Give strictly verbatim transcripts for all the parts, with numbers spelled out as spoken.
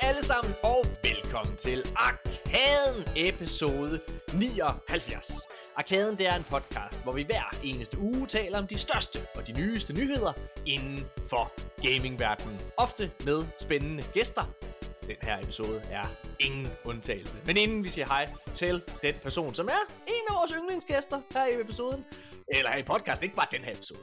alle sammen, og velkommen til Arkaden episode nioghalvfjerds. Arkaden, det er en podcast, hvor vi hver eneste uge taler om de største og de nyeste nyheder inden for gamingverdenen. Ofte med spændende gæster. Den her episode er ingen undtagelse. Men inden vi siger hej til den person, som er en af vores yndlingsgæster her i episoden, eller her i podcast, ikke bare den her episode.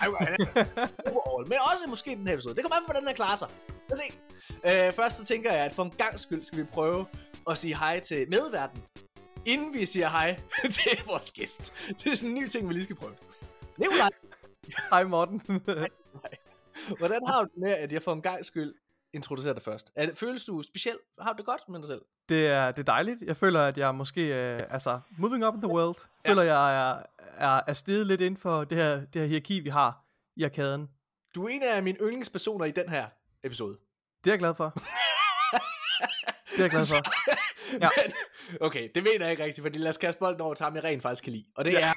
Overall, men også måske den her episode. Det kommer an på, hvordan den her klarer sig. Lad os se. Øh, først så tænker jeg, at for en gang skyld skal vi prøve at sige hej til medverden, inden vi siger hej til vores gæst. Det er sådan en ny ting, vi lige skal prøve. Nikolaj. Hej Morten. Hej. Hvordan har du det med, at jeg for en gang skyld introducerer dig først? Er det, føles du specielt? Har du det godt med dig selv? Det er, det er dejligt. Jeg føler, at jeg måske, øh, altså, moving up in the world, ja. føler jeg er, er, er steget lidt inden for det her, det her hierarki, vi har i Arkaden. Du er en af mine yndlingspersoner i den her episode. Det er jeg glad for. Det er jeg glad for. Ja. Men, okay, det mener jeg ikke rigtigt, fordi lad os kaste bolden over til ham, jeg rent faktisk kan lide. Og det ja. er...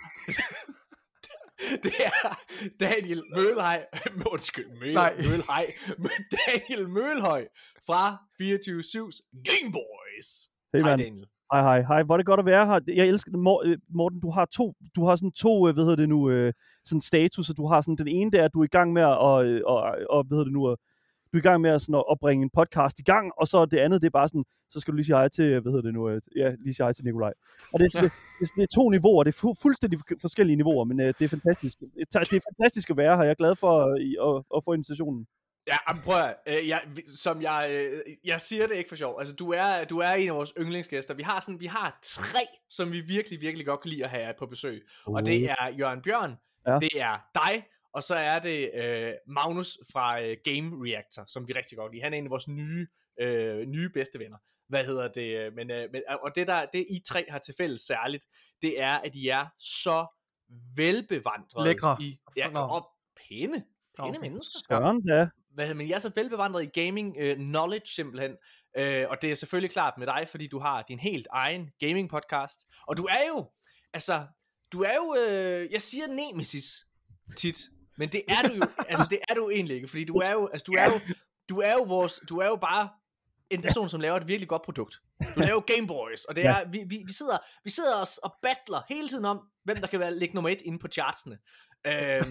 det er Daniel Mølhøj. Undskyld, Møl, Mølhøj. Daniel Mølhøj fra fireogtyve syv's Game Boys. Hey, hej Daniel. Hej, hej, hej. Hvor er det godt at være her. Jeg elsker det. Morten, du har to, du har sådan to, hvad hedder det nu, sådan statuser. Du har sådan, den ene, der er, at du er i gang med at, og, og, og hvad hedder det nu, du er i gang med at, sådan, at bringe en podcast i gang, og så det andet, det er bare sådan, så skal du lige sige hej til, hvad hedder det nu, ja, lige sige hej til Nikolaj. Og det, ja. det, det, det er to niveauer, det er fu- fuldstændig forskellige niveauer, men uh, det er fantastisk. Det er fantastisk at være her. Jeg er glad for uh, at, at få invitationen. Ja, men prøv at, øh, jeg, som jeg, øh, jeg siger det ikke for sjov. Altså, du er, du er en af vores yndlingsgæster. Vi har sådan, vi har tre, som vi virkelig, virkelig godt kan lide at have på besøg. Uh. Og det er Jørgen Bjørn, ja. Det er dig, og så er det øh, Magnus fra øh, Game Reactor, som vi rigtig godt lide. Han er en af vores nye, øh, nye bedste venner. Hvad hedder det? Men, øh, men, og det, der, det I tre har til fælles særligt, det er, at I er så velbevandrede. Lækre. I, ja, og pæne. Pæne okay. mennesker. Søren, ja. Hvad, men jeg er så velbevandret i gaming uh, knowledge simpelthen, uh, og det er selvfølgelig klart med dig, fordi du har din helt egen gaming podcast, og du er jo, altså, du er jo, uh, jeg siger nemesis tit, men det er du jo, altså det er du egentlig ikke, fordi du er jo, altså du er jo, du er jo vores, du er jo bare en person, som laver et virkelig godt produkt. Du laver Game Boys, og det er, vi, vi, vi sidder, vi sidder os og battler hele tiden om, hvem der kan være ligge nummer et inde på chartsene. Uh,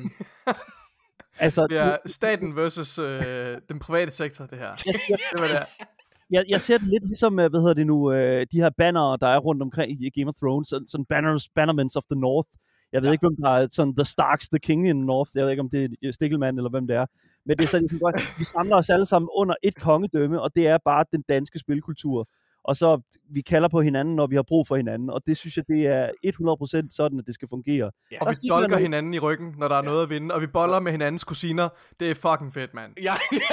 Altså, det er staten versus øh, den private sektor, det her. Det var det. Jeg, jeg ser det lidt ligesom, hvad hedder det nu, øh, de her bannere, der er rundt omkring i Game of Thrones, sådan, sådan banners, bannerments of the North. Jeg ved ja. ikke, hvem der er sådan The Starks, the King in the North. Jeg ved ikke, om det er Stikkelmann eller hvem det er. Men det er sådan, vi samler os alle sammen under et kongedømme, og det er bare den danske spilkultur. Og så vi kalder på hinanden, når vi har brug for hinanden, og det synes jeg, det er hundrede procent sådan, at det skal fungere. Ja. Og vi dolker hinanden i ryggen, når der er ja. noget at vinde, og vi boller med hinandens kusiner. Det er fucking fedt, mand. Ja,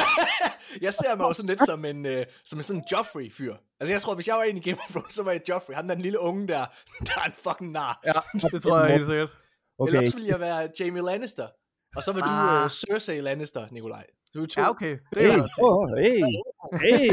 jeg ser mig også lidt som en, uh, som en sådan Joffrey-fyr. Altså jeg tror, hvis jeg var en i Game of Thrones, så var jeg Joffrey. Han der den lille unge der, der er en fucking nar. Ja, det tror jeg helt sikkert. Okay. Eller også ville jeg være Jaime Lannister. Og så var ah. du uh, Cersei Lannister, Nikolaj. Du er to. Ja, okay. Det er hey, oh, hey, hey.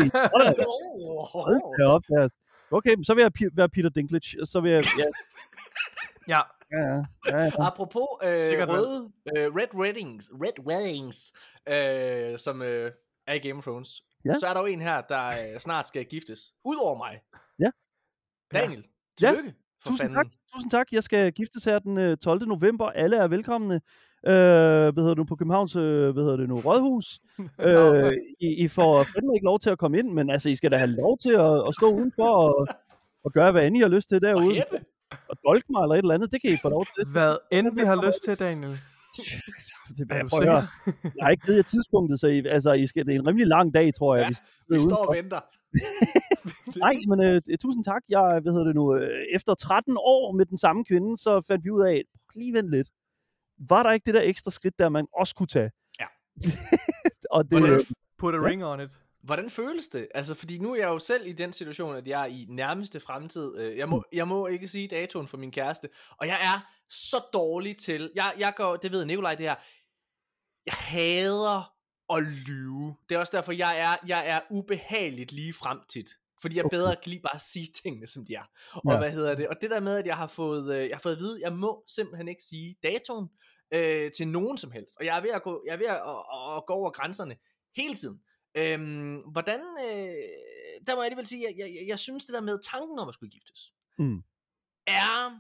Hold da. Okay, så vil jeg være Peter Dinklage, og så vil jeg... Ja. ja. Ja, ja, ja. Apropos øh, røde, øh, Red Weddings, Red Weddings, øh, som øh, er i Game of Thrones, ja. Så er der jo en her, der øh, snart skal giftes. Udover mig. Ja. Daniel, tillykke. Ja. Tusind tak. Tusind tak. Jeg skal giftes her den tolvte november. Alle er velkomne. Øh, hvad hedder du på Københavns, hvad hedder det nu, Rådhus. øh, I, I får fandme ikke lov til at komme ind, men altså I skal da have lov til at, at stå udenfor og, og gøre hvad end I har lyst til derude. Og, og dolke mig eller et eller andet, det kan I få lov til. Hvad end vi har lyst til, Daniel. Jeg, jeg, jeg har ikke givet jer tidspunktet, så I, altså, I skal, det er en rimelig lang dag, tror jeg. Ja, vi, vi står og venter. Nej, men øh, tusind tak. Jeg, hvad hedder det nu, øh, efter tretten år med den samme kvinde, så fandt vi ud af, lige vent lidt. Var der ikke det der ekstra skridt, der man også kunne tage? Ja. Og det, Hvordan, put a ja. ring on it. Hvordan føles det? Altså, fordi nu er jeg jo selv i den situation, at jeg er i nærmeste fremtid. Jeg må, jeg må ikke sige datoen for min kæreste. Og jeg er så dårlig til... Jeg, jeg går, det ved Nikolaj det her. Jeg hader at lyve. Det er også derfor, jeg er, jeg er ubehageligt lige frem tit. Fordi jeg bedre kan lige bare sige tingene, som de er. Og ja. hvad hedder det? Og det der med, at jeg har fået, jeg har fået at vide, jeg må simpelthen ikke sige datoen øh, til nogen som helst. Og jeg er ved at gå, jeg er ved at, at, at gå over grænserne hele tiden. Øhm, hvordan, øh, der må jeg alligevel sige, jeg, jeg, jeg, jeg synes det der med tanken om at skulle giftes, Mm. er,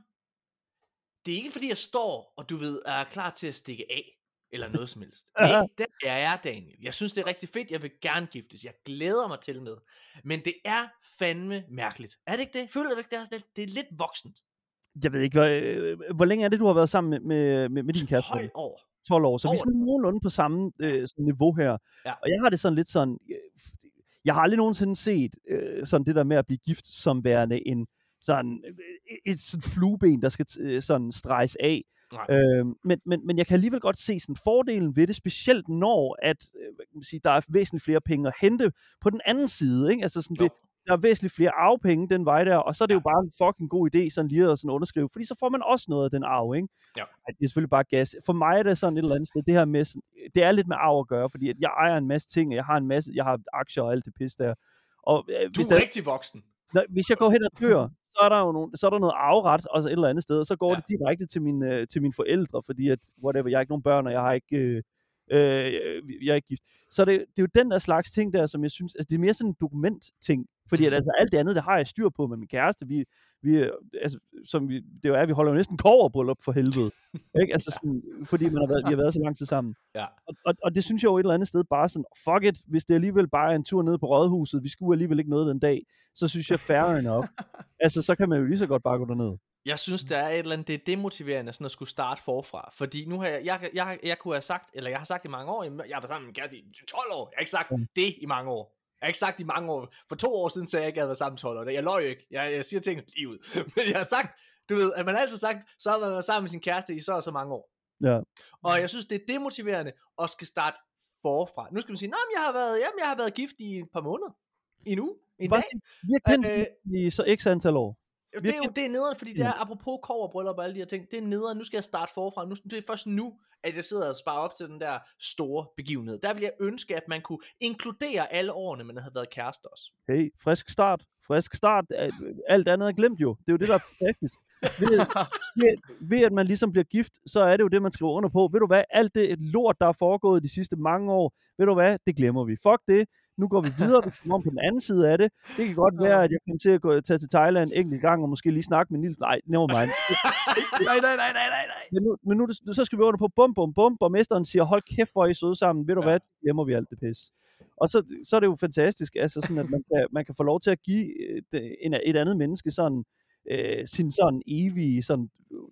det er ikke fordi jeg står, og du ved, er klar til at stikke af, eller noget som helst. Det er ikke der, jeg er, Daniel. Jeg synes, det er rigtig fedt, jeg vil gerne giftes, jeg glæder mig til med, men det er fandme mærkeligt. Er det ikke det? Føler du ikke, det er, lidt, det er lidt voksent? Jeg ved ikke, hvor, øh, hvor længe er det, du har været sammen med, med, med, med din kæreste? tolv år. tolv år, så Over. vi er sådan nogenlunde på samme øh, sådan niveau her. Ja. Og jeg har det sådan lidt sådan, øh, jeg har aldrig nogensinde set øh, sådan det der med at blive gift som værende en sådan øh, et sådan flueben, der skal øh, sådan streges af. Øh, men, men, men jeg kan alligevel godt se sådan fordelen ved det, specielt når at øh, hvad kan man sige, der er væsentligt flere penge at hente på den anden side, ikke? Altså sådan det, der er væsentligt flere arvepenge den vej der, og så er det ja. jo bare en fucking god idé sådan lige at sådan underskrive, fordi så får man også noget af den arv, ikke? Ja. Ej, det er selvfølgelig bare gas. For mig er det sådan et eller andet sted, det her med, sådan, det er lidt med arv at gøre, fordi at jeg ejer en masse ting, og jeg har en masse, jeg har aktier og alt det pis der. Og, øh, du hvis er der, rigtig voksen. når, hvis jeg går hen og dør, så er der jo nogle, så er der noget arveret, og så et eller andet sted, og så går ja. det direkte til, min, øh, til mine forældre, fordi at, whatever, jeg har ikke nogen børn, og jeg har ikke... Øh, Øh, jeg er ikke gift. Så det, det er jo den der slags ting der, som jeg synes, altså det er mere sådan en dokumentting, fordi at, altså alt det andet, det har jeg styr på med min kæreste, vi, vi altså, som vi, det jo er, vi holder jo næsten kobberbryllup for helvede, ikke? Altså sådan, fordi man har været, vi har været så lang tid sammen. Ja. Og, og, og det synes jeg jo et eller andet sted bare sådan, fuck it, hvis det alligevel bare er en tur ned på Rådhuset, vi skulle alligevel ikke noget den dag, så synes jeg fair enough. Altså så kan man jo lige så godt bare gå derned. Jeg synes, der er et eller andet, det er demotiverende sådan at skulle starte forfra. Fordi nu har jeg, jeg, jeg, jeg kunne have sagt, eller jeg har sagt i mange år, jeg har været sammen med kæreste i tolv år. Jeg har ikke sagt mm. det i mange år. Jeg har ikke sagt i mange år. For to år siden sagde jeg ikke, at jeg havde været sammen tolv år. Jeg løg ikke. Jeg, jeg siger ting lige ud. Men jeg har sagt, du ved, at man altid sagt, så har man været sammen med sin kæreste i så og så mange år. Ja. Og jeg synes, det er demotiverende at skal starte forfra. Nu skal man sige, nej, jeg har været, jamen, jeg har været gift i et par måneder. I en uge. I en dag. Vi har kendt øh, i så x antal år. Det er jo det er nederen, fordi det er apropos kobberbryllup og alle de her ting. Det er nederen, nu skal jeg starte forfra. Nu, det er først nu, at jeg sidder og sparer op til den der store begivenhed. Der vil jeg ønske, at man kunne inkludere alle årene, man havde været kærester også. Hey, frisk start. Frisk start. Alt andet er glemt jo. Det er jo det, der er fantastisk. ved, ved, ved at man ligesom bliver gift, så er det jo det, man skriver under på. Ved du hvad? Alt det lort, der er foregået de sidste mange år, ved du hvad? Det glemmer vi. Fuck det. Nu går vi videre, vi kommer om på den anden side af det. Det kan godt være, at jeg kommer til at gå, tage til Thailand en enkelt gang, og måske lige snakke med Nils. Nej, never mind. nej, nej, nej, nej, nej. Men nu, men nu så skal vi under på bum, bum, bum, borgmesteren siger, hold kæft, hvor er I søde sammen. Ved du ja. hvad? Det glemmer vi alt det pis. Og så, så er det jo fantastisk, altså sådan, at man kan, man kan få lov til at give et, et andet menneske sådan, øh, sin sådan evige sådan,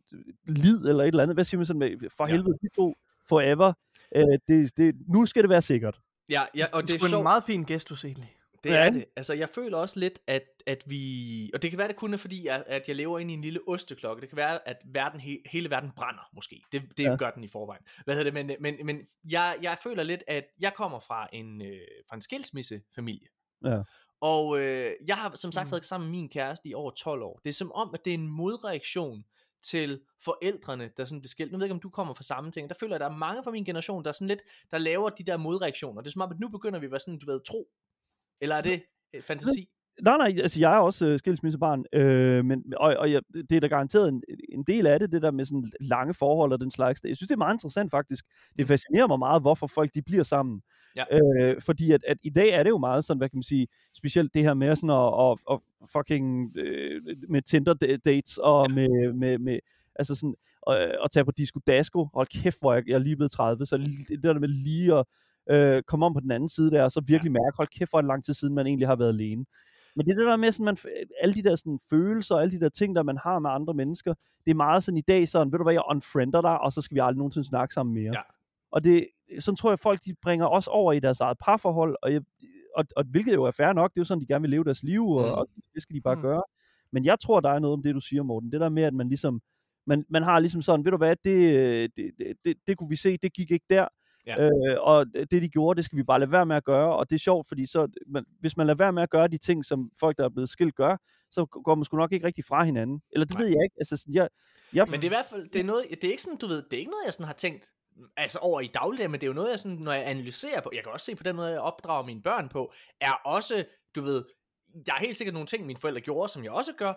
lid, eller et eller andet. Hvad siger man sådan med, for ja. helvede, de to forever. Øh, det, det, nu skal det være sikkert. Ja, ja, og det er, det er en meget fin gestus egentlig. Det er det. Altså, jeg føler også lidt, at, at vi... Og det kan være, det kun er fordi, at, at jeg lever inde i en lille osteklokke. Det kan være, at verden, he, hele verden brænder, måske. Det, det ja. gør den i forvejen. Hvad hedder det? Men, men, men jeg, jeg føler lidt, at jeg kommer fra en, øh, fra en skilsmissefamilie. Ja. Og øh, jeg har som sagt mm. været sammen med min kæreste i over tolv år. Det er som om, at det er en modreaktion til forældrene, der sådan bliver skilt. Nu ved jeg ikke, om du kommer fra samme ting. Der føler jeg, at der er mange fra min generation, der sådan lidt, der laver de der modreaktioner. Det er som om, at nu begynder vi at være sådan, du ved, tro. Eller er det fantasi? Nej, nej, altså jeg er også øh, skilsmissebarn, øh, men, og, og jeg, det er da garanteret en, en del af det, det der med sådan lange forhold og den slags. Jeg synes, det er meget interessant faktisk. Det fascinerer mig meget, hvorfor folk de bliver sammen. Ja. Øh, fordi at, at i dag er det jo meget sådan, hvad kan man sige, specielt det her med sådan at, at, at fucking øh, med Tinder dates og ja. med, med, med altså sådan at, at tage på disco dasko. Hold kæft, hvor jeg, jeg er lige blevet tredive, så det der med lige at øh, komme om på den anden side der, og så virkelig mærke, hold kæft, hvor en lang tid siden man egentlig har været alene. Men det er det der med sådan, man, alle de der sådan, følelser, alle de der ting, der man har med andre mennesker, det er meget sådan i dag sådan, ved du hvad, jeg unfriender dig, og så skal vi aldrig nogensinde snakke sammen mere. Ja. Og det, sådan tror jeg, folk de bringer også over i deres eget parforhold, og, jeg, og, og hvilket jo er fair nok, det er jo sådan, de gerne vil leve deres liv, og, mm. og det skal de bare mm. gøre. Men jeg tror, der er noget om det, du siger, Morten. Det der med, at man ligesom, man, man har ligesom sådan, ved du hvad, det, det, det, det, det kunne vi se, det gik ikke der. Ja. Øh, og det de gjorde, det skal vi bare lade være med at gøre, og det er sjovt, fordi så, man, hvis man lader være med at gøre de ting, som folk, der er blevet skilt, gør, så går man sgu nok ikke rigtig fra hinanden. Eller det Nej. ved jeg ikke. Altså, jeg, jeg... Men det er i hvert fald, det er noget, det er ikke sådan, du ved, det er ikke noget, jeg sådan har tænkt, altså over i dagligdagen, men det er jo noget, jeg sådan, når jeg analyserer på, jeg kan også se på den måde, jeg opdrager mine børn på, er også, du ved, der er helt sikkert nogle ting, mine forældre gjorde, som jeg også gør,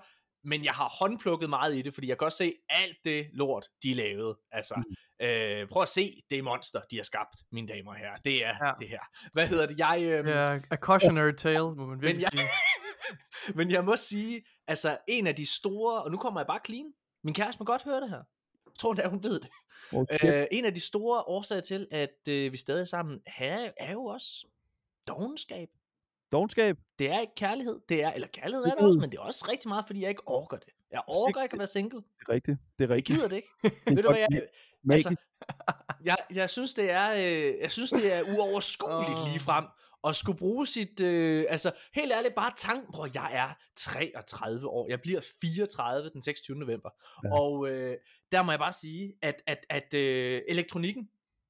men jeg har håndplukket meget i det, fordi jeg kan også se alt det lort, de lavede. Altså, mm. øh, prøv at se det monster, de har skabt, mine damer og herrer. Det er ja. det her. Hvad hedder det? Jeg, øh, ja, a cautionary tale, må man virkelig men jeg, sige. Men jeg må sige, altså, en af de store, og nu kommer jeg bare clean, min kæreste må godt høre det her. Jeg tror endda, hun ved det. Okay. Øh, en af de store årsager til, at øh, vi stadig er sammen, her, er jo også dovenskab. Dovenskab? Det er ikke kærlighed. Det er, eller kærlighed er det også, men det er også rigtig meget, fordi jeg ikke orker det. Jeg orker ikke at være single. Det er rigtigt. Det er rigtigt. Jeg gider det ikke. Ved du hvad, jeg, altså, jeg, jeg synes, det er, øh, jeg synes, det er uoverskueligt oh. lige frem at skulle bruge sit, øh, altså helt ærligt, bare tanken, bror, jeg er treogtredive år, jeg bliver fireogtredive den seksogtyvende november, ja. og øh, der må jeg bare sige, at, at, at øh, elektronikken,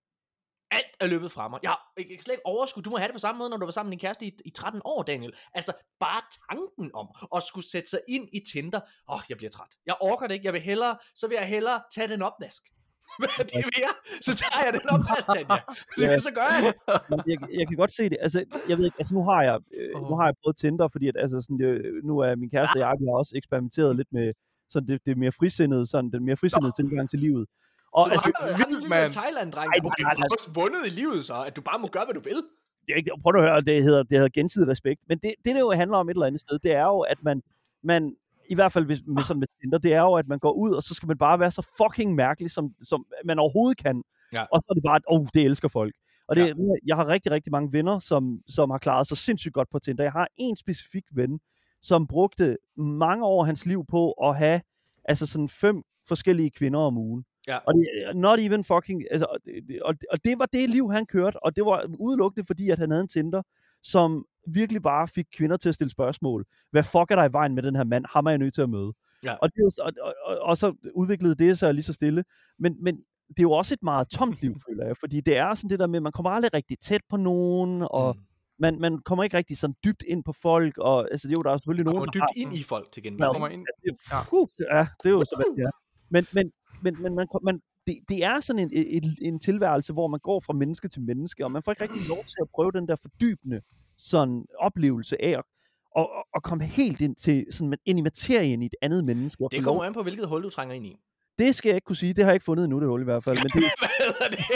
alt er løbet fra mig. Jeg har ikke slet ikke overskud. Du må have det på samme måde, når du var sammen med din kæreste i, i tretten år, Daniel. Altså, bare tanken om at skulle sætte sig ind i Tinder. Åh, oh, jeg bliver træt. Jeg orker det ikke. Jeg vil hellere, så vil jeg hellere tage den opvask. Hvad det vil jeg? Så tager jeg den opvask, Tanja. Ja. Så gør jeg det. jeg, jeg kan godt se det. Altså, jeg ved ikke, altså nu har jeg, øh, oh. nu har jeg prøvet Tinder, fordi at, altså, sådan, øh, nu er min kæreste og jeg, vi har også eksperimenteret lidt med sådan det, det mere frisindede, sådan den mere frisindede oh. tilgang til livet. Og så altså, du har vildt med Thailand, dreng. Du har også vundet i livet så, at du bare må gøre, hvad du vil. Det er ikke, prøv at høre, det hedder, det hedder gensidig respekt. Men det, det, det jo handler om et eller andet sted, det er jo, at man, man i hvert fald med sådan med Tinder, det er jo, at man går ud, og så skal man bare være så fucking mærkelig, som, som man overhovedet kan. Ja. Og så er det bare, at oh, det elsker folk. Og det, ja. Jeg har rigtig, rigtig mange venner, som, som har klaret sig sindssygt godt på Tinder. Jeg har en specifik ven, som brugte mange år af hans liv på at have altså sådan fem forskellige kvinder om ugen. Ja. Og det not even fucking altså, og, og det var det liv han kørte, og det var udelukkende fordi at han havde en Tinder som virkelig bare fik kvinder til at stille spørgsmål. Hvad fuck er der i vejen med den her mand? Ham er jeg nødt til at møde. Ja. Og, det, og, og, og, og så udviklede det sig lige så stille. Men, men det er jo også et meget tomt liv, føler jeg, fordi det er sådan det der med, man kommer aldrig rigtig tæt på nogen, og mm. man, man kommer ikke rigtig sådan dybt ind på folk, og altså det er jo der er selvfølgelig nogen, der dybt har, ind i folk til gengæld. Kommer ind. Ja, det, uh, ja, det er jo så hvad det er. Men, men Men, men man, man, det, det er sådan en, en, en tilværelse, hvor man går fra menneske til menneske, og man får ikke rigtig lov til at prøve den der fordybende sådan, oplevelse af at og, og komme helt ind, til, sådan, ind i materien i et andet menneske. Det kommer an på, hvilket hul du trænger ind i. Det skal jeg ikke kunne sige. Det har jeg ikke fundet endnu, det hul i hvert fald. Men det... Hvad hedder det?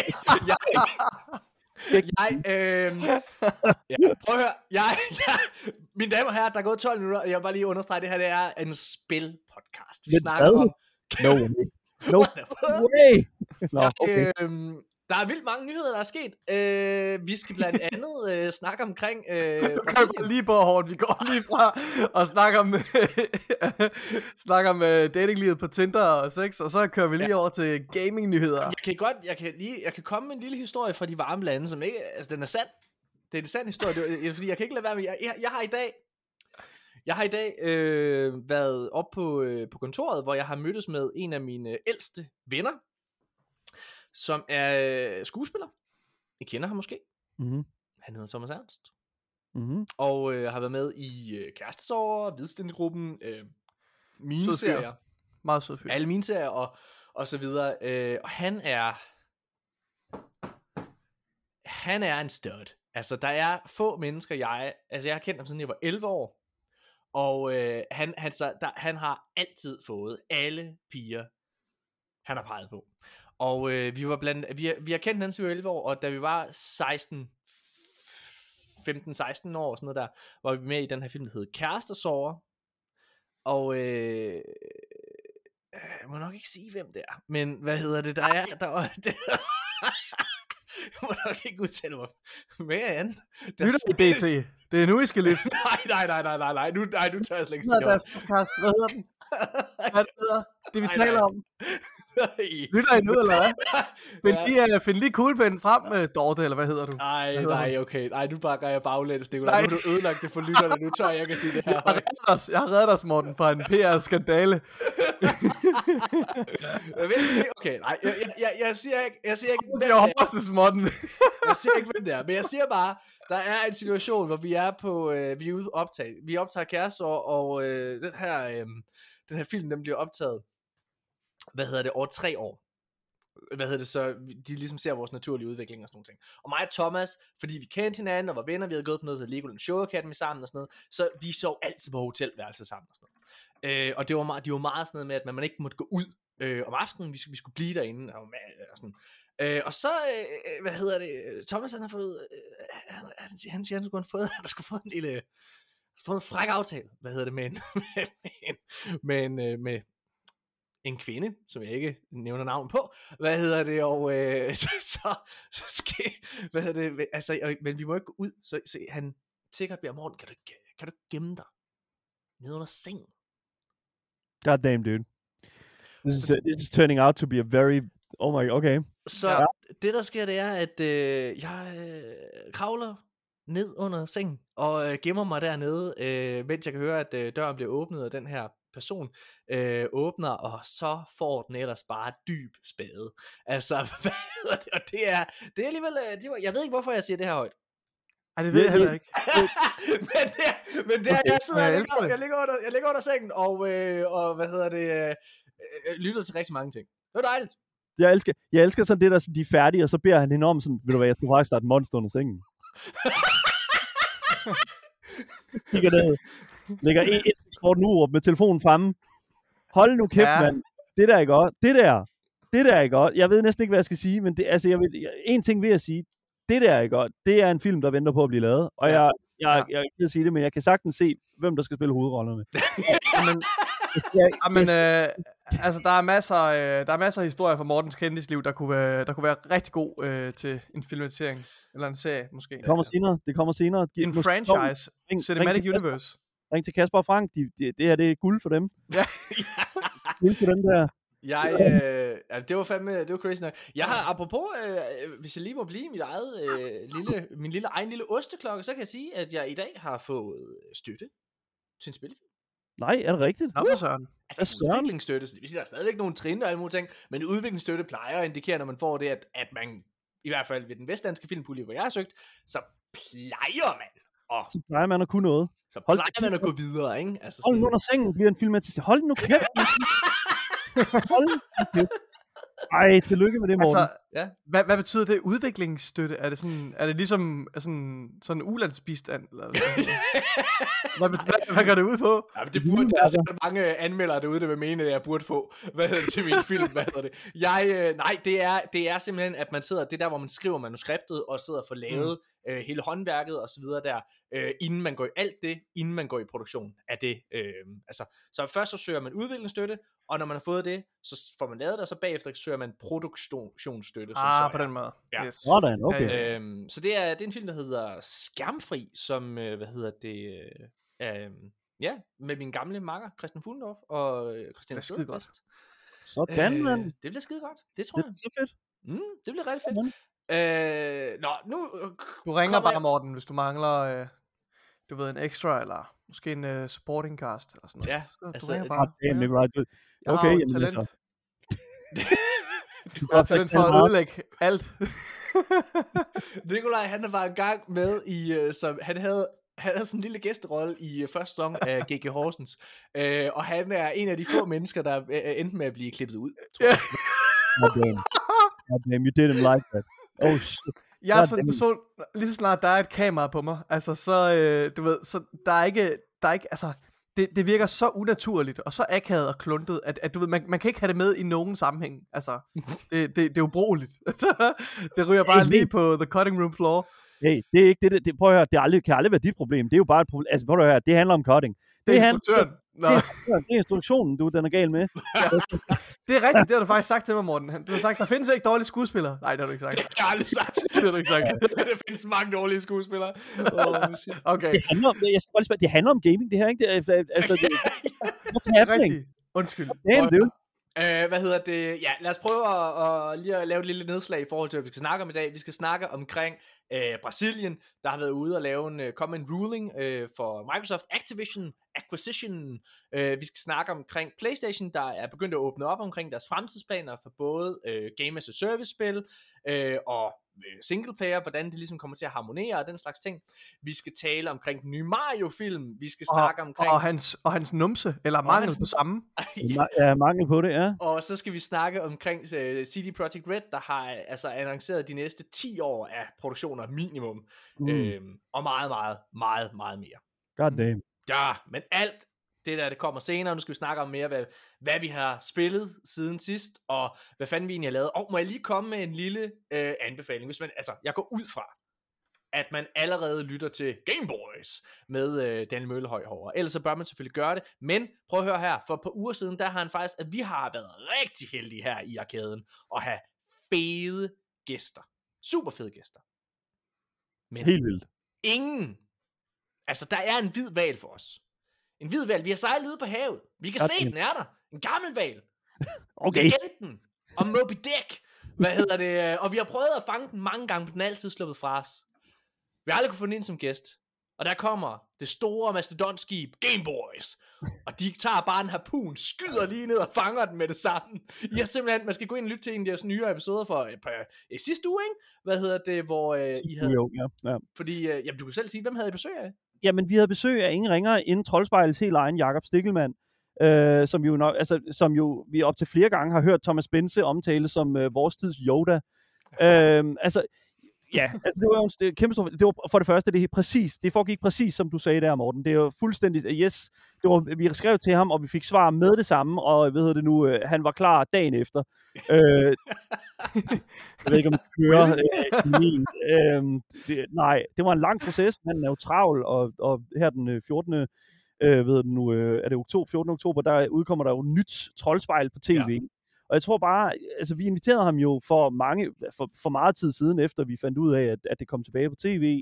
Jeg, jeg, øh, ja, prøv at høre. Jeg, jeg, mine damer og herrer, der er gået tolv minutter, og jeg vil bare lige understrege, det her det er en spilpodcast. Vi men snakker hvad? om... No No way! No, okay. øhm, der er vildt mange nyheder, der er sket. Øh, vi skal blandt andet øh, snakke omkring... Øh, lige på hårdt, vi går lige fra og snakker om, snakker om øh, datinglivet på Tinder og sex, og så kører vi lige ja. over til gaming-nyheder. Jeg kan godt, jeg kan, lige, jeg kan komme med en lille historie fra de varme lande, som ikke... Altså, den er sand. Det er en sand historie, det er, fordi jeg kan ikke lade være med... Jeg, jeg, jeg har i dag... Jeg har i dag øh, været op på, øh, på kontoret, hvor jeg har mødtes med en af mine ældste venner, som er skuespiller. I kender ham måske. Mm-hmm. Han hedder Thomas Ernst. Mm-hmm. Og øh, har været med i øh, Kærestesorger, Hvidstengruppen, øh, mine serier. Meget sød fyr. Alle mine serier og, og så videre. Øh, og han er... Han er en stud. Altså, der er få mennesker, jeg... Altså, jeg har kendt ham siden jeg var elleve år. Og øh, han, han, så, der, han har altid fået alle piger, han har peget på. Og øh, vi var blandt, vi, vi har kendt hinanden til elleve år, og da vi var seksten, femten seksten år, sådan noget der, var vi med i den her film, der hed Kærestesorger. Og øh, jeg må nok ikke sige, hvem det er. Men hvad hedder det, der er... Der, der, jeg må nok ikke udtale mig mere end. Lytter i B T. Det er nu, I skal lytte. nej, nej, nej, nej, nej, nu, nej, nu tør jeg slet ikke sige noget. Podcast, hvad hedder den? Hvad hedder det, vi nej, taler nej. om? Lytter I nu, eller hvad? Find, ja. lige, uh, find lige kuglepinden frem, uh, Dorte, eller hvad hedder du? Nej, nej, okay. Nej, nu bakker jeg baglæns, Nicolaj. Nu har du ødelagt det for lytterne. Nu tør jeg ikke at sige det her. Jeg har reddet os, jeg har reddet os Morten, fra en P R-skandale. Jeg vil sige, okay, nej, jeg, jeg, jeg, jeg siger ikke, jeg siger ikke, hvem det er. Morten. Jeg siger ikke, hvem det er, men jeg siger bare, der er en situation, hvor vi er på, øh, vi er ude optaget. Vi optager Kærestesorger, og øh, den her, øh, den her film, den bliver optaget, hvad hedder det, over tre år. Hvad hedder det så, de ligesom ser vores naturlige udvikling og sådan noget ting. Og mig og Thomas, fordi vi kendte hinanden og var venner, vi havde gået på noget, der hedder Legoland Show Academy sammen og sådan noget, så vi sov altid på hotelværelser sammen og sådan Øh, og det var meget, de var meget sådan noget med, at man ikke måtte gå ud øh, om aftenen, vi skulle, vi skulle blive derinde, og, og sådan. Øh, og så, øh, hvad hedder det, Thomas han har fået, øh, han, han, han siger, han skulle have fået, han skulle fået en lille, fået en fræk aftale, hvad hedder det, med en, med, med, en, med, en, med, med en kvinde, som jeg ikke nævner navn på, hvad hedder det, og øh, så, så, så skal, hvad hedder det, altså, men vi må ikke gå ud, så, så han tigger og beder, Morten, kan du, kan du gemme dig nede under sengen? God damn, dude. This is, this is turning out to be a very, oh my, okay. Så ja. Det, der sker, det er, at øh, jeg øh, kravler ned under sengen, og øh, gemmer mig dernede, øh, mens jeg kan høre, at øh, døren bliver åbnet, og den her person øh, åbner, og så får den ellers bare dyb spade. Altså, hvad hedder det? Og det er, det er alligevel, det var, jeg ved ikke, hvorfor jeg siger det her højt. Ej, det ved jeg heller ikke. men det er, men det er, jeg sidder, jeg ligger, jeg ligger, under, jeg ligger under sengen, og, øh, og hvad hedder det, øh, øh, lytter til rigtig mange ting. Det var dejligt. Jeg elsker, jeg elsker sådan det, der de er færdige, og så beder han hende om sådan, ved du hvad, jeg skulle faktisk starte et monster under sengen. Kigger ned. Lægger en et-sport nu med telefonen fremme. Hold nu kæft, ja. Mand. Det der er godt. Det der. Det der er godt. Jeg ved næsten ikke, hvad jeg skal sige, men det, altså, jeg vil, jeg, en ting vil jeg sige. Det der er godt. Det er en film, der venter på at blive lavet. Og ja. jeg, jeg, jeg, jeg kan ikke sige det, men jeg kan sagtens se, hvem der skal spille hovedrollerne. Jamen, jeg, Jamen øh, altså, der er masser, øh, der er masser af historier fra Mortens kendisliv, der kunne være, der kunne være rigtig god øh, til en filmatisering. Eller en serie, måske. Det kommer senere. Det kommer senere. En måske franchise. Ring, Cinematic ring Universe. Ring til Kasper og Frank. De, de, det her, det er guld for dem. Ja. Guld for dem der. Jeg, øh, ja, det var fandme, det var crazy nok. Jeg har, apropos, øh, hvis jeg lige må blive mit eget, øh, lille, min lille egen lille osteklokke, så kan jeg sige, at jeg i dag har fået støtte til en spillefilm. Nej, er det rigtigt? Nå, for søren. Altså en udviklingsstøtte, så det vil sige, der er stadigvæk nogle trin og alle mulige ting, men udviklingsstøtte plejer at indikere, når man får det, at, at man, i hvert fald ved den vestdanske filmpulje, hvor jeg har søgt, så plejer man at... Så plejer man at kunne noget. Så plejer Hold man at gå videre, ikke? Altså, Hold nu under sengen, bliver en filmatisering. Hold nu kæft. Hold nu kæft. Ej, tillykke med det, Morten. Altså, ja. hvad, hvad betyder det udviklingsstøtte? Er det sådan, er det ligesom sådan, sådan ulandsbistand? Eller, hvad, hvad, hvad går det ud på? Ja, men det burde, der er sikkert mange anmeldere derude, der vil mene, at jeg burde få, hvad hedder det, til min film, hvad hedder det. Jeg, øh, nej, det er, det er simpelthen, at man sidder, det er der, hvor man skriver manuskriptet, og sidder og får lavet mm. øh, hele håndværket, og så videre der, øh, inden man går i alt det, inden man går i produktion af det. Øh, altså, så først så søger man udviklingsstøtte, og når man har fået det, så får man lavet det, og så bagefter søger man produktionsstøtte. Ah, på den måde. Ja. Yes. Sådan, okay. Øhm, så det er, det er en film, der hedder Skærmfri, som, øh, hvad hedder det, øh, ja, med min gamle makker, Christian Fuglendorf, og øh, Christian Søderqvist. Sådan, mand. Øh, det bliver skide godt, det tror det jeg. Det er fedt. Mm, det bliver rigtig fedt. Øh, nå, nu... Øh, du ringer bare, jeg... Morten, hvis du mangler... Øh... Du ved, en extra, eller måske en uh, supporting cast, eller sådan noget. Ja, så, altså, du bare. Ja. Damn, right. Jeg okay, har jamen, talent. Så. Du har talent for at ødelægge alt. Nikolaj, han var engang med i, uh, som, han havde, han havde sådan en lille gæsterolle i uh, første sæson af G G Horsens, uh, og han er en af de få mennesker, der uh, endte med at blive klippet ud, tror jeg. God damn. God damn, you didn't like that. Oh shit. Jeg er sådan en person, lige så snart der er et kamera på mig, altså så, øh, du ved, så der er ikke, der er ikke, altså, det, det virker så unaturligt, og så akavet og kluntet, at, at du ved, man, man kan ikke have det med i nogen sammenhæng, altså, det, det, det er ubrugeligt. Det ryger bare hey, lige på the cutting room floor. Hey, det er ikke det, det, det prøv at høre, det aldrig, kan aldrig være dit problem, det er jo bare et problem, altså prøv at høre, det handler om cutting. Det er instruktøren. Det er, det er instruktionen, du, den er gal med. Det er rigtigt, det har du faktisk sagt til mig, Morten. Du har sagt, der findes ikke dårlige skuespillere. Nej, det har du ikke sagt. Det har jeg aldrig sagt. Det har du ikke sagt. Der findes mange dårlige skuespillere. Oh, okay. Det handler om, jeg skal bare lige spørge, det handler om gaming, det her, ikke? Det, altså, det, what's happening? Rigtigt. Undskyld. Damn, dude. Uh, hvad hedder det? Ja, lad os prøve at, at lige at lave et lille nedslag i forhold til, hvad vi skal snakke om i dag. Vi skal snakke omkring uh, Brasilien, der har været ude og lave en, uh, komme en ruling uh, for Microsoft Activision Acquisition. Uh, vi skal snakke omkring PlayStation, der er begyndt at åbne op omkring deres fremtidsplaner for både uh, Game as a Service spil uh, og single player, hvordan det ligesom kommer til at harmonere og den slags ting. Vi skal tale omkring den nye Mario-film. Vi skal og, snakke omkring... Og hans, og hans numse, eller mangel hans... på samme. ja. ja, mangel på det, ja. Og så skal vi snakke omkring uh, C D Projekt Red, der har altså annonceret de næste ti år af produktioner minimum. Mm. Øhm, og meget, meget, meget, meget mere. God damn. Ja, men alt Det der, det kommer senere. Nu skal vi snakke om mere, hvad, hvad vi har spillet siden sidst, og hvad fanden vi egentlig har lavet. Og må jeg lige komme med en lille øh, anbefaling? Hvis man, altså, jeg går ud fra, at man allerede lytter til Game Boys med øh, Daniel Møllehøj herovre. Ellers så bør man selvfølgelig gøre det. Men prøv at høre her, for et par uger siden, der har han faktisk, at vi har været rigtig heldige her i arkaden, at have fede gæster. Super fede gæster. Men helt vildt. Ingen, altså der er en hvid hval for os. En hvid hval, vi har sejlet ude på havet. Vi kan se, den er der. En gammel hval. Okay. Legenden og Moby Dick. Hvad hedder det? Og vi har prøvet at fange den mange gange, men den er altid sluppet fra os. Vi har aldrig kunne få den ind som gæst. Og der kommer det store mastodonskib Game Boys. Og de tager bare en harpun, skyder lige ned og fanger den med det samme. I har simpelthen, man skal gå ind og lytte til en af deres nyere episoder for øh, på, øh, sidste uge, ikke? Hvad hedder det, hvor øh, I havde... Jo, ja, ja. Fordi, øh, jamen du kunne selv sige, hvem havde I besøg af? Jamen, vi havde besøg af ingen ringere end Troldspejlets helt egen Jakob Stikkelmann, øh, som jo nok, altså, som jo vi op til flere gange har hørt Thomas Bense omtale som øh, vores tids Yoda. Øh, altså, ja, altså det var jo en kæmpe stor, det var for det første, det er præcis, det foregik præcis, som du sagde der, Morten. Det er jo fuldstændig, yes, det var, vi skrev til ham, og vi fik svar med det samme, og hvad hedder det nu, øh, han var klar dagen efter. øh, jeg ved ikke, om du hører øh, min, øh, det, nej, det var en lang proces, han er jo travl, og, og her den fjortende Øh, ved du nu, øh, er det oktober, fjortende oktober, der udkommer der jo nyt Troldspejl på tv. Ja. Og jeg tror bare, altså vi inviterede ham jo for mange, for, for meget tid siden, efter vi fandt ud af, at, at det kom tilbage på tv.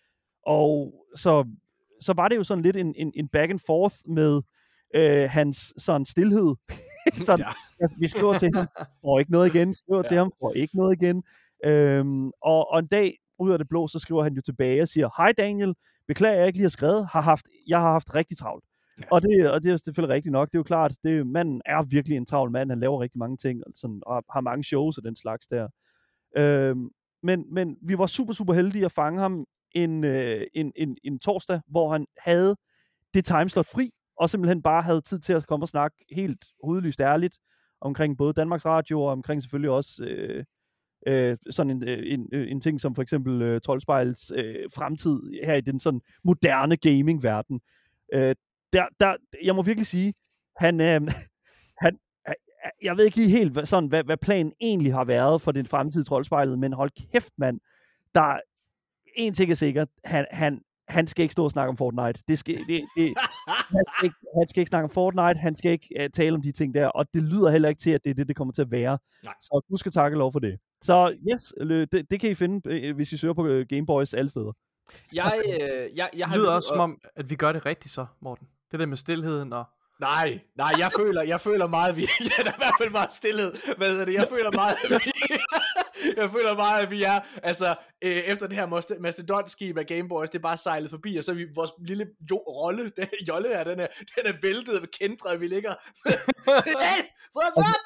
Og så, så var det jo sådan lidt en, en, en back and forth med øh, hans sådan stillhed. sådan, ja. Altså, vi skriver til ham, får ikke noget igen, skriver ja. til ham, får ikke noget igen. Øhm, og, og en dag, ud af det blå, så skriver han jo tilbage og siger, hej Daniel, beklager jeg ikke lige har skrevet, har haft, jeg har haft rigtig travlt. Ja. Og, det, og det er selvfølgelig rigtigt nok, det er jo klart, det, manden er virkelig en travl mand, han laver rigtig mange ting, og, sådan, og har mange shows og den slags der. Øhm, men, men vi var super, super heldige at fange ham en, øh, en, en, en torsdag, hvor han havde det timeslot fri, og simpelthen bare havde tid til at komme og snakke helt hovedlyst ærligt omkring både Danmarks Radio, og omkring selvfølgelig også øh, øh, sådan en, en, en ting som for eksempel øh, Troldspejls øh, fremtid her i den sådan moderne gaming-verden. Øh, der, der, jeg må virkelig sige, han, øh, han jeg ved ikke lige helt, sådan, hvad, hvad planen egentlig har været for den fremtidige Troldspejlet, men hold kæft, mand, der en ting er sikkert, han, han, han skal ikke stå og snakke om Fortnite. Det skal, det, det, han, skal ikke, han skal ikke snakke om Fortnite, han skal ikke uh, tale om de ting der, og det lyder heller ikke til, at det er det, det kommer til at være. Nej. Så du skal takke lov for det. Så yes, det, det kan I finde, hvis I søger på Game Boys alle steder. Jeg, øh, jeg, jeg har det lyder også og... som om, at vi gør det rigtigt så, Morten. Det der med stilheden og... Nej, nej, jeg føler, jeg føler meget, vi, ja, der er i hvert fald meget stillhed, hvad hedder det, jeg føler meget, at vi, jeg føler meget, at vi er, altså, øh, efter det her mastodonskib af Game Boys, det er bare sejlet forbi, og så er vi, vores lille jo, rolle, den, Jolle her, den er, den er væltet ved Kendra, vi ligger, hey, what's up?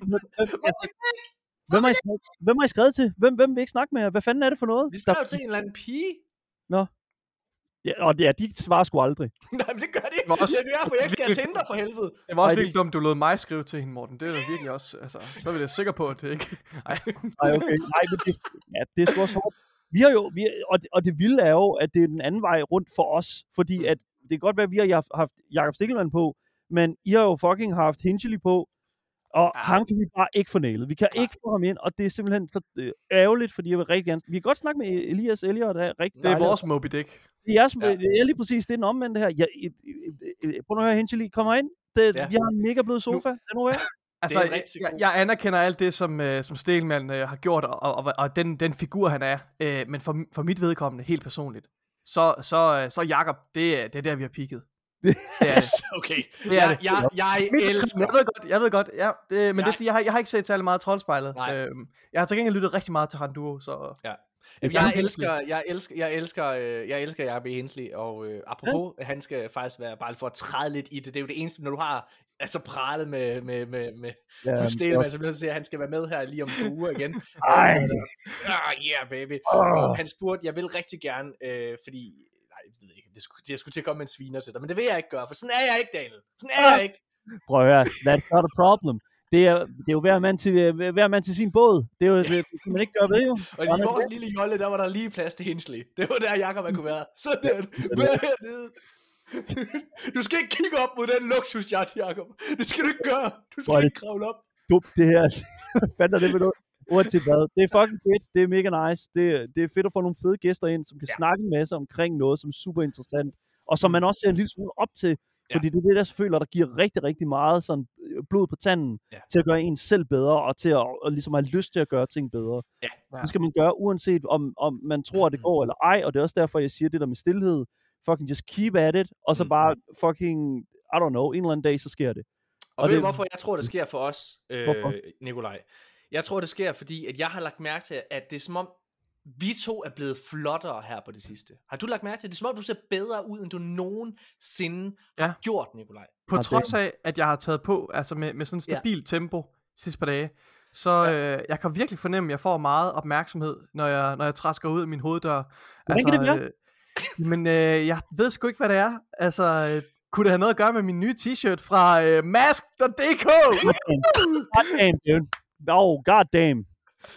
Hvem har I skrevet, hvem har I skrevet til? Hvem, hvem vil ikke snakke med jer? Hvad fanden er det for noget? Vi skrev til en eller anden pige. Nå. Ja, og ja, de svarer sgu aldrig. Nej, men det gør de ikke. Også, det er derfor, jeg skal have Tinder for helvede. Det var også virkelig dumt, du lod mig skrive til hende, Morten. Det er jo virkelig også, altså, så er vi da sikker på, at det ikke... Nej, Nej okay. Nej, men det, ja, det er sgu også hårdt. Vi har jo, vi, og, det, og det vilde er jo, at det er den anden vej rundt for os, fordi at det kan godt være, at vi har haft Jakob Stikkelmann på, men I har jo fucking haft Hinchely på, og ja. ham kan vi bare ikke få nælet. Vi kan ja. ikke få ham ind, og det er simpelthen så øh, ærgerligt, fordi jeg vil rigtig gerne... Vi kan godt snakke med Elias Elliot, der er rigtig Det er vores Moby Dick. Det er, jeres, ja. det er lige præcis, det er den omvendte her. Jeg, jeg, jeg, prøv at høre, Hinchely, kommer ind. Det, ja. Vi har en mega blød sofa. Nu. Det er nu er. Altså, jeg, jeg anerkender alt det, som, uh, som Stikkelmann uh, har gjort, og, og, og, og den, den figur, han er. Uh, men for, for mit vedkommende, helt personligt, så, så, så Jakob, det, det er der, vi har peaked. Det er det. Okay. Det er det. Jeg, jeg, jeg elsker... Jeg ved godt, jeg ved godt, ja. Det, men jeg... det er fordi, jeg har, jeg har ikke set særlig meget Troldspejlet. Øhm, jeg har til gengæld lyttet rigtig meget til Han Duo, så... Ja. Jeg elsker, jeg elsker, jeg elsker, jeg elsker Jacob Hinchely, og øh, apropos, ja. han skal faktisk være bare for at træde lidt i det. Det er jo det eneste, når du har altså pralet med med med med ja, Stikkelmann, så bliver jeg sige, at han skal være med her lige om to uger igen. Ej. Ah, yeah, baby. Oh. Og han spurgte, jeg vil rigtig gerne, øh, fordi nej, jeg ved ikke, det skulle, jeg skulle til at komme med en sviner til dig, men det vil jeg ikke gøre, for sådan er jeg ikke, Daniel. Sådan er jeg ikke. Prøv at høre, that's not a problem. Det er, det er jo hver mand, til, hver mand til sin båd. Det er jo, det kan man ikke gøre ved, jo. Og i vores lille jolle, der var der lige plads til Hinchely. Det var der, Jakob kunne være. Sådan der. Hver hernede. Du skal ikke kigge op mod den luksusjagt, Jacob. Det skal du ikke gøre. Du skal Hvor ikke kravle op. Dumt, det her. Hvad fanden er det med noget? Uanset hvad. Det er fucking fedt. Det er mega nice. Det, det er fedt at få nogle fede gæster ind, som kan ja. snakke en masse omkring noget, som er super interessant. Og som man også ser en lille smule op til. Fordi ja. det er det, der føler, der giver rigtig, rigtig meget sådan blod på tanden ja. til at gøre en selv bedre, og til at og ligesom have lyst til at gøre ting bedre. Ja. Ja. Det skal man gøre, uanset om, om man tror, at det går eller ej. Og det er også derfor, jeg siger det der med stilhed. Fucking just keep at it. Og så bare fucking, I don't know, en eller anden dag, så sker det. Og, og ved du, hvorfor jeg tror, det sker for os, øh, Nikolaj? Jeg tror, det sker, fordi at jeg har lagt mærke til, at det er som om, vi to er blevet flottere her på det sidste. Har du lagt mærke til, det er som om, du ser bedre ud, end du nogensinde ja. har gjort, Nikolaj? På trods af, at jeg har taget på, altså med, med sådan en stabil ja. tempo sidste par dage, så ja. øh, jeg kan virkelig fornemme, at jeg får meget opmærksomhed, når jeg, når jeg træsker ud af min hoveddør. Hvordan kan det være? Øh, men øh, jeg ved sgu ikke, hvad det er. Altså, øh, kunne det have noget at gøre med min nye t-shirt fra øh, mask punktum d k? God damn, dude. Oh, god damn.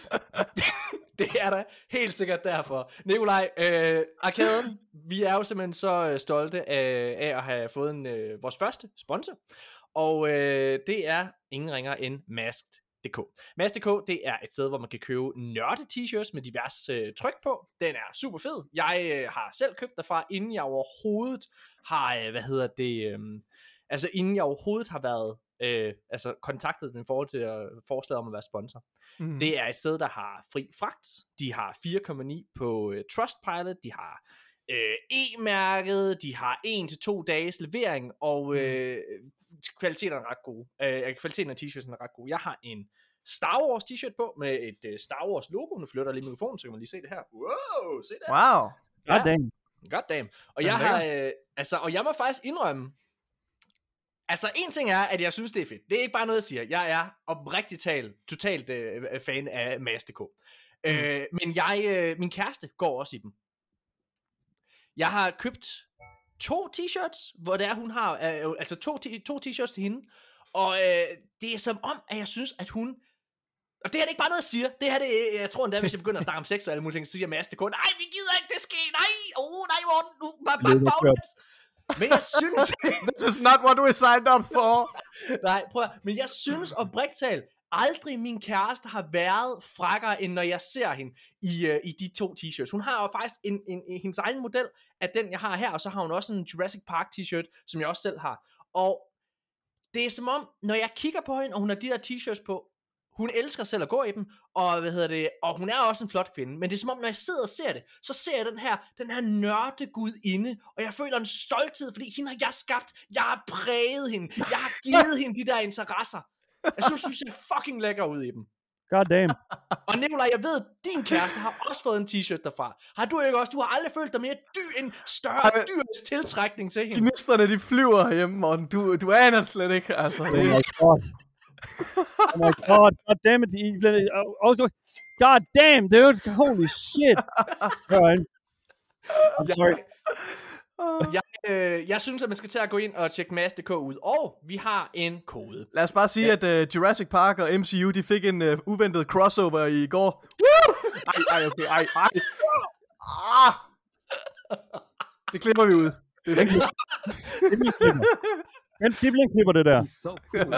Det er da helt sikkert derfor. Nikolaj, øh, Arkaden, vi er jo simpelthen så stolte af, af at have fået en, øh, vores første sponsor. Og øh, det er ingen ringere end masked punktum d k. masked punktum d k, det er et sted, hvor man kan købe nørde t-shirts med divers øh, tryk på. Den er super fed. Jeg øh, har selv købt derfra, inden jeg overhovedet har, øh, hvad hedder det, øh, altså inden jeg overhovedet har været Øh, altså kontaktet dem i forhold til uh, forslaget om at være sponsor. Mm. Det er et sted, der har fri fragt. De har fire komma ni på uh, Trustpilot. De har uh, e-mærket. De har en til to dages levering. Og uh, mm. kvaliteten er ret god. Uh, kvaliteten af t-shirten er ret god. Jeg har en Star Wars t-shirt på med et uh, Star Wars logo. Nu flytter jeg lige mikrofonen, så kan man lige se det her. Wow, se det. Wow. Ja. God damn. God damn. Og jeg har, uh, altså, og jeg må faktisk indrømme, altså, en ting er, at jeg synes, det er fedt. Det er ikke bare noget, jeg siger. Jeg er oprigtigt talt, totalt øh, fan af masked punktum d k. Mm. Øh, men jeg, øh, min kæreste går også i dem. Jeg har købt to t-shirts, hvor det er, hun har, øh, altså to, t- to t-shirts til hende. Og øh, det er som om, at jeg synes, at hun, og det her er ikke bare noget, jeg siger. Det her, det, jeg tror endda, hvis jeg begynder at snakke om sex og alle mulige ting, så siger jeg masked punktum d k. Nej, vi gider ikke, det sker. Nej, oh, nej, Morten, nu, bare, bare, baglæns. Men jeg synes This is not what we signed up for. Nej, prøv at, men jeg synes oprigtigt talt aldrig min kæreste har været frækkere, end når jeg ser hende i, uh, i de to t-shirts. Hun har jo faktisk en, en, en, hendes egen model af den jeg har her, og så har hun også en Jurassic Park t-shirt, som jeg også selv har. Og det er som om, når jeg kigger på hende, og hun har de der t-shirts på, hun elsker selv at gå i dem, og hvad hedder det, og hun er også en flot kvinde, men det er som om, når jeg sidder og ser det, så ser jeg den her, den her nørdegudinde, og jeg føler en stolthed, fordi hende har jeg skabt, jeg har præget hende, jeg har givet hende de der interesser. Jeg synes, hun ser fucking lækker ud i dem. God damn. Og Nikolaj, jeg ved, din kæreste har også fået en t-shirt derfra. Har du ikke også? Du har aldrig følt dig mere dyr, en større dyrs tiltrækning til hende. Gnisterne, de flyver herhjemme, Morten. Du, du aner slet ikke, altså. Oh my god. Oh my god, god damn it. Oh, god damn, dude. Holy shit. Right. I'm sorry. Jeg, øh, jeg synes, at man skal til at gå ind og tjekke masked punktum d k ud. Og vi har en kode. Lad os bare sige, ja. at uh, Jurassic Park og M C U, de fik en uh, uventet crossover i går. Woo! Ej, ej, okay, ej, ej. Ah! Det klipper vi ud. Det er klipper. Det bliver klipper. Den klipper klipper det der. Så cool.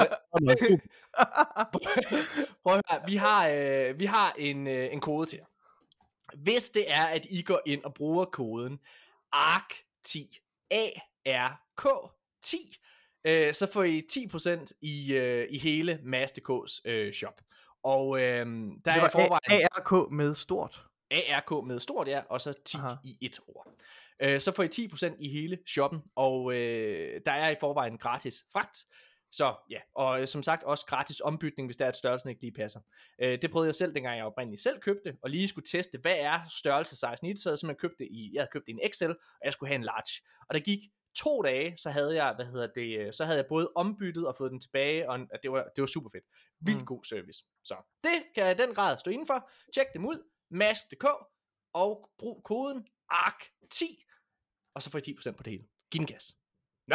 Prøv at høre, vi har, øh, vi har en, øh, en kode til jer. Hvis det er, at I går ind og bruger koden A R K ti, A R K ti, øh, så får I ti procent i, øh, i hele masked punktum d k's øh, shop. Og øh, der er i forvejen A R K med stort. A R K med stort, ja, og så ti Aha. i et ord. Øh, så får I ti procent i hele shoppen, og øh, der er i forvejen gratis fragt. Så ja, og som sagt også gratis ombytning, hvis der er et størrelsen ikke lige passer. Øh, det prøvede jeg selv, dengang jeg oprindeligt selv købte, og lige skulle teste, hvad er størrelse seksten i. Så havde jeg simpelthen købt det i, jeg havde købt det i en X L, og jeg skulle have en large. Og der gik to dage, så havde jeg, hvad hedder det, så havde jeg både ombyttet og fået den tilbage, og det var, det var super fedt. Vildt mm. god service. Så det kan jeg i den grad stå indenfor. Tjek dem ud, masked punktum d k, og brug koden A R K ti, og så får I ti procent på det hele. Giv den gas. Nå!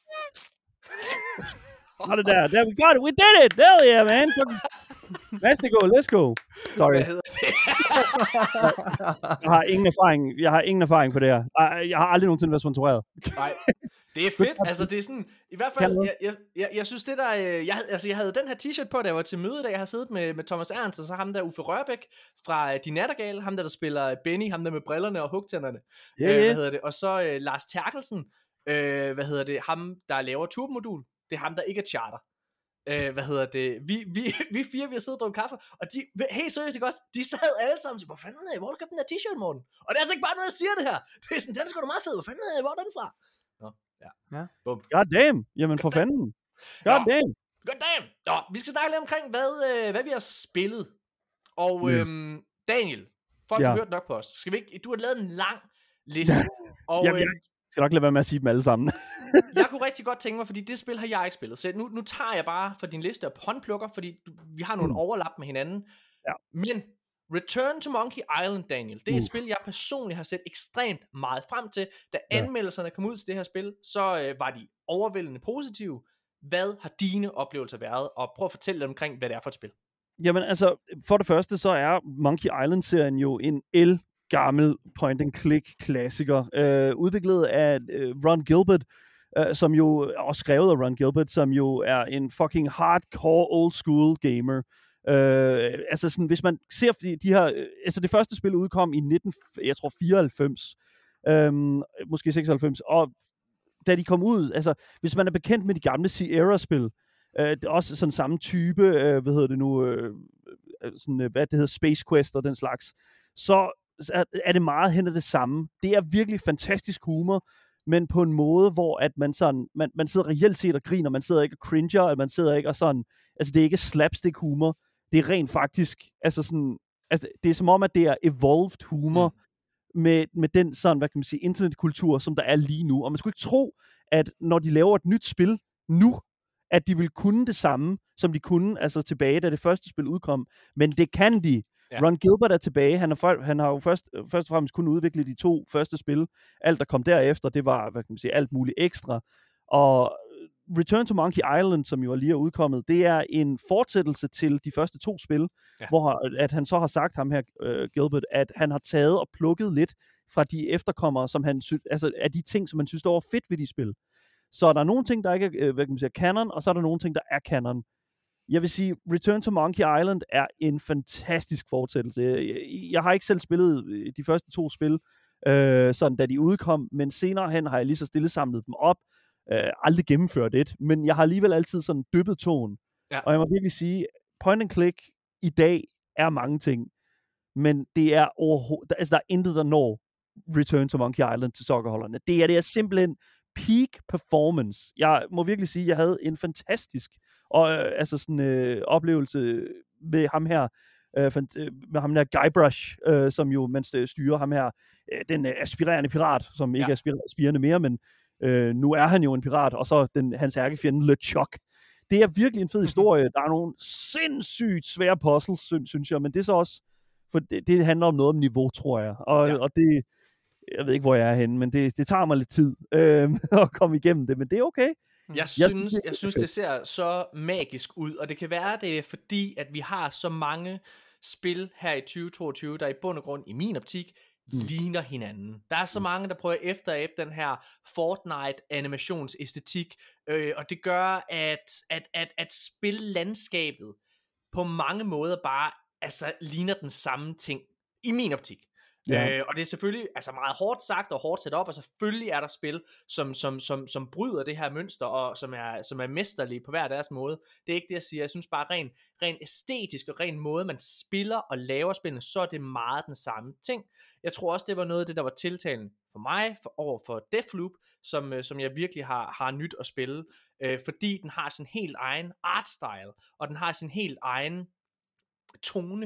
Hold it down. There we got it. We did it. Hell yeah, man. Let's go. Let's go. Sorry. Hvad hedder det? Jeg har ingen erfaring, jeg har ingen erfaring på det her. Ej, Jeg har aldrig nogensinde været sponsoreret. Nej, det er fedt. Altså, det er sådan, i hvert fald, jeg, jeg, jeg, jeg synes det der, øh, jeg, altså, jeg havde den her t-shirt på, da jeg var til møde, da jeg har siddet med, med Thomas Ernst, og så ham der Uffe Rørbæk fra De Nattergale, ham der, der spiller Benny, ham der med brillerne og hugtænderne. Ja, yeah, øh, yeah. hvad hedder det? Og så øh, Lars Terkelsen, øh, hvad hedder det, ham der laver turbomodul, det er ham der ikke er charter. Øh, hvad hedder det, vi, vi, vi fire, vi har siddet og drukket kaffe, og de, helt seriøst, ikke også, de sad alle sammen og siger, hvor fanden er, hvor har du købt den her t-shirt, Morten? Og det er altså ikke bare noget, jeg siger det her, det er sådan, den er sgu da meget fed, hvor fanden er, hvor er den fra? Nå, ja, ja. Bum. God damn, jamen for fanden. God Nå. damn. God damn. Nå, vi skal snakke lidt omkring, hvad, øh, hvad vi har spillet, og Ja. øhm, Daniel, folk Ja. har hørt nok på os, skal vi ikke, du har lavet en lang liste, og Jamen, jeg øh, skal nok lade være med at sige dem alle sammen. jeg kunne rigtig godt tænke mig, fordi det spil har jeg ikke spillet, så nu, nu tager jeg bare for din liste og håndplukker, fordi du, vi har nogle Mm. overlap med hinanden. Ja. Men Return to Monkey Island, Daniel, det er et Uh. spil, jeg personligt har set ekstremt meget frem til. Da Ja. anmeldelserne kom ud til det her spil, så øh, var de overvældende positive. Hvad har dine oplevelser været? Og prøv at fortælle lidt omkring, hvad det er for et spil. Jamen altså, for det første, så er Monkey Island-serien jo en el gammel point-and-click-klassiker, øh, udviklet af øh, Ron Gilbert, øh, som jo også skrevet af Ron Gilbert, som jo er en fucking hardcore old-school gamer. Øh, altså sådan, hvis man ser, fordi de her, øh, altså det første spil udkom i nitten, jeg tror fireoghalvfems, øh, måske seksoghalvfems, og da de kom ud, altså hvis man er bekendt med de gamle Sierra-spil, øh, det er også sådan samme type, øh, hvad hedder det nu, øh, sådan, øh, hvad det hedder, Space Quest og den slags, så er, er det meget hen af det samme. Det er virkelig fantastisk humor, men på en måde, hvor at man sådan, man, man sidder reelt set og griner, man sidder ikke og cringer, og man sidder ikke og sådan, altså det er ikke slapstick humor, det er rent faktisk, altså sådan, altså det er som om, at det er evolved humor, mm. med, med den sådan, hvad kan man sige, internetkultur, som der er lige nu. Og man skulle ikke tro, at når de laver et nyt spil nu, at de vil kunne det samme, som de kunne altså tilbage, da det første spil udkom. Men det kan de. Ja. Ron Gilbert er tilbage. Han, er, han har jo først, først og fremmest kun udviklet de to første spil. Alt, der kom derefter, det var, hvad kan man sige, alt muligt ekstra. Og Return to Monkey Island, som jo lige er udkommet, det er en fortsættelse til de første to spil, ja. Hvor at han så har sagt, ham her, uh, Gilbert, at han har taget og plukket lidt fra de efterkommere, som han sy- altså af de ting, som han synes, der var fedt ved de spil. Så er der nogle ting, der ikke er, hvad kan man sige, canon, og så er der nogle ting, der er canon. Jeg vil sige, Return to Monkey Island er en fantastisk fortsættelse. Jeg, jeg har ikke selv spillet de første to spil, øh, sådan da de udkom, men senere hen har jeg lige så stille samlet dem op, øh, aldrig gennemført et, men jeg har alligevel altid sådan dyppet tåen. Ja. Og jeg må virkelig sige, point and click i dag er mange ting, men det er overhovedet, altså der er intet, der når Return to Monkey Island til sokkerholderne. Det er, det er simpelthen peak performance. Jeg må virkelig sige, at jeg havde en fantastisk og, øh, altså sådan, øh, oplevelse med ham her, øh, med ham der Guybrush, øh, som jo, mens det styrer ham her, øh, den øh, aspirerende pirat, som ikke ja. er aspirerende mere, men øh, nu er han jo en pirat, og så den, hans ærkefjende LeChuck. Det er virkelig en fed historie. Der er nogle sindssygt svære puzzles, synes, synes jeg, men det er så også, for det, det handler om noget om niveau, tror jeg, og, ja. og det jeg ved ikke, hvor jeg er henne, men det, det tager mig lidt tid øh, at komme igennem det, men det er okay. Jeg synes, jeg synes, det ser så magisk ud, og det kan være, det er fordi, at vi har så mange spil her i tyve toogtyve, der i bund og grund, i min optik, mm. ligner hinanden. Der er så mange, der prøver efter at den her Fortnite-animationsæstetik, øh, og det gør, at, at, at, at spillandskabet på mange måder bare altså, ligner den samme ting, i min optik. Ja. Øh, og det er selvfølgelig altså meget hårdt sagt og hårdt sat op, og selvfølgelig er der spil, som, som, som, som bryder det her mønster, og som er, som er mesterlige på hver deres måde. Det er ikke det, jeg siger. Jeg synes bare, ren, ren æstetisk og ren måde, man spiller og laver spillene, så er det meget den samme ting. Jeg tror også, det var noget af det, der var tiltalende for mig, for, over for Deathloop, som, som jeg virkelig har, har nyt at spille, øh, fordi den har sin helt egen artstyle, og den har sin helt egen tone,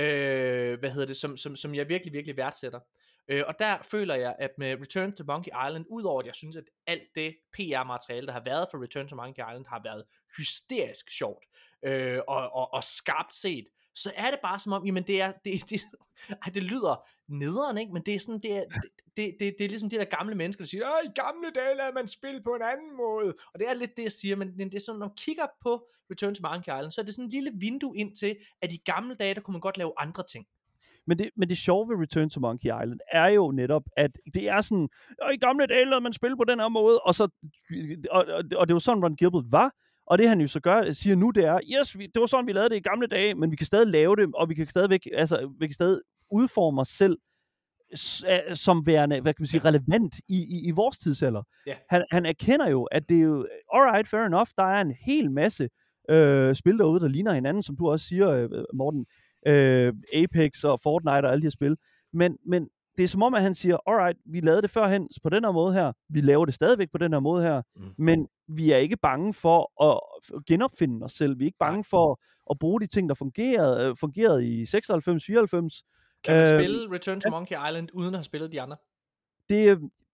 øh, hvad hedder det, som, som, som jeg virkelig, virkelig værdsætter. Øh, og der føler jeg, at med Return to Monkey Island, udover at jeg synes, at alt det P R-materiale, der har været for Return to Monkey Island, har været hysterisk sjovt, øh, og, og, og skarpt set, så er det bare som om, jamen det er, det, det, det, det lyder nederen, ikke? Men det er sådan, det er, det, det, det, det er ligesom de der gamle mennesker, der siger, åh, i gamle dage lader man spille på en anden måde, og det er lidt det, jeg siger, men det er sådan, når man kigger på Return to Monkey Island, så er det sådan et lille vindue ind til, at i gamle dage, der kunne man godt lave andre ting. Men det, men det sjove ved Return to Monkey Island er jo netop, at det er sådan, og i gamle dage lavede man spil på den her måde, og, så, og, og, og det var sådan, Ron Gilbert var, og det han jo så gør, siger nu, det er, yes, vi, det var sådan, vi lavede det i gamle dage, men vi kan stadig lave det, og vi kan stadigvæk, altså, vi kan stadig udforme os selv, som værende, hvad kan man sige, relevant i, i, i vores tidsalder. Yeah. Han, han erkender jo, at det er jo, alright, fair enough, der er en hel masse øh, spil derude, der ligner hinanden, som du også siger, øh, Morten, øh, Apex og Fortnite og alle de her spil, men, men det er som om, at han siger, alright, vi lavede det førhen på den her måde her, vi laver det stadigvæk på den her måde her, mm. men vi er ikke bange for at genopfinde os selv, vi er ikke bange for at bruge de ting, der fungerede, fungerede i seksoghalvfems fireoghalvfems. Kan man øh, spille Return to Monkey Island, uden at have spillet de andre? Det er,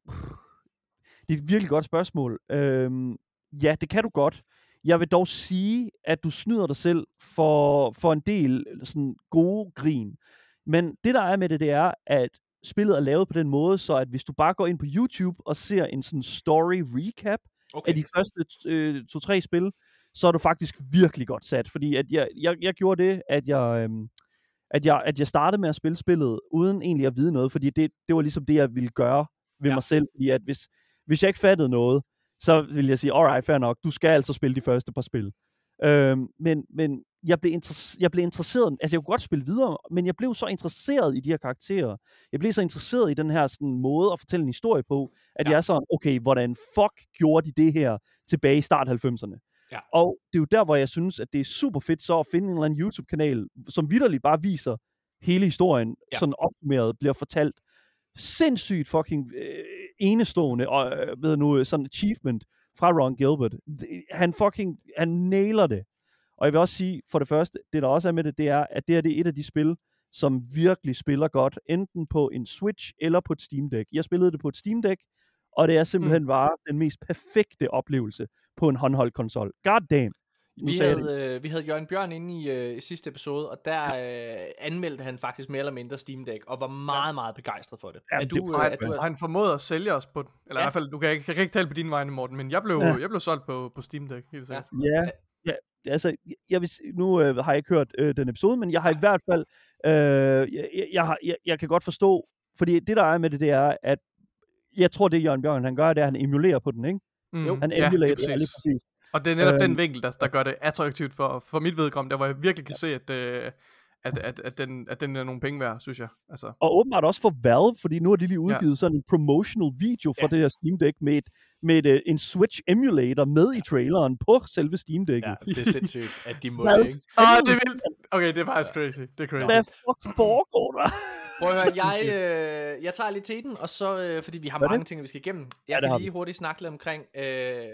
det er et virkelig godt spørgsmål. Øhm, ja, det kan du godt. Jeg vil dog sige, at du snyder dig selv for, for en del sådan gode grin. Men det, der er med det, det er, at spillet er lavet på den måde, så at hvis du bare går ind på YouTube og ser en sådan story recap okay. af de første øh, to-tre spil, så er du faktisk virkelig godt sat. Fordi at jeg, jeg, jeg gjorde det, at jeg... Øhm, At jeg, at jeg startede med at spille spillet, uden egentlig at vide noget, fordi det, det var ligesom det, jeg ville gøre ved ja. mig selv, fordi at hvis, hvis jeg ikke fattede noget, så ville jeg sige, alright, fair nok, du skal altså spille de første par spil. Øhm, men men jeg, blev interesse- jeg blev interesseret, altså jeg kunne godt spille videre, men jeg blev så interesseret i de her karakterer, jeg blev så interesseret i den her sådan, måde at fortælle en historie på, at ja. jeg er sådan, okay, hvordan fuck gjorde de det her tilbage i start halvfemserne? Ja. Og det er jo der, hvor jeg synes, at det er super fedt så at finde en eller anden YouTube-kanal, som vitterligt bare viser hele historien, ja. sådan opsummeret, bliver fortalt. Sindssygt fucking øh, enestående, og øh, ved nu, sådan achievement fra Ron Gilbert. Han fucking, han nailer det. Og jeg vil også sige, for det første, det der også er med det, det er, at det her det er et af de spil, som virkelig spiller godt, enten på en Switch eller på et Steam Deck. Jeg spillede det på et Steam Deck, og det er simpelthen mm. bare den mest perfekte oplevelse på en håndholdt konsol. God damn. Vi havde, øh, vi havde Jørgen Bjørn inde i, øh, i sidste episode, og der øh, anmeldte han faktisk mere eller mindre Steam Deck, og var meget, ja. meget begejstret for det. Ja, er du, det øh, du, han formåede at sælge os på den. Eller ja. i hvert fald, du kan ikke, jeg kan ikke tale på dine vegne, Morten, men jeg blev, ja. jeg blev solgt på, på Steam Deck, helt sikkert. Ja, ja. ja altså, jeg vil, nu øh, har jeg ikke hørt øh, den episode, men jeg har i hvert fald, øh, jeg, jeg, har, jeg, jeg kan godt forstå, fordi det der er med det, det er, at jeg tror, det Jørgen Bjørn, han gør, det er, at han emulerer på den, ikke? Mm. Han emulerer ja, det, ja, lige præcis. Og det er netop øhm, den vinkel, der, der gør det attraktivt for, for mit vedkommende, der hvor jeg virkelig kan se, at, øh, at, at, at, den, at den er nogle penge værd, synes jeg. Altså. Og åbenbart også for Valve, fordi nu har de lige udgivet ja. sådan en promotional video for ja. det her Steam Deck med, et, med et, en Switch emulator med ja. i traileren på selve Steam Deck'et. Ja, det er sindssygt, at de må det, ikke? Åh, oh, det er vildt. Okay, det er faktisk crazy. Det er crazy. Hvad fuck foregår der? Prøv at høre, jeg, øh, jeg tager lidt til den, og så, øh, fordi vi har mange det? ting, vi skal igennem. Jeg ja, kan lige hurtigt snakke lidt omkring, øh,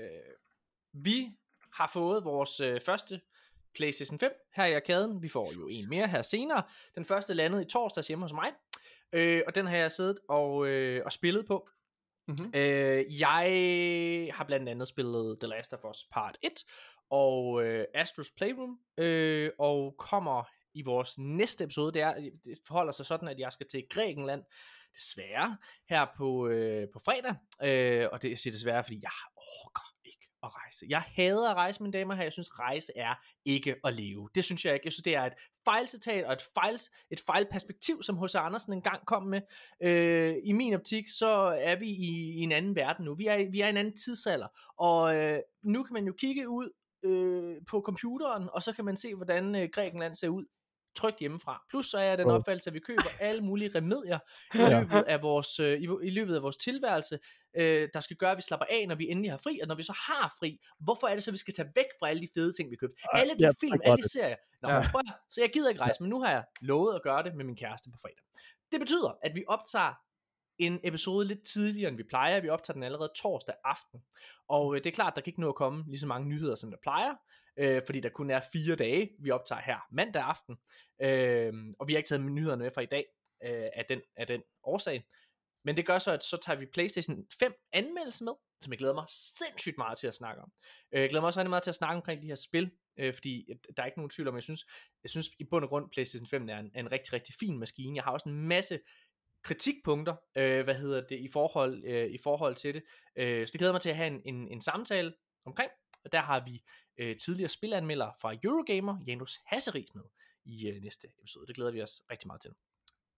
vi har fået vores øh, første PlayStation fem her i arkaden. Vi får jo en mere her senere. Den første landede i torsdags hjemme hos mig, øh, og den har jeg siddet og, øh, og spillet på. Mm-hmm. Øh, jeg har blandt andet spillet The Last of Us Part et og øh, Astro's Playroom, øh, og kommer i vores næste episode. Det, er, det forholder sig sådan, at jeg skal til Grækenland, desværre, her på, øh, på fredag. Øh, og det er desværre, fordi jeg orker ikke at rejse. Jeg hader at rejse, mine damer her. Jeg synes, rejse er ikke at leve. Det synes jeg ikke. Jeg synes, det er et fejlcitat og et, fejls, et fejlperspektiv, som H C Andersen engang kom med. Øh, I min optik, så er vi i, i en anden verden nu. Vi er, vi er i en anden tidsalder. Og øh, nu kan man jo kigge ud øh, på computeren, og så kan man se, hvordan øh, Grækenland ser ud trygt hjemmefra. Plus så er den opfattelse, at vi køber alle mulige remedier i løbet af vores, øh, i, i løbet af vores tilværelse, øh, der skal gøre, at vi slapper af, når vi endelig har fri. Og når vi så har fri, hvorfor er det så, vi skal tage væk fra alle de fede ting, vi køber? Alle de ja, film, alle de serier. Nå, ja. prøv at, så jeg gider ikke rejse, men nu har jeg lovet at gøre det med min kæreste på fredag. Det betyder, at vi optager en episode lidt tidligere, end vi plejer. Vi optager den allerede torsdag aften. Og øh, det er klart, der kan ikke nå at komme lige så mange nyheder, som der plejer. Øh, fordi der kun er fire dage, vi optager her mandag aften. Øh, og vi har ikke taget nyhederne med fra i dag, øh, af, den, af den årsag. Men det gør så, at så tager vi PlayStation fem anmeldelse med, som jeg glæder mig sindssygt meget til at snakke om. Øh, jeg glæder mig også rigtig meget til at snakke omkring de her spil, øh, fordi der er ikke nogen tvivl om, jeg synes, jeg synes i bund og grund, PlayStation fem er en, er en rigtig, rigtig fin maskine. Jeg har også en masse kritikpunkter, øh, hvad hedder det, i forhold, øh, i forhold til det. Øh, så det glæder mig til at have en, en, en samtale omkring, og der har vi øh, tidligere spilanmelder fra Eurogamer, Janus Hasseris, med i øh, næste episode. Det glæder vi os rigtig meget til.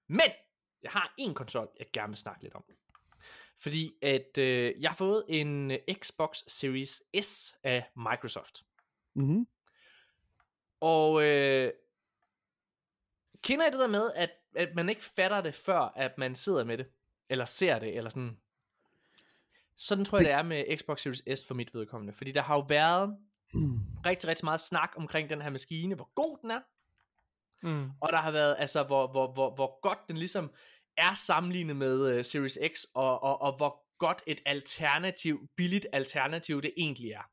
Men jeg har en konsol, jeg gerne vil snakke lidt om. Fordi at øh, jeg har fået en Xbox Series S af Microsoft. Mm-hmm. Og øh, kender I det der med, at, at man ikke fatter det, før at man sidder med det? Eller ser det, eller sådan. Sådan tror jeg, det er med Xbox Series S for mit vedkommende. Fordi der har jo været mm. rigtig, rigtig meget snak omkring den her maskine, hvor god den er. Mm. Og der har været, altså, hvor, hvor, hvor, hvor godt den ligesom er sammenlignet med uh, Series X, og, og, og hvor godt et alternativ, billigt alternativ det egentlig er.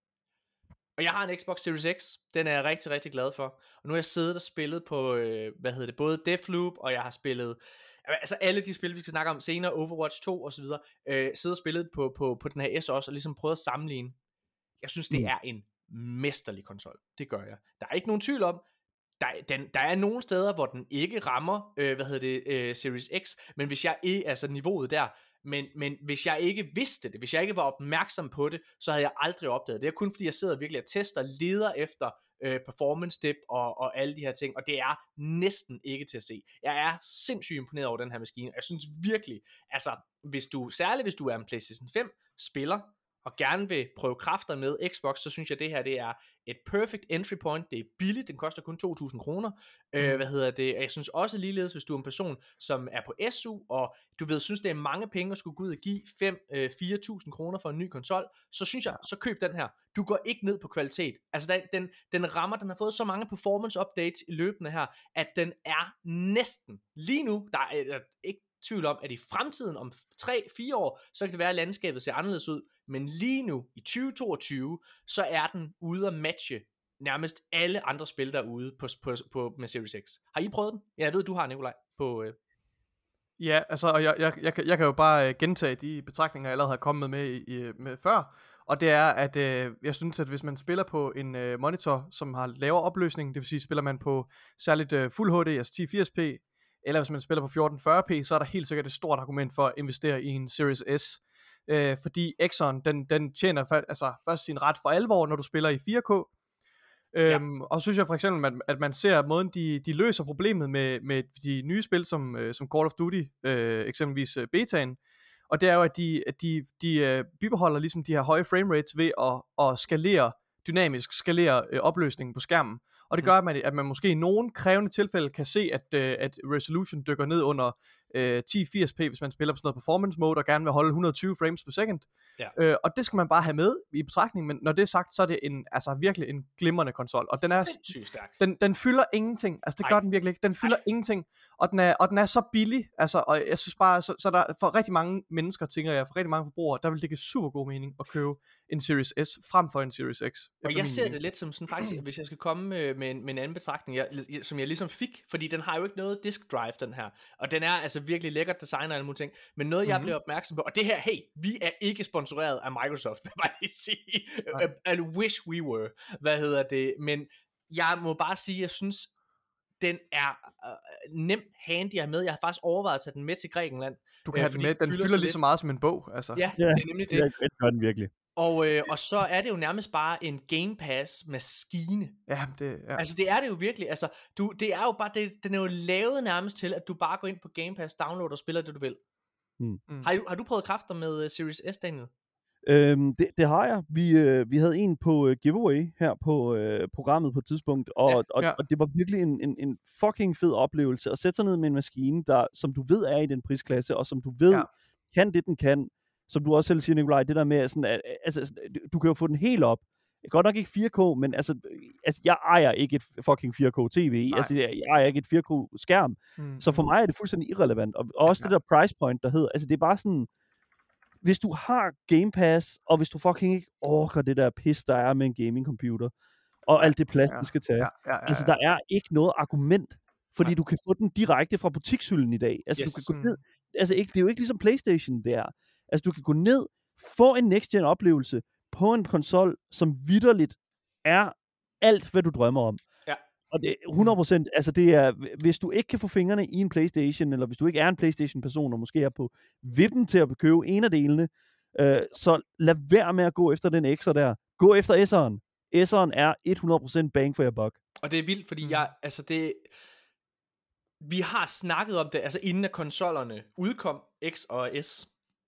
Og jeg har en Xbox Series X, den er jeg rigtig, rigtig glad for. Og nu har jeg siddet og spillet på, øh, hvad hedder det, både Deathloop, og jeg har spillet, altså alle de spil, vi skal snakke om senere, Overwatch to og så videre, øh, siddet og spillet på, på, på den her S også, og ligesom prøvet at sammenligne. Jeg synes, det mm. er en mesterlig konsol. Det gør jeg. Der er ikke nogen tvivl om, der, den, der er nogle steder, hvor den ikke rammer, øh, hvad hedder det, øh, Series X, men hvis jeg ikke, altså niveauet der, men, men hvis jeg ikke vidste det, hvis jeg ikke var opmærksom på det, så havde jeg aldrig opdaget det. Det er kun fordi, jeg sidder virkelig og tester, leder efter øh, performance dip og, og alle de her ting, og det er næsten ikke til at se. Jeg er sindssygt imponeret over den her maskine, og jeg synes virkelig, altså, hvis du, særligt hvis du er en PlayStation fem spiller, og gerne vil prøve kræfter med Xbox, så synes jeg, det her det er et perfect entry point. Det er billigt, den koster kun to tusind kroner. Mm. Øh, hvad hedder det? Jeg synes også ligeledes, hvis du er en person, som er på S U, og du ved, synes det er mange penge at skulle gå ud og give fem til fire tusind kroner for en ny konsol, så synes jeg, så køb den her. Du går ikke ned på kvalitet. Altså den, den, den rammer, den har fået så mange performance updates i løbende her, at den er næsten, lige nu, der er ikke tvivl om, at i fremtiden, om tre til fire år, så kan det være, at landskabet ser anderledes ud, men lige nu, i tyve toogtyve, så er den ude at matche nærmest alle andre spil derude på, på, på, med Series X. Har I prøvet den? Jeg ved, du har, Nikolaj, på... Øh... Ja, altså, og jeg, jeg, jeg, jeg kan jo bare gentage de betragtninger, jeg allerede har kommet med, i, med før, og det er, at øh, jeg synes, at hvis man spiller på en øh, monitor, som har lavere opløsning, det vil sige, spiller man på særligt øh, Full H D, altså ti firs p, eller hvis man spiller på fjorten fyrre p, så er der helt sikkert et stort argument for at investere i en Series S, øh, fordi X'eren, den, den tjener fa- altså, først sin ret for alvor, når du spiller i fire K, øhm, ja. Og så synes jeg for eksempel, at, at man ser måden, de, de løser problemet med, med de nye spil, som, øh, som Call of Duty, øh, eksempelvis øh, betaen, og det er jo, at de, at de, de øh, bibeholder ligesom de her høje framerates ved at, at skalere, dynamisk skalere øh, opløsningen på skærmen. Og det gør, at man, at man måske i nogle krævende tilfælde kan se, at, øh, at resolution dykker ned under øh, ti firs p, hvis man spiller på sådan noget performance mode, og gerne vil holde et hundrede og tyve frames per second. Ja. Øh, og det skal man bare have med i betragtning, men når det er sagt, så er det en, altså virkelig en glimrende konsol. Og den er den, den fylder ingenting. Altså det Ej. gør den virkelig ikke. Den fylder Ej. ingenting. Og den, er, og den er så billig. Altså, og jeg synes bare, så, så der for rigtig mange mennesker, tænker jeg, for rigtig mange forbrugere, der vil det give super god mening at købe en Series S frem for en Series X. Og jeg ser mening. det lidt som sådan faktisk, hvis jeg skal komme med, med, en, med en anden betragtning, jeg, som jeg ligesom fik, fordi den har jo ikke noget disk drive, den her. Og den er altså virkelig lækkert design og alle mulige ting. Men noget, jeg mm-hmm. blev opmærksom på, og det her, hey, vi er ikke sponsoreret af Microsoft, vil jeg bare lige sige. I wish we were. Hvad hedder det? Men jeg må bare sige, jeg synes, den er øh, nemt handy at have med. Jeg har faktisk overvejet at tage den med til Grækenland. Du kan øh, have den med. Den fylder, fylder lige så meget som en bog. Altså. Ja, ja, det er nemlig det. Det gør den virkelig. Og, øh, og så er det jo nærmest bare en Game Pass maskine. Ja, det ja. Altså det er det jo virkelig. Altså du, det er jo bare det, den er jo lavet nærmest til, at du bare går ind på Game Pass, downloader og spiller det du vil. Mm. Har, du, har du prøvet kræfter med uh, Series S, Daniel? Øhm, det, det har jeg. Vi, øh, vi havde en på uh, giveaway her på øh, programmet på et tidspunkt, og, ja, og, ja. og det var virkelig en, en, en fucking fed oplevelse at sætte sig ned med en maskine, der, som du ved er i den prisklasse, og som du ved ja. kan det, den kan. Som du også selv siger, Nikolaj, det der med, sådan, at, altså, du kan jo få den helt op. Godt nok ikke fire K, men altså, altså jeg ejer ikke et fucking fire K tv. Altså, jeg, jeg ejer ikke et fire K skærm. Mm. Så for mig er det fuldstændig irrelevant. Og, og også ja. det der price point, der hedder, altså det er bare sådan, hvis du har Game Pass, og hvis du fucking ikke orker det der pis, der er med en gaming computer, og alt det plads, ja. den skal tage. Ja. Ja, ja, ja. Altså, der er ikke noget argument, fordi ja. du kan få den direkte fra butikshylden i dag. Altså, yes. du kan gå ned, altså ikke, det er jo ikke ligesom PlayStation der. Altså, du kan gå ned, få en next-gen oplevelse på en konsol, som vitterligt er alt, hvad du drømmer om. Ja. Og det er hundrede procent, altså det er, hvis du ikke kan få fingrene i en PlayStation, eller hvis du ikke er en PlayStation-person, og måske er på vippen til at købe en af delene, øh, så lad være med at gå efter den X'er der. Gå efter S'eren. S'eren er hundrede procent bang for your buck. Og det er vildt, fordi jeg, altså det... vi har snakket om det, altså inden at konsollerne udkom, X og S,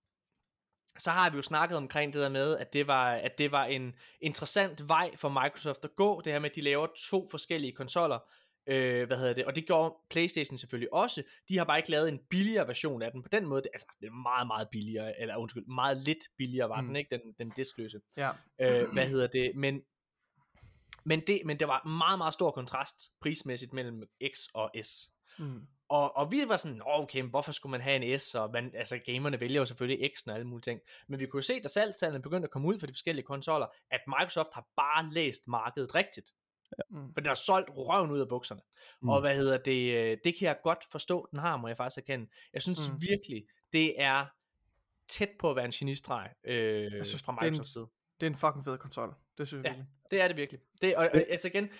så har vi jo snakket omkring det der med, at det var, at det var en interessant vej for Microsoft at gå, det her med, at de laver to forskellige konsoller, øh, hvad hedder det, og det gjorde PlayStation selvfølgelig også. De har bare ikke lavet en billigere version af den på den måde. Det, altså, det er meget, meget billigere, eller undskyld, meget lidt billigere var mm. den, ikke? Den, den diskløse. Ja. Øh, hvad hedder det, men men det, men det var meget, meget stor kontrast prismæssigt mellem X og S. Mm. Og, og vi var sådan, okay, men hvorfor skulle man have en S, og man, altså gamerne vælger jo selvfølgelig X'en og alle mulige ting, men vi kunne jo se, da salgstallene begyndte at komme ud for de forskellige konsoller, at Microsoft har bare læst markedet rigtigt, ja. For den har solgt røven ud af bukserne, mm. og hvad hedder det, det kan jeg godt forstå, den har, må jeg faktisk erkende. Jeg synes mm. virkelig, det er tæt på at være en genistreg øh, jeg synes, fra Microsofts side. Det er en fucking fed konsol, det synes jeg ja, virkelig. Det er det virkelig. Det, og, og altså igen,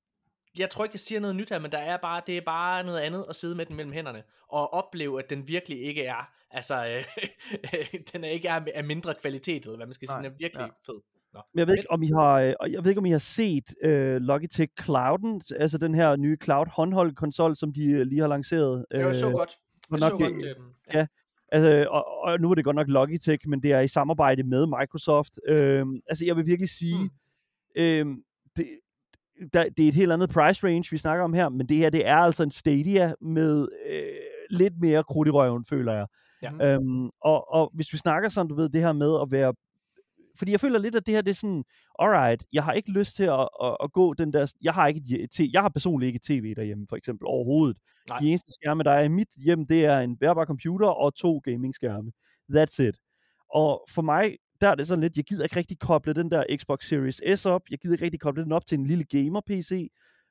jeg tror ikke, jeg siger noget nyt her, men der er bare, det er bare noget andet at sidde med den mellem hænderne, og opleve, at den virkelig ikke er, altså, øh, den er ikke er af mindre kvalitet, eller hvad man skal sige, den er virkelig ja. fed. Nå. Jeg ved ikke, om I har, jeg ved ikke, om I har set uh, Logitech Clouden, altså den her nye Cloud håndholdt konsol, som de uh, lige har lanceret. Det var så godt. Det nok, så godt. Øh, ja. ja. Altså, og, og nu er det godt nok Logitech, men det er i samarbejde med Microsoft. Uh, altså, jeg vil virkelig sige, hmm. uh, det Der, det er et helt andet price range, vi snakker om her, men det her, det er altså en Stadia med øh, lidt mere krudt i røven, føler jeg. Ja. Øhm, og, og hvis vi snakker sådan, du ved, det her med at være... Fordi jeg føler lidt, at det her, det er sådan, alright, jeg har ikke lyst til at, at, at gå den der... Jeg har, ikke et, jeg har personligt ikke et tv derhjemme, for eksempel, overhovedet. Nej. De eneste skærme, der er i mit hjem, det er en bærbar computer og to gaming-skærme. That's it. Og for mig... der er det sådan lidt, jeg gider ikke rigtig koble den der Xbox Series S op, jeg gider ikke rigtig koble den op til en lille gamer-P C,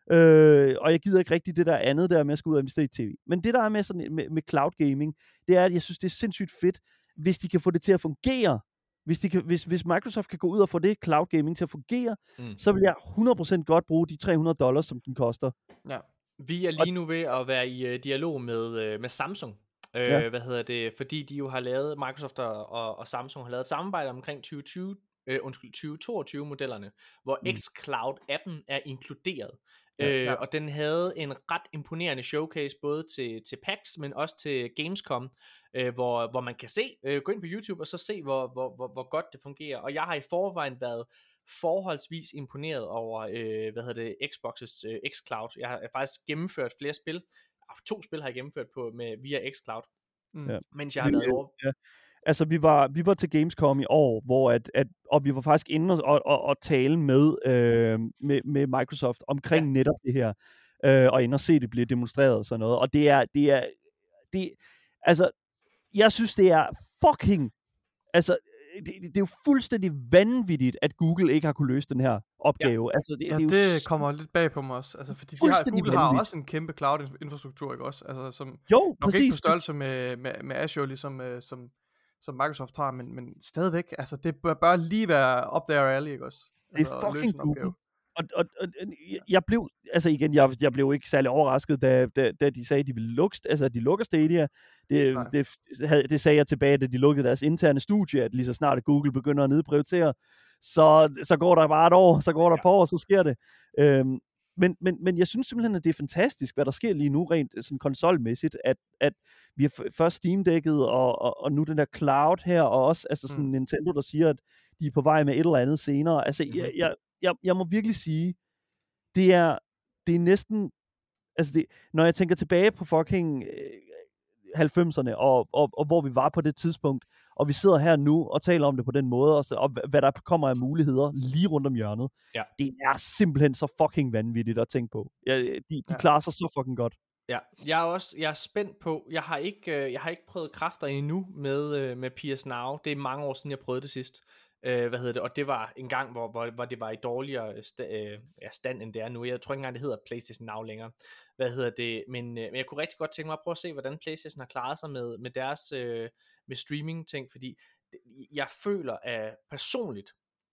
øh, og jeg gider ikke rigtig det der andet der med at skulle ud og investere i T V. Men det der er med, sådan, med, med cloud gaming, det er, at jeg synes, det er sindssygt fedt, hvis de kan få det til at fungere. Hvis, de kan, hvis, hvis Microsoft kan gå ud og få det cloud gaming til at fungere, mm. så vil jeg hundrede procent godt bruge de tre hundrede dollars, som den koster. Ja. Vi er lige nu ved at være i uh, dialog med, uh, med Samsung. Øh, ja. Hvad hedder det? Fordi de jo har lavet, Microsoft og, og, og Samsung har lavet et samarbejde omkring tyve tyve, øh, undskyld, tyve toogtyve modellerne, hvor mm. xCloud-appen er inkluderet. Ja, øh, ja. Og den havde en ret imponerende showcase, både til, til PAX, men også til Gamescom, øh, hvor, hvor man kan se, øh, gå ind på YouTube og så se, hvor, hvor, hvor, hvor godt det fungerer. Og jeg har i forvejen været forholdsvis imponeret over, øh, hvad hedder det, Xbox's øh, xCloud. Jeg har faktisk gennemført flere spil. To spil har jeg gennemført på med via xCloud, mm. ja. mens jeg har været over. Ja. Altså vi var vi var til Gamescom i år, hvor at, at og vi var faktisk inde og, og, og tale med, øh, med med Microsoft omkring ja. netop det her, øh, og inde og se det blive demonstreret og sådan noget. Og det er det er det altså jeg synes det er fucking altså det, det er jo fuldstændig vanvittigt, at Google ikke har kunne løse den her opgave. Ja, altså, det, ja, det, er jo det kommer lidt bag på mig også. Altså, fordi de har, Google har også en kæmpe cloud-infrastruktur, ikke også? Altså, som jo, nok præcis. ikke på størrelse med, med, med Azure, ligesom uh, som, som Microsoft har, men, men stadigvæk, altså, det bør, bør lige være up there alley, ikke også? Altså, det er fucking Google. Og, og, og jeg blev, altså igen, jeg, jeg blev ikke særlig overrasket, da, da, da de sagde, at de ville lukke, altså at de lukker Stadia. Det, det, havde, det sagde jeg tilbage, da de lukkede deres interne studie, at lige så snart Google begynder at nedprioritere, så, så går der bare et år, så går der et par år, så sker det. Øhm, men, men, men jeg synes simpelthen, at det er fantastisk, hvad der sker lige nu, rent sådan konsolmæssigt, at, at vi har først Steam-dækket, og, og, og nu den der cloud her, og også altså sådan mm. Nintendo, der siger, at de er på vej med et eller andet senere. Altså, jeg, jeg Jeg, jeg må virkelig sige, det er, det er næsten, altså det, når jeg tænker tilbage på fucking øh, halvfemserne, og, og, og hvor vi var på det tidspunkt, og vi sidder her nu og taler om det på den måde, og, så, og hvad der kommer af muligheder lige rundt om hjørnet, ja. Det er simpelthen så fucking vanvittigt at tænke på. Ja, de de ja. klarer sig så fucking godt. Ja, jeg er også jeg er spændt på, jeg har ikke, jeg har ikke prøvet kræfter endnu med, med P S Now, det er mange år siden, jeg prøvede det sidst. Uh, hvad hedder det, og det var en gang, hvor, hvor, hvor det var i dårligere sta- uh, ja, stand, end det er nu. Jeg tror ikke engang, det hedder PlayStation Now længere. Hvad hedder det, men, uh, men jeg kunne rigtig godt tænke mig at prøve at se, hvordan PlayStation har klaret sig med, med deres uh, med streaming-ting, fordi det, jeg føler uh, personligt,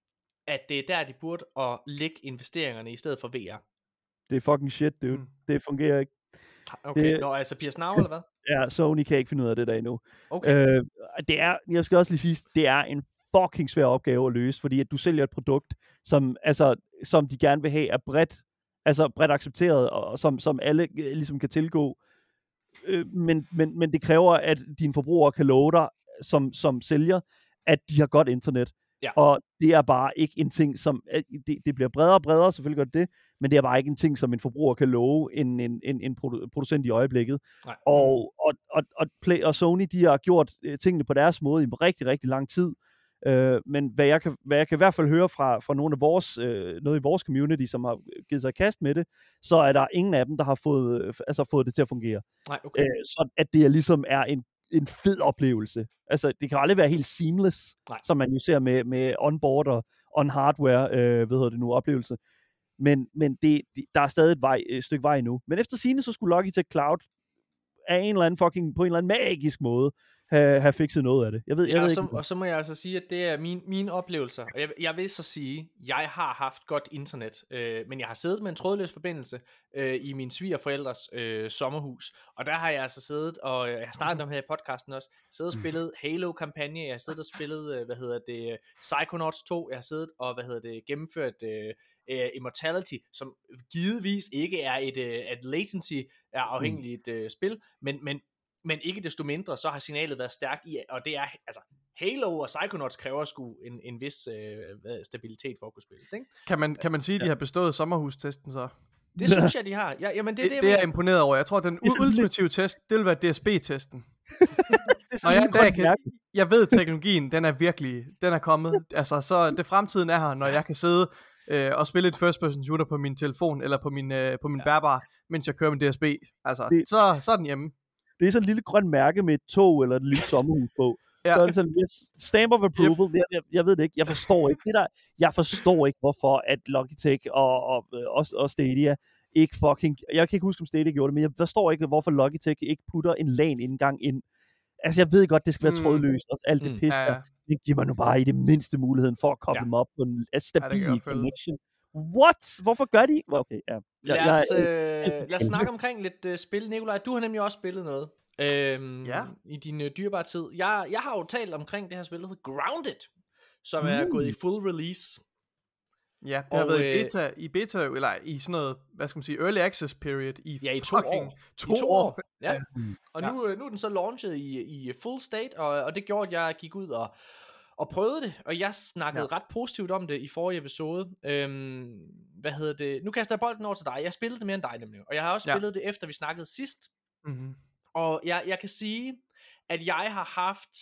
at det er der, de burde at lægge investeringerne i stedet for V R. Det er fucking shit, dude. Mm. Det fungerer ikke. Okay, det, Nå, altså P S Now, eller hvad? Ja, Sony kan ikke finde ud af det der endnu. Okay. Uh, det er, jeg skal også lige sige, det er en fucking svær opgave at løse, fordi at du sælger et produkt, som, altså, som de gerne vil have er bredt, altså bredt accepteret, og som, som alle ligesom kan tilgå. øh, men, men, men det kræver, at dine forbrugere kan love dig, som, som sælger, at de har godt internet. Ja. Og det er bare ikke en ting, som... Det, det bliver bredere og bredere, selvfølgelig gør det det, men det er bare ikke en ting, som en forbruger kan love en, en, en, en producent i øjeblikket. Nej. Og, og, og, og, Play og Sony, de har gjort tingene på deres måde i rigtig, rigtig lang tid. Øh, men hvad jeg, kan, hvad jeg kan i hvert fald høre fra, fra nogle af vores, øh, noget i vores community, som har givet sig i kast med det, så er der ingen af dem, der har fået, altså fået det til at fungere. Nej, okay. Øh, så at det ligesom er en, en fed oplevelse. Altså, det kan aldrig være helt seamless, Nej. som man jo ser med, med on-board og on-hardware, øh, hvad hedder det nu, oplevelse. Men, men det, det, der er stadig et, vej, et stykke vej endnu. Men efter sigende, så skulle Logitech Cloud af en eller anden fucking, på en eller anden magisk måde, have, have fikset noget af det. Jeg ved, jeg ja, ved og, ikke. så, og så må jeg altså sige, at det er min, mine oplevelser. Og jeg, jeg vil så sige, at jeg har haft godt internet, øh, men jeg har siddet med en trådløs forbindelse øh, i min svigerforældres øh, sommerhus. Og der har jeg altså siddet, og jeg har snakket om her i podcasten også, siddet og spillet Halo-kampagne, jeg har siddet og spillet, øh, hvad hedder det, Psychonauts to, jeg har siddet og, hvad hedder det, gennemført øh, uh, Immortality, som givetvis ikke er et, uh, et latency er afhængigt mm. uh, spil, men, men, men ikke desto mindre, så har signalet været stærkt i, og det er, altså, Halo og Psychonauts kræver sgu en, en vis uh, stabilitet for at kunne spilles, ikke? Kan man, kan man sige, at de har bestået sommerhustesten så? Det synes jeg, de har. Ja, jamen, det, det, det, det er jeg imponeret over. Jeg tror, den ultimative test, det vil være D S B-testen. Når jeg, der, jeg, kan, jeg ved, teknologien, den er virkelig, den er kommet. Altså, så det fremtiden er her, når jeg kan sidde øh, og spille et first person shooter på min telefon, eller på min, øh, på min ja. bærbar, mens jeg kører min D S B. Altså, det, så, så er den hjemme. Det er sådan et lille grønt mærke med et tog, eller et lille sommerhus på. Ja. Så er det sådan, yes, stamp of approval. Yep. Jeg, jeg, jeg ved det ikke. Jeg forstår ikke det der. Jeg forstår ikke, hvorfor at Logitech og, og, og, og Stadia ikke fucking... Jeg kan ikke huske, om Stadia gjorde det, men jeg forstår ikke, hvorfor Logitech ikke putter en LAN-indgang ind. Altså, jeg ved godt, det skal være trådløst, og alt det mm, pis, ja, ja. Men giv mig nu bare i det mindste muligheden for at koble ja. dem op på en stabil ja, connection. What? Hvorfor gør de ikke? Okay, ja. Lad os, jeg, øh, lad os snakke omkring lidt uh, spil. Nikolaj, du har nemlig også spillet noget øhm, ja. i din uh, dyrebare tid. Jeg, jeg har jo talt omkring det her spil, der hedder Grounded, som mm. er gået i full release. Ja, det og, har været i beta, i beta, eller i sådan noget, hvad skal man sige, early access period i, ja, i to år. To, I to år. år. Ja. Mm. Og nu, ja. nu er den så launchet i, i full state, og, og det gjorde, at jeg gik ud og, og prøvede det, og jeg snakkede ja. ret positivt om det i forrige episode. Øhm, hvad hedder det? Nu kaster jeg bolden over til dig. Jeg spillede det mere end dig nemlig, og jeg har også ja. spillet det efter vi snakkede sidst. Mm-hmm. Og jeg, jeg kan sige, at jeg har haft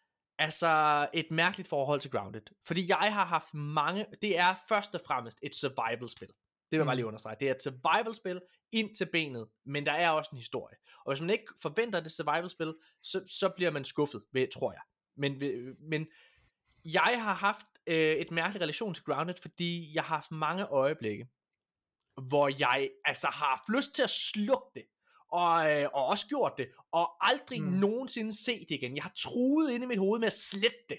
altså et mærkeligt forhold til Grounded, fordi jeg har haft mange, det er først og fremmest et survival-spil. Det vil jeg bare lige understrege. Det er et survival-spil ind til benet, men der er også en historie. Og hvis man ikke forventer det survival-spil, så, så bliver man skuffet, ved, tror jeg. Men, men jeg har haft øh, et mærkeligt relation til Grounded, fordi jeg har haft mange øjeblikke, hvor jeg altså har haft lyst til at slukke det. Og, øh, og også gjort det, og aldrig mm. nogensinde set det igen. Jeg har truet inde i mit hoved med at slette det.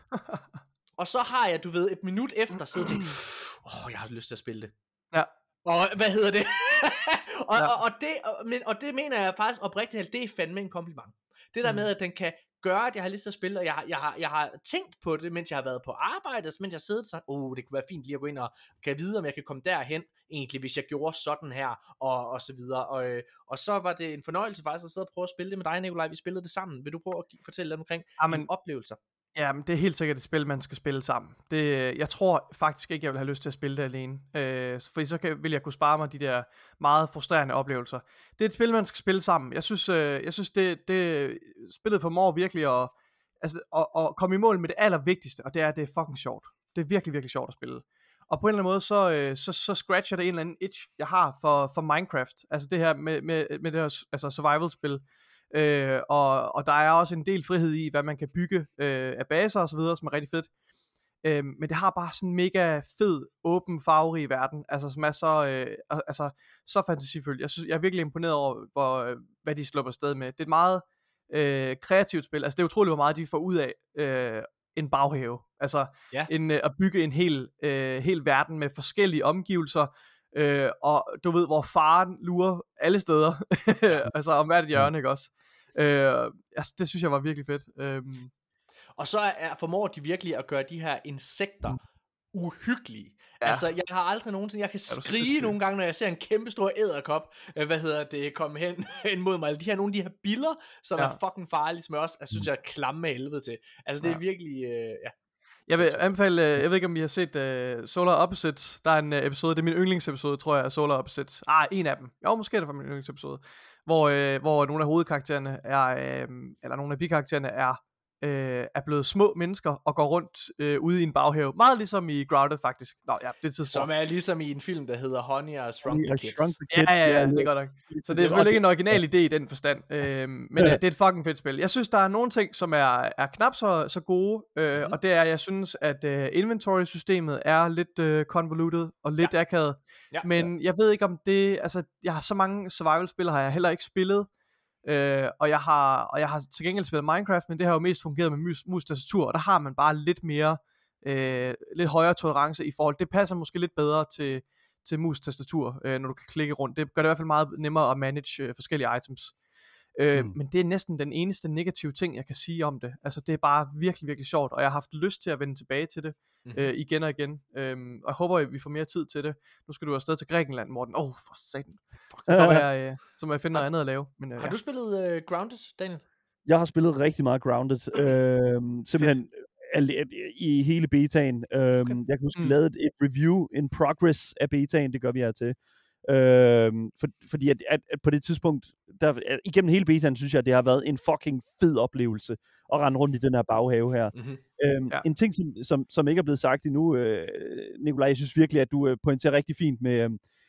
Og så har jeg, du ved, et minut efter siddet og tænkt, åh, oh, jeg har lyst til at spille det. Ja. Og hvad hedder det? og, ja. og, og, det og, men, og det mener jeg faktisk oprigtigt, det er fandme en kompliment. Det der mm. med, at den kan gøre, at jeg har lyst til at spille, og jeg har, jeg, har, jeg har tænkt på det, mens jeg har været på arbejde, mens jeg har siddet og sagt, åh, oh, det kunne være fint lige at gå ind og kan jeg vide, om jeg kan komme derhen, egentlig, hvis jeg gjorde sådan her, og, og så videre. Og, og så var det en fornøjelse faktisk at sidde og prøve at spille det med dig, Nikolaj. Vi spillede det sammen. Vil du prøve at fortælle lidt omkring Amen. dine oplevelser? Ja, men det er helt sikkert et spil, man skal spille sammen. Det, jeg tror faktisk ikke, jeg vil have lyst til at spille det alene. Øh, fordi så kan, vil jeg kunne spare mig de der meget frustrerende oplevelser. Det er et spil, man skal spille sammen. Jeg synes, øh, jeg synes det, det spillet formår virkelig at, altså, at, at komme i mål med det allervigtigste, og det er, at det er fucking sjovt. Det er virkelig, virkelig sjovt at spille. Og på en eller anden måde, så, øh, så, så scratcher det en eller anden itch, jeg har for, for Minecraft. Altså det her med, med, med det her altså survival-spil. Øh, og, og der er også en del frihed i, hvad man kan bygge øh, af baser og så videre, som er rigtig fedt. Øh, men det har bare sådan en mega fed, åben, farverig verden, altså som er så, øh, altså, så fantasifyldt. Jeg synes, jeg er virkelig imponeret over, hvor, hvad de slår på sted med. Det er et meget øh, kreativt spil. Altså det er utroligt, hvor meget de får ud af øh, en baghave. Altså ja. en, øh, at bygge en hel, øh, hel verden med forskellige omgivelser. Øh, og du ved, hvor faren lurer alle steder. Altså om hvert et hjørne, ikke også? Øh, altså, det synes jeg var virkelig fedt. Øh. Og så er, formår de virkelig at gøre de her insekter uhyggelige. Ja. Altså, jeg har aldrig nogensinde, jeg kan skrige nogle gange, når jeg ser en kæmpe stor edderkop, øh, hvad hedder det, komme hen, hen mod mig. De her, nogle af de her biller, som ja. er fucking farlige, som jeg også, jeg synes, jeg er klamme med helvede til. Altså, det er ja. virkelig, øh, ja. Jeg vil anbefale, jeg ved ikke om I har set uh, Solar Opposites. Der er en uh, episode, det er min yndlingsepisode, tror jeg, af Solar Opposites. Ah, en af dem. Jo, måske er det fra min yndlingsepisode. Hvor, uh, hvor nogle af hovedkaraktererne er, uh, eller nogle af bikaraktererne er, uh, er blevet små mennesker og går rundt uh, ude i en baghave. Meget ligesom i Grounded, faktisk. Nå, ja, det er tidspunkt. Som er ligesom i en film, der hedder Honey, I Shrunk the Kids. Shrunk the Kids. Ja, ja, ja, det er godt nok. Så det er selvfølgelig ikke en original idé i den forstand. Øh, men ja. det er et fucking fedt spil. Jeg synes, der er nogle ting, som er, er knap så, så gode. Øh, mm. Og det er, jeg synes, at uh, inventory-systemet er lidt uh, convoluted og lidt ja. akavet. Ja. Men jeg ved ikke om det... Altså, jeg har så mange survival-spil, har jeg heller ikke spillet. Øh, og jeg har og jeg har til gengæld spillet Minecraft, men det har jo mest fungeret med mus, mus tastatur, og der har man bare lidt mere øh, lidt højere tolerance i forhold. Det passer måske lidt bedre til til mus tastatur, øh, når du kan klikke rundt. Det gør det i hvert fald meget nemmere at manage øh, forskellige items. Øh, mm. Men det er næsten den eneste negative ting, jeg kan sige om det. Altså, det er bare virkelig, virkelig sjovt, og jeg har haft lyst til at vende tilbage til det mm-hmm. øh, igen og igen. Øh, og jeg håber, at vi får mere tid til det. Nu skal du afsted til Grækenland, Morten. Åh, oh, for satan. Så må jeg, øh, så må jeg finde noget andet at lave. Men, øh, har ja. du spillet uh, Grounded, Daniel? Jeg har spillet rigtig meget Grounded. Øh, simpelthen al- i hele betaen. Øh, okay. Jeg kan huske, mm. vi lavede et review in progress af betaen. Det gør vi her til. Øh, for, fordi at, at, at på det tidspunkt der, at igennem hele betaen synes jeg at det har været en fucking fed oplevelse at rende rundt i den her baghave her. Mm-hmm. øhm, ja. En ting som, som, som ikke er blevet sagt endnu, øh, Nikolaj, jeg synes virkelig at du øh, pointerer rigtig fint med,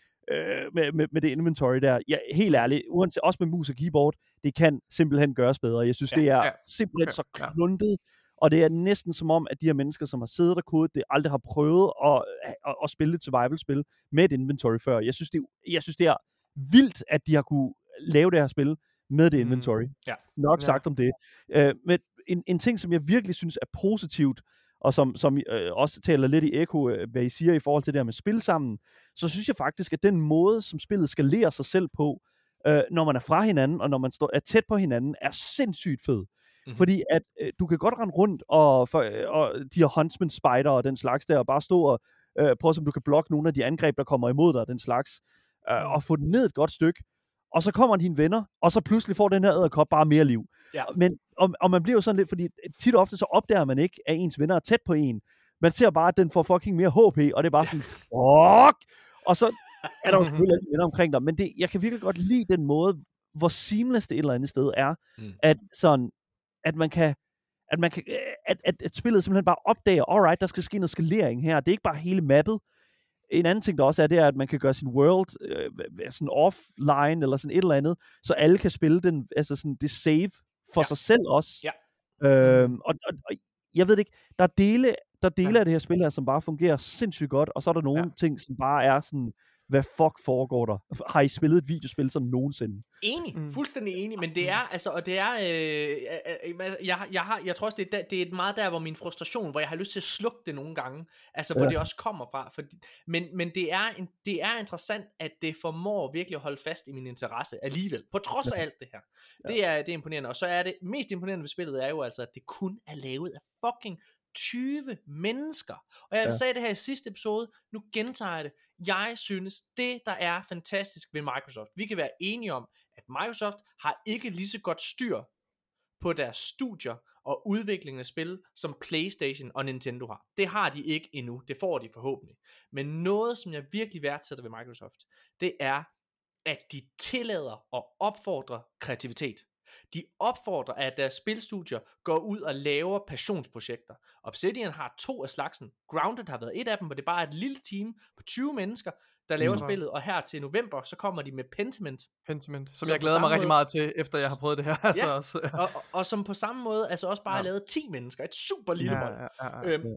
øh, med, med, med det inventory der. Ja, helt ærligt, uanset, også med mus og keyboard, det kan simpelthen gøres bedre. Jeg synes ja, det er ja. simpelthen okay, så kluntet. Ja. Og det er næsten som om, at de her mennesker, som har siddet og kodet det, aldrig har prøvet at, at, at spille et survival-spil med et inventory før. Jeg synes, det, jeg synes, det er vildt, at de har kunne lave det her spil med det inventory. Mm, ja. Nok sagt ja. om det. Uh, men en, en ting, som jeg virkelig synes er positivt, og som, som uh, også taler lidt i ekko, uh, hvad I siger i forhold til det her med spil sammen, så synes jeg faktisk, at den måde, som spillet skalerer sig selv på, uh, når man er fra hinanden, og når man står, er tæt på hinanden, er sindssygt fed. Mm-hmm. Fordi at øh, du kan godt rende rundt og, for, øh, og de her huntsman spider og den slags der, og bare stå og øh, prøve, om du kan blokke nogle af de angreb, der kommer imod dig, den slags, øh, mm. og få den ned et godt stykke. Og så kommer dine venner, og så pludselig får den her edderkop bare mere liv. Ja. Men, og, og man bliver jo sådan lidt, fordi tit og ofte så opdager man ikke, at ens venner er tæt på en. Man ser bare, at den får fucking mere H P, og det er bare sådan, fuck! Og så er der jo selvfølgelig altid venner omkring dig. Men det, jeg kan virkelig godt lide den måde, hvor seamless det et eller andet sted er, mm. at sådan, at man kan, at man kan, at, at, at spillet simpelthen bare opdager, alright, der skal ske noget skalering her. Det er ikke bare hele mappet. En anden ting, der også er, det er, at man kan gøre sin world øh, sådan offline, eller sådan et eller andet, så alle kan spille den, altså sådan det save for ja. sig selv også. Ja. Øhm, og, og, og jeg ved ikke, der er dele, der er dele ja. af det her spil her, som bare fungerer sindssygt godt, og så er der nogle ja. ting, som bare er sådan, hvad fuck foregår der? Har I spillet et videospil som nogensinde? Enig, mm. fuldstændig enig, men det er, altså, og det er, øh, øh, jeg, jeg, har, jeg tror også, det er, det er meget der, hvor min frustration, hvor jeg har lyst til at slukke det nogle gange, altså, hvor ja. det også kommer fra, fordi, men, men det er, en, det er interessant, at det formår virkelig at holde fast i min interesse alligevel, på trods af alt det her. Ja. Det er, det er imponerende, og så er det, mest imponerende ved spillet er jo altså, at det kun er lavet af fucking tyve mennesker. Og jeg ja. sagde det her i sidste episode, nu gentager jeg det. Jeg synes, det der er fantastisk ved Microsoft, vi kan være enige om, at Microsoft har ikke lige så godt styr på deres studier og udviklingen af spil, som PlayStation og Nintendo har. Det har de ikke endnu, det får de forhåbentlig. Men noget, som jeg virkelig værdsætter ved Microsoft, det er, at de tillader og opfordrer kreativitet. De opfordrer, at deres spilstudier går ud og laver passionsprojekter. Obsidian har to af slagsen. Grounded har været et af dem, hvor det bare er et lille team på tyve mennesker, der laver mm. spillet. Og her til november, så kommer de med Pentiment. Pentiment, som, som jeg glæder mig rigtig måde, meget til, efter jeg har prøvet det her. Altså ja, også. og, og, og som på samme måde, altså også bare ja. lavet ti mennesker. Et super lille hold. Ja, ja, ja, ja. Øhm,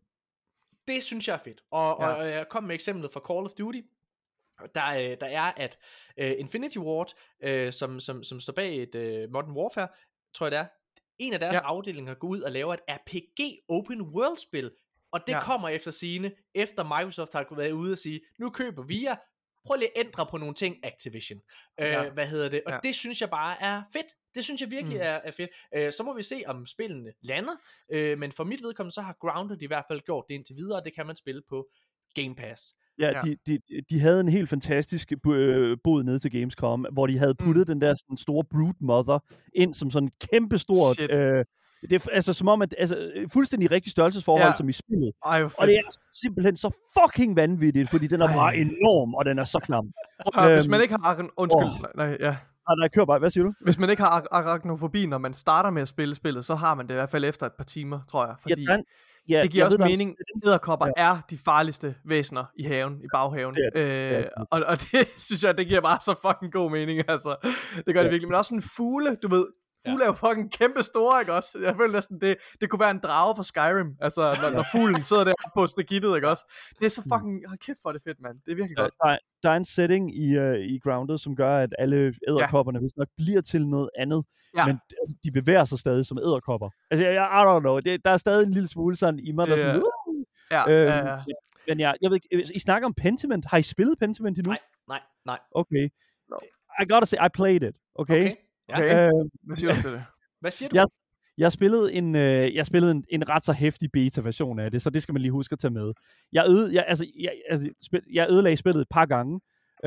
det synes jeg er fedt. Og, ja. og jeg kom med eksemplet fra Call of Duty. Der, der er, at uh, Infinity Ward, uh, som, som, som står bag et uh, Modern Warfare, tror jeg det er, en af deres ja. afdelinger går ud og laver et R P G open world spil, og det ja. kommer efter sigende, efter Microsoft har været ude og sige, nu køber vi jer, prøv lige at ændre på nogle ting, Activision. Øh, Ja. Hvad hedder det? Og Ja. det synes jeg bare er fedt. Det synes jeg virkelig Mm. er, er fedt. Øh, så må vi se, om spillene lander. Øh, men for mit vedkommende, så har Grounded i hvert fald gjort det indtil videre, og det kan man spille på Game Pass. Ja, Ja. de, de, de havde en helt fantastisk øh, bod ned til Gamescom, hvor de havde puttet mm. den der sådan, store Brood Mother ind som sådan en kæmpe stort... Shit. Øh, det er altså som om, at altså, fuldstændig rigtig størrelsesforhold, Ja. som i spillet. Ej, hvor fedt. Og det er simpelthen så fucking vanvittigt, fordi den er Ej. bare enorm, og den er så klam. Prøv at høre, hvis Øhm, man ikke har... Undskyld. åh. Nej, nej, ja. Nej, nej, kør bare. Hvad siger du? Hvis man ikke har ar- arachnofobi, når man starter med at spille spillet, så har man det i hvert fald efter et par timer, tror jeg. Fordi Ja, den, ja, det giver jeg også ved, der er en mening. setting- Edderkopper ja. er de farligste væsener i haven, i baghaven. Det er Øh, det er og, og det synes jeg, det giver bare så fucking god mening, altså. Det gør det Ja. virkelig. Men også sådan fugle, du ved. Fugle er jo fucking kæmpe store, ikke også? Jeg føler næsten, det, det kunne være en drage fra Skyrim. Altså, når, når fuglen sidder der på stakittet, ikke også? Det er så fucking... Hold kæft, hvor er det fedt, mand. Det er virkelig Der, godt. der, er, der er en setting i, uh, i Grounded, som gør, at alle edderkopperne ja. vist nok bliver til noget andet. Ja. Men altså, de bevæger sig stadig som edderkopper. Altså, jeg, I don't know. Det, der er stadig en lille smule sådan i mig, der Ja. sådan... Uh, Ja, øhm, ja, ja. Men jeg, jeg ved ikke... I snakker om Pentiment. Har I spillet Pentiment endnu? Nej, nej, nej. Okay. No. I gotta say, I played it. Okay? Okay. Ja. Okay. Øh, Hvad siger du til det? Hvad siger du? Jeg, jeg spillede en, øh, jeg spillede en, en ret så heftig beta-version af det, så det skal man lige huske at tage med. Jeg, øde, jeg, altså, jeg, altså, spil, jeg ødelagde spillet et par gange,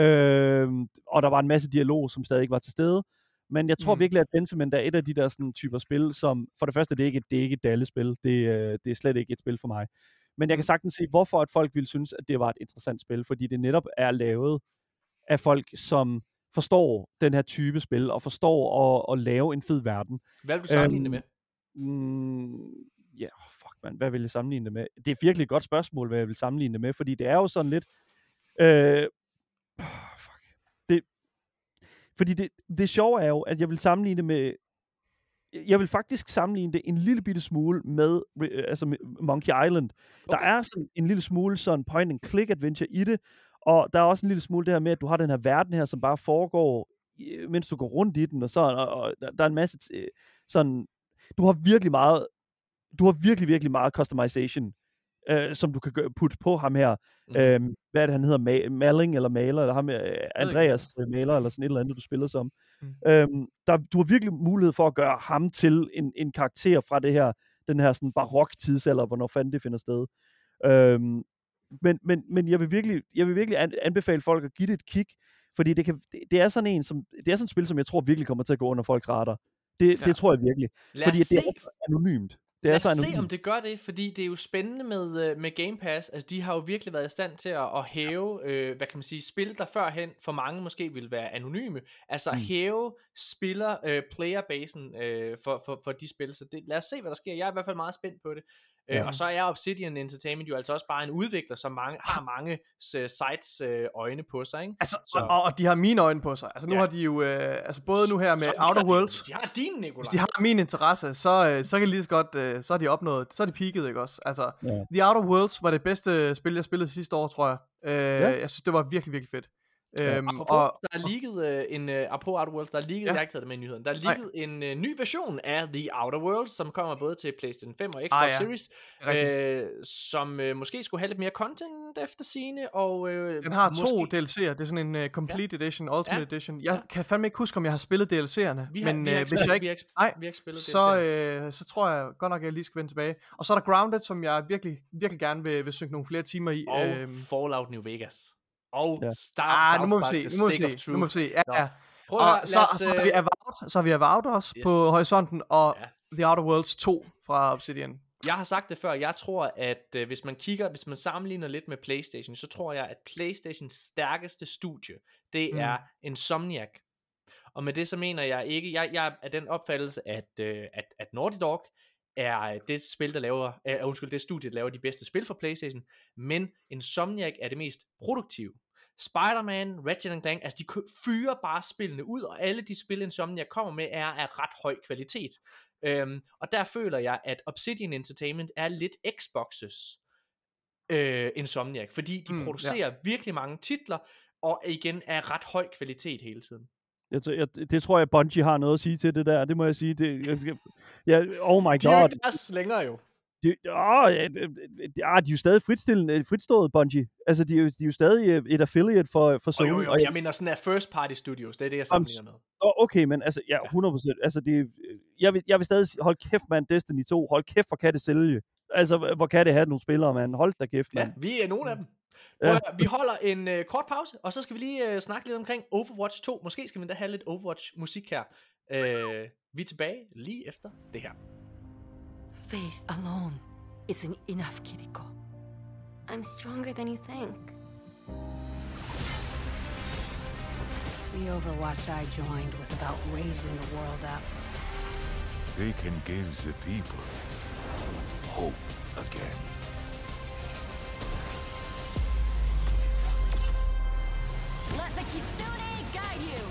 øh, og der var en masse dialog, som stadig ikke var til stede. Men jeg tror Mm. virkelig, at Pentiment er et af de der sådan, typer spil, som for det første, det er ikke, det er ikke et dalle-spil. Det, øh, det er slet ikke et spil for mig. Men jeg kan sagtens se, hvorfor at folk ville synes, at det var et interessant spil, fordi det netop er lavet af folk, som forstår den her type spil, og forstår at, at lave en fed verden. Hvad vil du sammenligne det Øhm, med? Mm, ja, yeah, fuck man, hvad vil jeg sammenligne det med? Det er virkelig et godt spørgsmål, hvad jeg vil sammenligne det med, fordi det er jo sådan lidt... Øh, fuck. Det, fordi det, det sjove er jo, at jeg vil sammenligne det med... Jeg vil faktisk sammenligne det en lille bitte smule med, øh, altså med Monkey Island. Okay. Der er sådan en lille smule sådan point and click adventure i det, og der er også en lille smule det her med, at du har den her verden her, som bare foregår, mens du går rundt i den, og sådan, og, og der, der er en masse øh, sådan... Du har virkelig meget, du har virkelig, virkelig meget customization, øh, som du kan gøre, putte på ham her. Mm. Øhm, hvad er det, han hedder? Ma- Malling eller Maler, eller ham, øh, Andreas øh, Maler, eller sådan et eller andet, du spiller som. Mm. Øhm, der, du har virkelig mulighed for at gøre ham til en, en karakter fra det her, den her sådan barok tidsalder, hvornår fanden det finder sted. Øhm, men, men, men jeg vil virkelig, jeg vil virkelig an, anbefale folk at give det et kig, fordi det, kan, det, det er sådan en, som, det er sådan et spil, som jeg tror virkelig kommer til at gå under folks radar. Det, ja. det tror jeg virkelig. Lad fordi os det se. er anonymt. Det Lad er os så se, anonymt. om det gør det, fordi det er jo spændende med, med Game Pass. Altså, de har jo virkelig været i stand til at, at hæve, øh, hvad kan man sige, spil, der førhen for mange måske ville være anonyme. Altså mm. hæve spiller, øh, playerbasen øh, for, for, for de spil. Så det, lad os se, hvad der sker. Jeg er i hvert fald meget spændt på det. Ja. Øh, og så er Obsidian Entertainment jo altså også bare en udvikler, som mange, har mange uh, sites øh, øjne på sig, ikke? Altså, og, og de har mine øjne på sig. Altså nu ja. har de jo, øh, altså både nu her med så Outer Worlds. De har din, Nikolaj. Hvis de har min interesse, så, øh, så kan de lige så godt, øh, så har de opnået, så er de peaked, ikke også? Altså, ja. The Outer Worlds var det bedste spil, jeg spillede sidste år, tror jeg. Øh, ja. Jeg synes, det var virkelig, virkelig fedt. Ja. Øhm, apropos, og, der er leaget uh, en, uh, apropos Outer Worlds, der er leaget, ja. jeg har ikke taget det med i nyheden, der er leaget en uh, ny version af The Outer Worlds, som kommer både til PlayStation fem og Xbox ah, ja. Series, øh, som uh, måske skulle have lidt mere content efter sigende, og uh, den har måske... to D L C'er, det er sådan en uh, Complete ja. Edition, Ultimate ja. Edition. Jeg ja. kan fandme ikke huske, om jeg har spillet D L C'erne, vi har, men vi har uh, hvis jeg ikke, ikke, nej, vi har ikke spillet så, øh, så tror jeg godt nok, at jeg lige skal vende tilbage. Og så er der Grounded, som jeg virkelig, virkelig gerne vil, vil synke nogle flere timer i. Og øhm. Fallout New Vegas. Og ja. Star ah, nu må vi se, nu må vi se, nu må vi se. Ja, ja. Prøv og at, så, os, så har vi Avowed, så har vi Avowed også yes. på horisonten, og ja. The Outer Worlds to fra Obsidian. Jeg har sagt det før, jeg tror, at øh, hvis man kigger, hvis man sammenligner lidt med PlayStation, så tror jeg, at PlayStations stærkeste studie, det mm. er Insomniac. Og med det så mener jeg ikke, jeg, jeg er af den opfattelse, at, øh, at, at Naughty Dog er det spil, der laver, øh, undskyld, det studie, der laver de bedste spil for PlayStation, men Insomniac er det mest produktive. Spider-Man, Ratchet and Clank, altså de fyrer bare spillene ud, og alle de spil, Insomniac kommer med, er af ret høj kvalitet. Øhm, og der føler jeg, at Obsidian Entertainment er lidt Xbox's øh, Insomniac, fordi de mm, producerer ja. virkelig mange titler, og igen er ret høj kvalitet hele tiden. Jeg, jeg, det tror jeg, Bungie har noget at sige til det der. Det må jeg sige. Det, jeg, jeg, oh my god. De er jo ikke deres længere jo. De, åh, øh, øh, øh, de er jo stadig fritstillende, fritstået, Bungie. Altså, de er jo, de er jo stadig et affiliate for, for Sony. Oh, jo, jo, og men jeg, jeg mener sådan er first party studios, det er det, jeg sammenligner med. Åh, okay, men altså, ja, hundrede procent. Altså, det, jeg, vil, jeg vil stadig sige, hold kæft, man, Destiny to, hold kæft, hvor kan det sælge. Altså, hvor kan det have nogle spillere, man. Hold da kæft, man. Ja, vi er nogle af dem. Prøv, ja. Vi holder en uh, kort pause, og så skal vi lige uh, snakke lidt omkring Overwatch to. Måske skal vi da have lidt Overwatch-musik her. Uh, vi er tilbage lige efter det her. Faith alone isn't enough, Kiriko. I'm stronger than you think. The Overwatch I joined was about raising the world up. They can give the people hope again. Let the Kitsune guide you!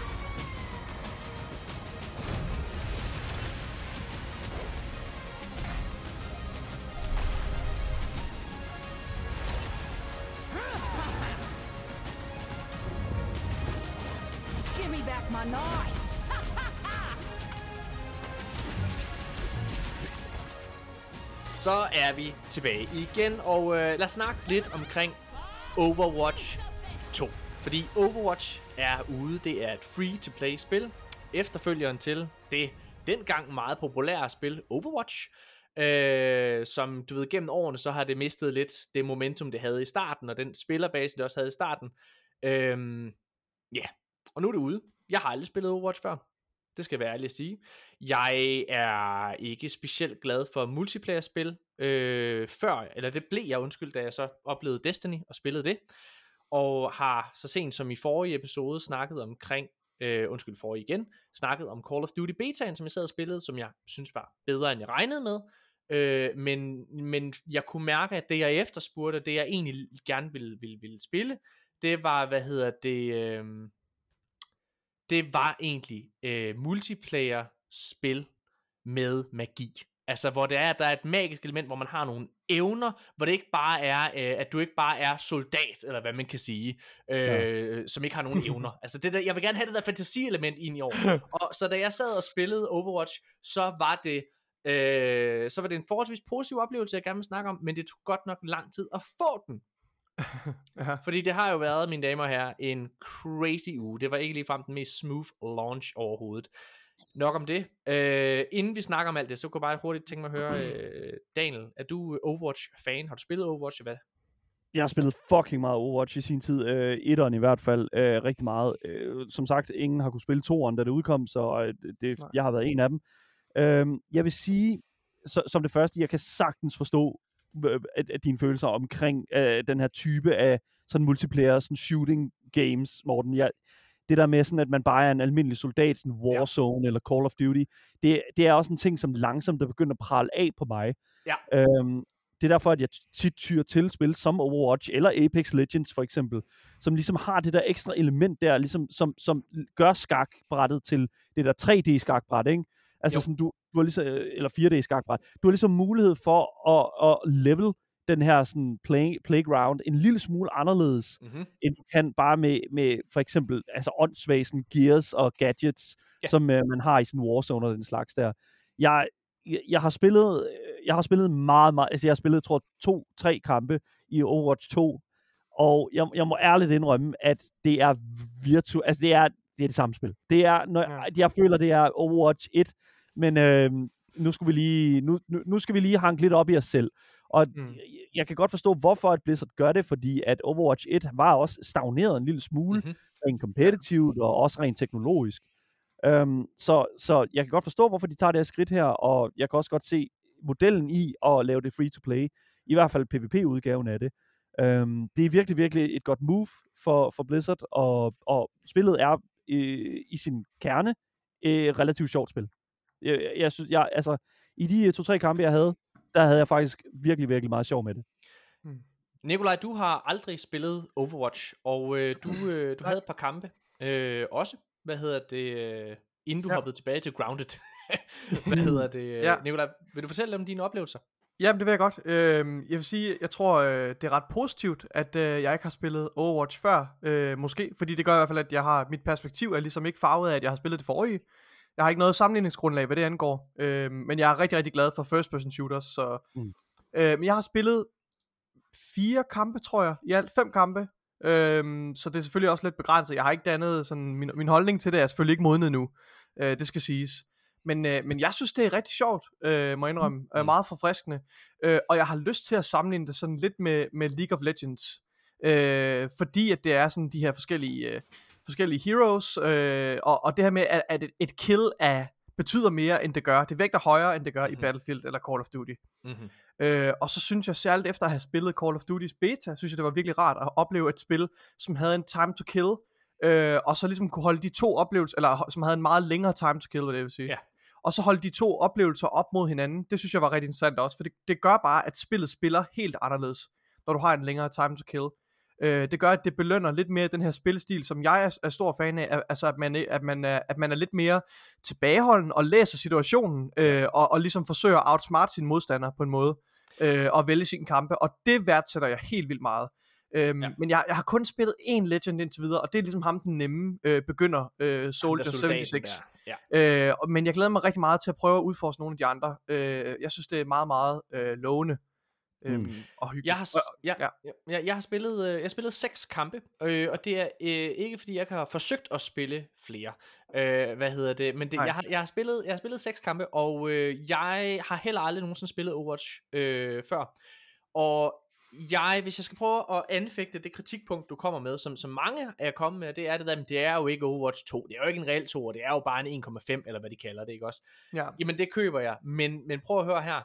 Give me back my knife! Så er vi tilbage igen, og uh, lad os snakke lidt omkring Overwatch to. Fordi Overwatch er ude, det er et free-to-play-spil. Efterfølgeren til det dengang meget populære spil Overwatch. Øh, som du ved, gennem årene, så har det mistet lidt det momentum, det havde i starten, og den spillerbase, det også havde i starten. Øh, ja, yeah. Og nu er det ude. Jeg har aldrig spillet Overwatch før. Det skal jeg være ærlig at sige. Jeg er ikke specielt glad for multiplayer-spil øh, før, eller det blev jeg undskyld, da jeg så oplevede Destiny og spillede det. Og har så sent som i forrige episode snakket omkring, øh, undskyld forrige igen, snakket om Call of Duty betaen, som jeg sad og spillede, som jeg synes var bedre, end jeg regnede med. Øh, men, men jeg kunne mærke, at det jeg efterspurgte, og det jeg egentlig gerne ville, ville, ville spille, det var, hvad hedder det, øh, det var egentlig øh, multiplayer-spil med magi. Altså, hvor det er, at der er et magisk element, hvor man har nogle evner, hvor det ikke bare er, øh, at du ikke bare er soldat, eller hvad man kan sige, øh, ja. Som ikke har nogen evner. Altså, det der, jeg vil gerne have det der fantasielement ind i år. Og så da jeg sad og spillede Overwatch, så var det, øh, så var det en forholdsvis positiv oplevelse, jeg gerne vil snakke om, men det tog godt nok lang tid at få den. Ja. Fordi det har jo været, mine damer og herrer, en crazy uge. Det var ikke ligefrem den mest smooth launch overhovedet. Nok om det. Øh, inden vi snakker om alt det, så kunne jeg bare hurtigt tænke mig at høre, øh, Daniel, er du Overwatch-fan? Har du spillet Overwatch? Hvad? Jeg har spillet fucking meget Overwatch i sin tid. Øh, etteren i hvert fald. Øh, rigtig meget. Øh, som sagt, ingen har kunne spille toeren, da det udkom, så øh, det, jeg har været en af dem. Øh, jeg vil sige, så, som det første, jeg kan sagtens forstå at, at dine følelser omkring øh, den her type af sådan multiplayer, sådan shooting games, Morten. Jeg, det der med sådan, at man bare er en almindelig soldat, sådan Warzone ja. Eller Call of Duty, det, det er også en ting, som langsomt er begyndt at prale af på mig. Ja. Øhm, det er derfor, at jeg tit tyrer til spil som Overwatch eller Apex Legends for eksempel, som ligesom har det der ekstra element der, ligesom, som, som gør skakbrættet til det der tre D skakbræt, ikke? Altså sådan, du, du har ligesom, eller fire D skakbræt. Du har ligesom mulighed for at, at level den her sådan play, playground en lille smule anderledes, mm-hmm. end du kan bare med, med for eksempel altså åndssvage sådan gears og gadgets, yeah. som uh, man har i sådan Warzone og den slags der. Jeg, jeg, jeg har spillet jeg har spillet meget, meget, altså jeg har spillet, tror to, tre kampe i Overwatch to, og jeg, jeg må ærligt indrømme, at det er virtuelt, altså det er, det er det samme spil. Det er, når ja. jeg, jeg føler, det er Overwatch et, men øh, nu skal vi lige, nu, nu, nu skal vi lige hanke lidt op i os selv. Og mm. jeg, jeg kan godt forstå, hvorfor at Blizzard gør det, fordi at Overwatch et var også stagneret en lille smule, mm-hmm. rent kompetitivt og også rent teknologisk. Um, så, så jeg kan godt forstå, hvorfor de tager det her skridt her, og jeg kan også godt se modellen i at lave det free-to-play, i hvert fald PvP-udgaven af det. Um, det er virkelig, virkelig et godt move for, for Blizzard, og, og spillet er øh, i sin kerne et relativt sjovt spil. Jeg, jeg synes, jeg, altså, i de to-tre kampe, jeg havde, der havde jeg faktisk virkelig, virkelig meget sjov med det. Hmm. Nikolaj, du har aldrig spillet Overwatch, og øh, du, øh, du havde et par kampe øh, også. Hvad hedder det, øh, inden du ja. hoppede tilbage til Grounded. Hvad hedder det, øh, ja. Nikolaj, vil du fortælle om dine oplevelser? Jamen, det vil jeg godt. Øh, jeg vil sige, jeg tror, øh, det er ret positivt, at øh, jeg ikke har spillet Overwatch før. Øh, måske, fordi det gør i hvert fald, at jeg har mit perspektiv er ligesom ikke farvet af, at jeg har spillet det forrige. jeg har ikke noget sammenligningsgrundlag, hvad det angår. Øh, men jeg er rigtig, rigtig glad for first person shooters. Så, Mm. øh, men jeg har spillet fire kampe, tror jeg. I alt fem kampe. Øh, så det er selvfølgelig også lidt begrænset. Jeg har ikke dannet sådan, min, min holdning til det er selvfølgelig ikke modnet nu. Øh, det skal siges. Men, øh, men jeg synes, det er rigtig sjovt, øh, må jeg indrømme. Mm. Øh, meget forfriskende. Øh, og jeg har lyst til at sammenligne det sådan lidt med, med League of Legends. Øh, fordi at det er sådan de her forskellige, øh, forskellige heroes. Øh, og, og det her med, at, at et, et kill er, betyder mere, end det gør. Det vægter højere, end det gør mm-hmm. i Battlefield eller Call of Duty. Mm-hmm. Øh, og så synes jeg særligt efter at have spillet Call of Duty's beta, synes jeg, det var virkelig rart at opleve et spil, som havde en time to kill. Øh, og så ligesom kunne holde de to oplevelser, eller som havde en meget længere time to kill, hvad det vil sige. Yeah. Og så holde de to oplevelser op mod hinanden. Det synes jeg var rigtig interessant også, for det, det gør bare, at spillet spiller helt anderledes, når du har en længere time to kill. Øh, det gør, at det belønner lidt mere den her spilstil, som jeg er, er stor fan af, altså at man, at, man er, at man er lidt mere tilbageholden og læser situationen, øh, og, og ligesom forsøger at outsmart sine modstandere på en måde, øh, og vælge sine kampe, og det værdsætter jeg helt vildt meget. Øhm, ja. Men jeg, jeg har kun spillet én Legend indtil videre, og det er ligesom ham den nemme øh, begynder, øh, Soldier seventy-six. Ja. Øh, men jeg glæder mig rigtig meget til at prøve at udforske nogle af de andre. Øh, jeg synes, det er meget, meget øh, lovende. Øhm, mm. og hyggeligt. Jeg har, ja, ja. Jeg, jeg har spillet øh, jeg har spillet seks kampe, øh, og det er øh, ikke fordi jeg har forsøgt at spille flere. Øh, hvad hedder det? Men det, jeg har jeg har spillet jeg har spillet seks kampe, og øh, jeg har heller aldrig nogensinde spillet Overwatch øh, før. Og jeg, hvis jeg skal prøve at anfægte det kritikpunkt du kommer med, som, som mange er kommet med, det er det der, men det er jo ikke Overwatch to, det er jo ikke en reel to, det er jo bare en en komma fem, eller hvad de kalder det, ikke også? Ja. Jamen det køber jeg, men, men prøv at høre her,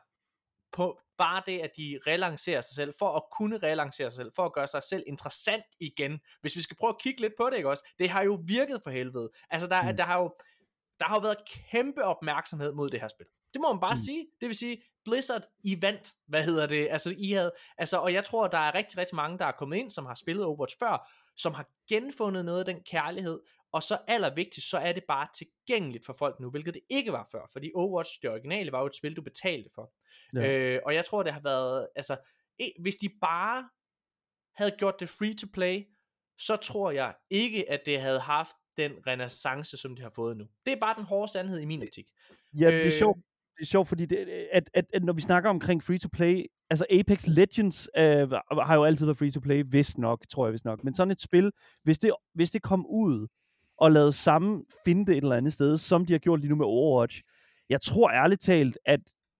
på bare det, at de relancerer sig selv, for at kunne relancere sig selv, for at gøre sig selv interessant igen, hvis vi skal prøve at kigge lidt på det, ikke også? Det har jo virket for helvede, altså der, mm. der har jo der har jo været kæmpe opmærksomhed mod det her spil. Det må man bare mm. sige. Det vil sige, Blizzard, I vandt, hvad hedder det, altså I havde, altså, og jeg tror, der er rigtig, rigtig mange, der er kommet ind, som har spillet Overwatch før, som har genfundet noget af den kærlighed, og så allervigtigst, så er det bare tilgængeligt for folk nu, hvilket det ikke var før, fordi Overwatch, det originale, var jo et spil, du betalte for. Ja. Øh, og jeg tror, det har været, altså, hvis de bare havde gjort det free to play, så tror jeg ikke, at det havde haft den renaissance, som de har fået nu. Det er bare den hårde sandhed i min optik. Ja, det er sjovt. Det er sjovt, fordi det, at, at, at når vi snakker omkring free-to-play, altså Apex Legends øh, har jo altid været free-to-play, vist nok, tror jeg vist nok. Men sådan et spil, hvis det, hvis det kom ud og lavede samme finte et eller andet sted, som de har gjort lige nu med Overwatch, jeg tror ærligt talt, at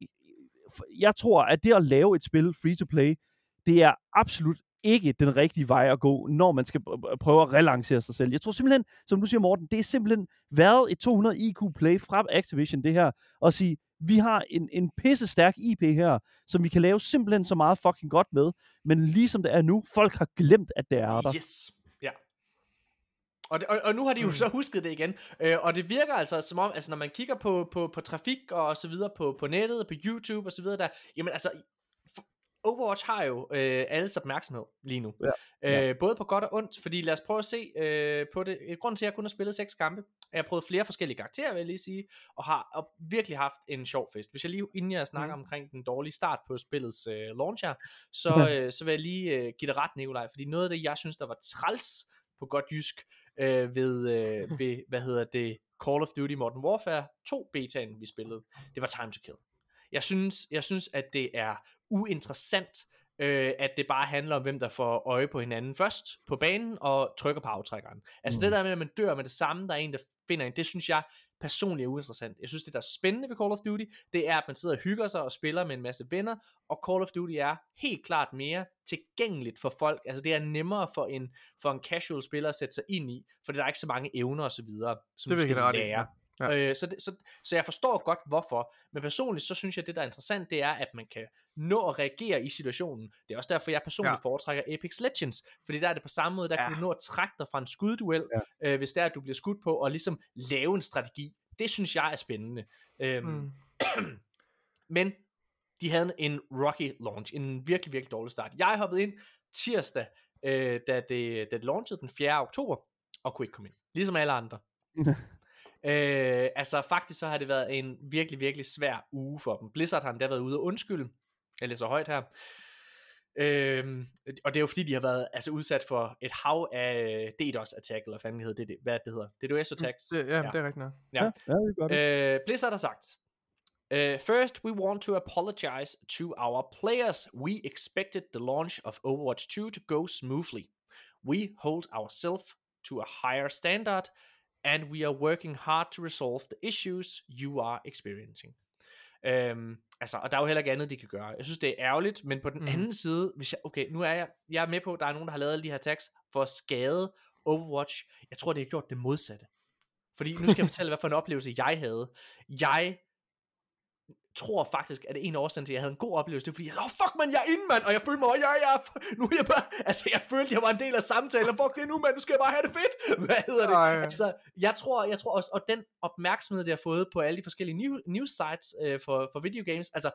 jeg tror, at det at lave et spil free-to-play, det er absolut ikke den rigtige vej at gå, når man skal prøve at relancere sig selv. Jeg tror simpelthen, som du siger, Morten, det er simpelthen været et to hundrede I Q-play fra Activision, det her, og sige, vi har en, en pisse stærk I P her, som vi kan lave simpelthen så meget fucking godt med, men ligesom det er nu, folk har glemt, at det er der. Yes, ja. Og, det, og, og nu har de jo så husket det igen, øh, og det virker altså som om, altså når man kigger på, på, på trafik og så videre på, på nettet, på YouTube og så videre der, jamen altså, Overwatch har jo øh, alles opmærksomhed lige nu. Ja. Øh, både på godt og ondt, fordi lad os prøve at se øh, på det. Grunden til, at jeg kun har spillet seks kampe, jeg har prøvet flere forskellige karakterer, vil jeg lige sige, og har og virkelig haft en sjov fest. Hvis jeg lige, inden jeg snakker mm. omkring den dårlige start på spillets øh, launcher, så, øh, så vil jeg lige øh, give det ret, Nikolaj, fordi noget af det, jeg synes, der var træls på godt jysk, øh, ved, øh, ved, hvad hedder det, Call of Duty Modern Warfare to betaen, vi spillede, det var Time to Kill. Jeg synes, jeg synes, at det er uinteressant, øh, at det bare handler om, hvem der får øje på hinanden først på banen og trykker på aftrækkeren. Altså mm. det der med, at man dør med det samme, der er en, der finder en, det synes jeg personligt er uinteressant. Jeg synes, det der er spændende ved Call of Duty, det er, at man sidder og hygger sig og spiller med en masse venner, og Call of Duty er helt klart mere tilgængeligt for folk. Altså det er nemmere for en, for en casual spiller at sætte sig ind i, for der er ikke så mange evner og så videre, som det du skal lære. Ja. Øh, så, det, så, så jeg forstår godt hvorfor, men personligt så synes jeg, at det der er interessant, det er, at man kan nå at reagere i situationen. Det er også derfor, jeg personligt ja. foretrækker Apex Legends, fordi der er det på samme måde, der ja. kan du nå at trække dig fra en skudduel, ja. øh, hvis det er, at du bliver skudt på, og ligesom lave en strategi. Det synes jeg er spændende. Øhm, mm. Men de havde en rocky launch, en virkelig, virkelig dårlig start. Jeg hoppede ind tirsdag, øh, da, det, da det launchede den fjerde oktober, og kunne ikke komme ind, ligesom alle andre. Øh, altså faktisk så har det været en virkelig virkelig svær uge for dem. Blizzard har endda været ude og undskylde. Jeg læser højt her. Øhm, og det er jo fordi, de har været altså, udsat for et hav af DDoS-attack, eller hvad fanden hedder det, hvad det hedder. DDoS-attacks. Det, ja, ja, det er rigtigt nok. Ja, ja, ja det er godt. Øh, Blizzard har sagt, uh, First, we want to apologize to our players. We expected the launch of Overwatch two to go smoothly. We hold ourselves to a higher standard, and we are working hard to resolve the issues you are experiencing. Øhm, altså, og der er jo heller ikke andet, de kan gøre. Jeg synes, det er ærgerligt, men på den mm. anden side, hvis jeg, okay, nu er jeg, jeg er med på, at der er nogen, der har lavet alle de her attacks for at skade Overwatch. Jeg tror, det har gjort det modsatte. Fordi nu skal jeg fortælle, hvad for en oplevelse jeg havde. Jeg tror faktisk, at det en årsag til, at jeg havde en god oplevelse, det er fordi, åh oh, fuck man, jeg er inde, mand, og jeg følte mig, ja, ja, nu er jeg bare, altså jeg følte, jeg var en del af samtalen, fuck det nu, mand, nu skal jeg bare have det fedt, hvad hedder det, Ej. altså, jeg tror, jeg tror også, og den opmærksomhed, det har fået på alle de forskellige new, news sites øh, for, for videogames, altså,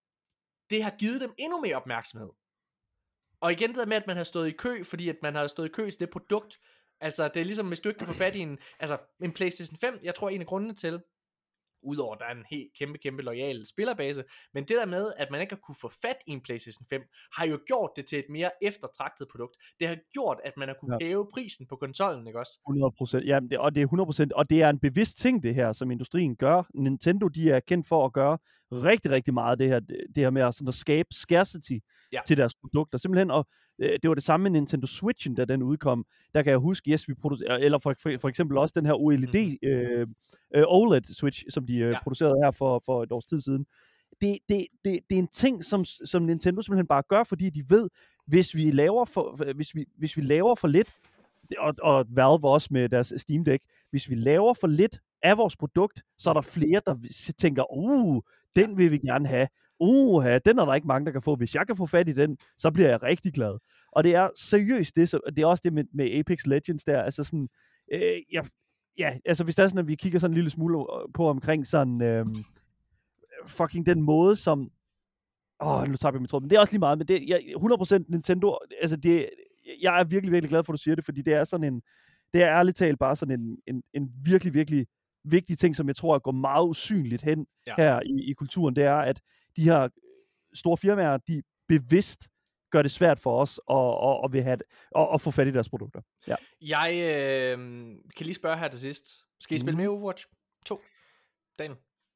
det har givet dem endnu mere opmærksomhed, og igen det der med, at man har stået i kø, fordi at man har stået i kø til det produkt, altså, det er ligesom, hvis du ikke kan få fat i en, altså, en PlayStation fem, jeg tror, en af grundene til, udover at der er en helt kæmpe, kæmpe loyal spillerbase, men det der med, at man ikke har kunne få fat i en PlayStation fem, har jo gjort det til et mere eftertragtet produkt. Det har gjort, at man har kunne ja. hæve prisen på konsollen, ikke også? hundrede procent, ja, det, og det er hundrede procent, og det er en bevidst ting, det her, som industrien gør. Nintendo, de er kendt for at gøre rigtig, rigtig meget det her, det her med at, sådan at skabe scarcity ja. til deres produkter. Simpelthen, og øh, det var det samme med Nintendo Switchen, da den udkom. Der kan jeg huske, yes, vi producerer, eller for, for, for eksempel også den her O L E D mm-hmm. øh, øh, O L E D Switch, som de øh, ja. producerede her for, for et års tid siden. Det, det, det, det er en ting, som, som Nintendo simpelthen bare gør, fordi de ved, hvis vi laver for, hvis vi, hvis vi laver for lidt, og, og Valve også med deres Steam Deck, hvis vi laver for lidt af vores produkt, så er der flere, der tænker, uh, den vil vi gerne have. Uh, den er der ikke mange, der kan få. Hvis jeg kan få fat i den, så bliver jeg rigtig glad. Og det er seriøst det, så, det er også det med, med Apex Legends der, altså sådan, øh, jeg, ja, altså hvis der er sådan, at vi kigger sådan en lille smule på omkring sådan, øh, fucking den måde, som, åh, nu tager jeg mit tråd, men det er også lige meget, men det jeg, hundrede procent Nintendo, altså det, jeg er virkelig, virkelig glad for, at du siger det, fordi det er sådan en, det er ærligt talt bare sådan en, en, en virkelig, virkelig vigtig ting, som jeg tror er går meget usynligt hen ja. her i, i kulturen, det er, at de her store firmaer, de bevidst gør det svært for os at, at, at, vil have det, at, at få fat i deres produkter. Ja. Jeg øh, kan lige spørge her til sidst. Skal I spille mm. med Overwatch to? Daniel?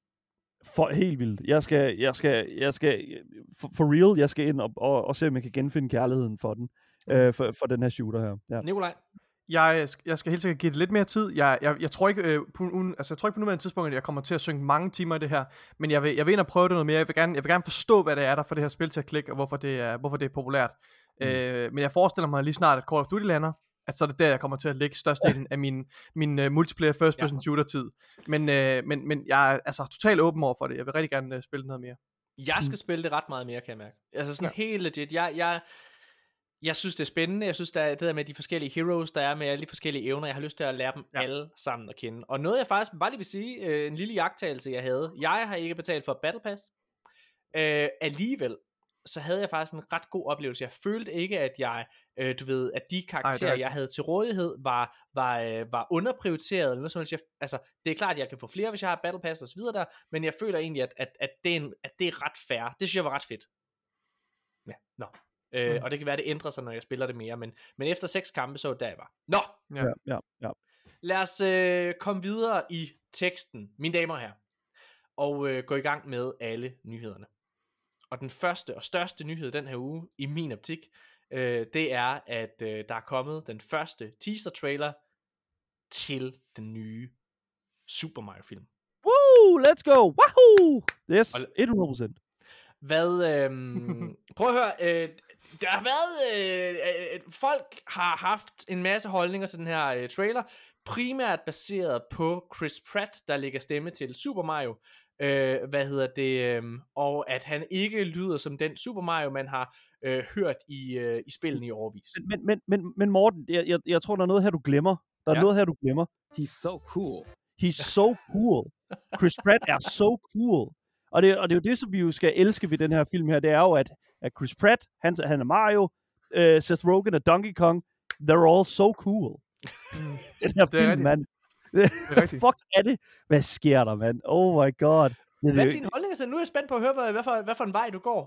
For helt vildt. Jeg skal, jeg skal, jeg skal, for, for real, jeg skal ind og, og, og se, om jeg kan genfinde kærligheden for den, mm. øh, for, for den her shooter her. Ja. Nikolaj? Jeg, jeg skal helt sikkert give det lidt mere tid. Jeg, jeg, jeg tror ikke øh, på un, altså jeg tror ikke på nuværende tidspunkt, at jeg kommer til at synge mange timer i det her, men jeg vil, jeg vil ind og prøve det noget mere. Jeg vil gerne, jeg vil gerne forstå, hvad det er, der får det her spil til at klikke, og hvorfor det er, hvorfor det er populært. Mm. Øh, men jeg forestiller mig lige snart, at Call of Duty lander, at så er det der, jeg kommer til at lægge størstedelen af min, min uh, multiplayer first person ja. shooter tid. Men, øh, men, men jeg er altså totalt åben over for det. Jeg vil rigtig gerne uh, spille noget mere. Jeg skal mm. spille det ret meget mere, kan jeg mærke. Altså sådan ja. helt legit. Jeg... jeg Jeg synes, det er spændende. Jeg synes, der er det der med de forskellige heroes, der er med alle de forskellige evner. Jeg har lyst til at lære dem ja. alle sammen at kende. Og noget, jeg faktisk bare lige vil sige, øh, en lille jagttagelse, jeg havde. Jeg har ikke betalt for Battle Pass. Øh, alligevel, så havde jeg faktisk en ret god oplevelse. Jeg følte ikke, at jeg, øh, du ved, at de karakterer, Ej, er... jeg havde til rådighed, var, var, øh, var underprioriteret. Eller noget som helst. Jeg, altså, det er klart, at jeg kan få flere, hvis jeg har Battle Pass og så videre der. Men jeg føler egentlig, at, at, at, det, er en, at det er ret fair. Det synes jeg var ret fedt. Ja, nå. Øh, mm. Og det kan være, det ændrer sig, når jeg spiller det mere. Men, men efter seks kampe, så var det der, jeg var. Nå! Ja, ja, ja. Lad os øh, komme videre i teksten, mine damer og herrer. Og øh, gå i gang med alle nyhederne. Og den første og største nyhed den her uge, i min optik, øh, det er, at øh, der er kommet den første teaser-trailer til den nye Super Mario-film. Woo! Let's go! Wahoo! Yes, hundrede procent. Hvad, øhm, prøv at høre, øh, der har været, øh, øh, folk har haft en masse holdninger til den her øh, trailer, primært baseret på Chris Pratt, der lægger stemme til Super Mario, øh, hvad hedder det, øh, og at han ikke lyder som den Super Mario, man har øh, hørt i, øh, i spillene i årevis. Men, men, men, men Morten, jeg, jeg, jeg tror, der er noget her, du glemmer. Der er ja. noget her, du glemmer. He's so cool. He's so cool. Chris Pratt er so cool. Og det, og det er jo det, som vi jo skal elske ved den her film her, det er jo, at, at Chris Pratt, han, han er Mario, uh, Seth Rogen og Donkey Kong, they're all so cool. Mm. Den her det film, mand. Fuck er det? Hvad sker der, mand? Oh my god. Det, hvad er din holdning til? Nu er jeg spændt på at høre, hvad, hvad, for, hvad for en vej du går.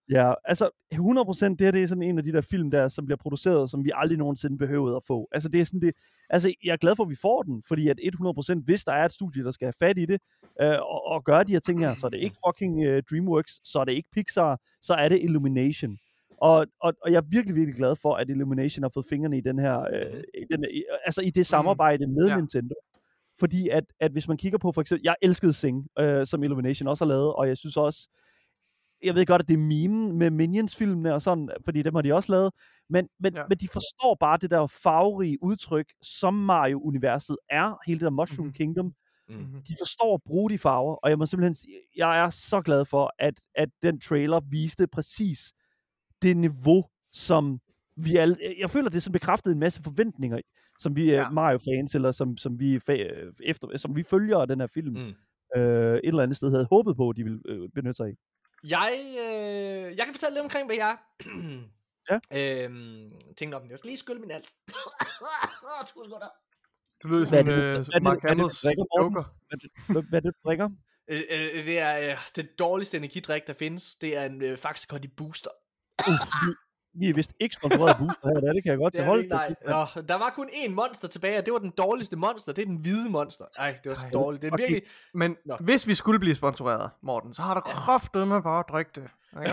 Ja, altså hundrede procent det her, det er sådan en af de der film der, som bliver produceret, som vi aldrig nogensinde behøvede at få. Altså det er sådan det, altså jeg er glad for, at vi får den, fordi at hundrede procent hvis der er et studie, der skal have fat i det, øh, og, og gøre de her ting her, så er det ikke fucking uh, DreamWorks, så er det ikke Pixar, så er det Illumination. Og, og, og jeg er virkelig, virkelig glad for, at Illumination har fået fingrene i den her, øh, i den, i, altså i det samarbejde med Ja. Nintendo. Fordi at, at hvis man kigger på for eksempel, jeg elskede Sing, øh, som Illumination også har lavet, og jeg synes også, jeg ved godt, at det er meme med Minions-filmene og sådan, fordi dem har de også lavet, men, men, Ja. men de forstår bare det der farverige udtryk, som Mario-universet er, hele det der Mushroom Mhm. Kingdom. Mm. De forstår at bruge de farver, og jeg må simpelthen sige, jeg er så glad for, at, at den trailer viste præcis det niveau, som vi alle, jeg føler, det er sådan bekræftet en masse forventninger, som vi Ja. ja. Mario-fans, eller som, som, vi, fa- efter, som vi følger af den her film, Mm. øh, et eller andet sted havde håbet på, at de ville øh, benytte sig af. Jeg, øh, jeg kan fortælle lidt omkring, hvad jeg Ja. øhm, tænkte om. Jeg skal lige skylle min hals. To sekunder. Du lyder Hvad er som det, øh, hvad er det, Mark hvad er det, Hamills du drikker, Morten? joker. Hvad, hvad, hvad er det, du drikker? Øh, øh, det er øh, det dårligste energidrik, der findes. Det er en øh, faktisk godt i booster. Vi, vi er vist ikke sponsoreret af Booster her, det kan jeg godt Det til er hold. det ikke, nej. Nå, der var kun én monster tilbage, og det var den dårligste monster. Det er den hvide monster. Ej, det var så Ej, dårligt. Det er okay. virkelig... Men Nå. hvis vi skulle blive sponsoreret, Morten, så har der kraftedeme bare at drikke det. Ikke?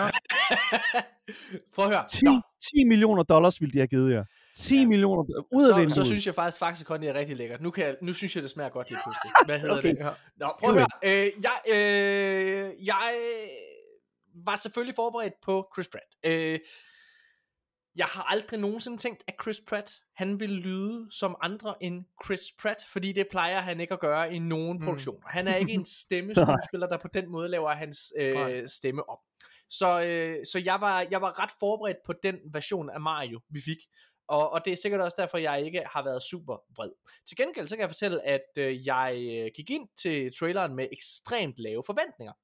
Prøv at høre. ti, Nå, ti millioner dollars ville de have givet jer. ti Ja. millioner ud af så, vinduet. så synes jeg faktisk, faktisk Conny er rigtig lækkert. Nu, kan jeg, nu synes jeg, det smager godt lige pludselig. Hvad hedder Okay. det? Ja. Nå, prøv at høre. Øh, jeg, øh, jeg var selvfølgelig forberedt på Chris Pratt. Øh, jeg har aldrig nogensinde tænkt, at Chris Pratt, han ville lyde som andre end Chris Pratt, fordi det plejer han ikke at gøre i nogen Mm. produktioner. Han er ikke en stemmeskuespiller, der på den måde laver hans Nej. øh, stemme op. Så, øh, så jeg, var, jeg var ret forberedt på den version af Mario, vi fik. Og, og det er sikkert også derfor, jeg ikke har været super vred. Til gengæld så kan jeg fortælle, at øh, jeg øh, gik ind til traileren med ekstremt lave forventninger.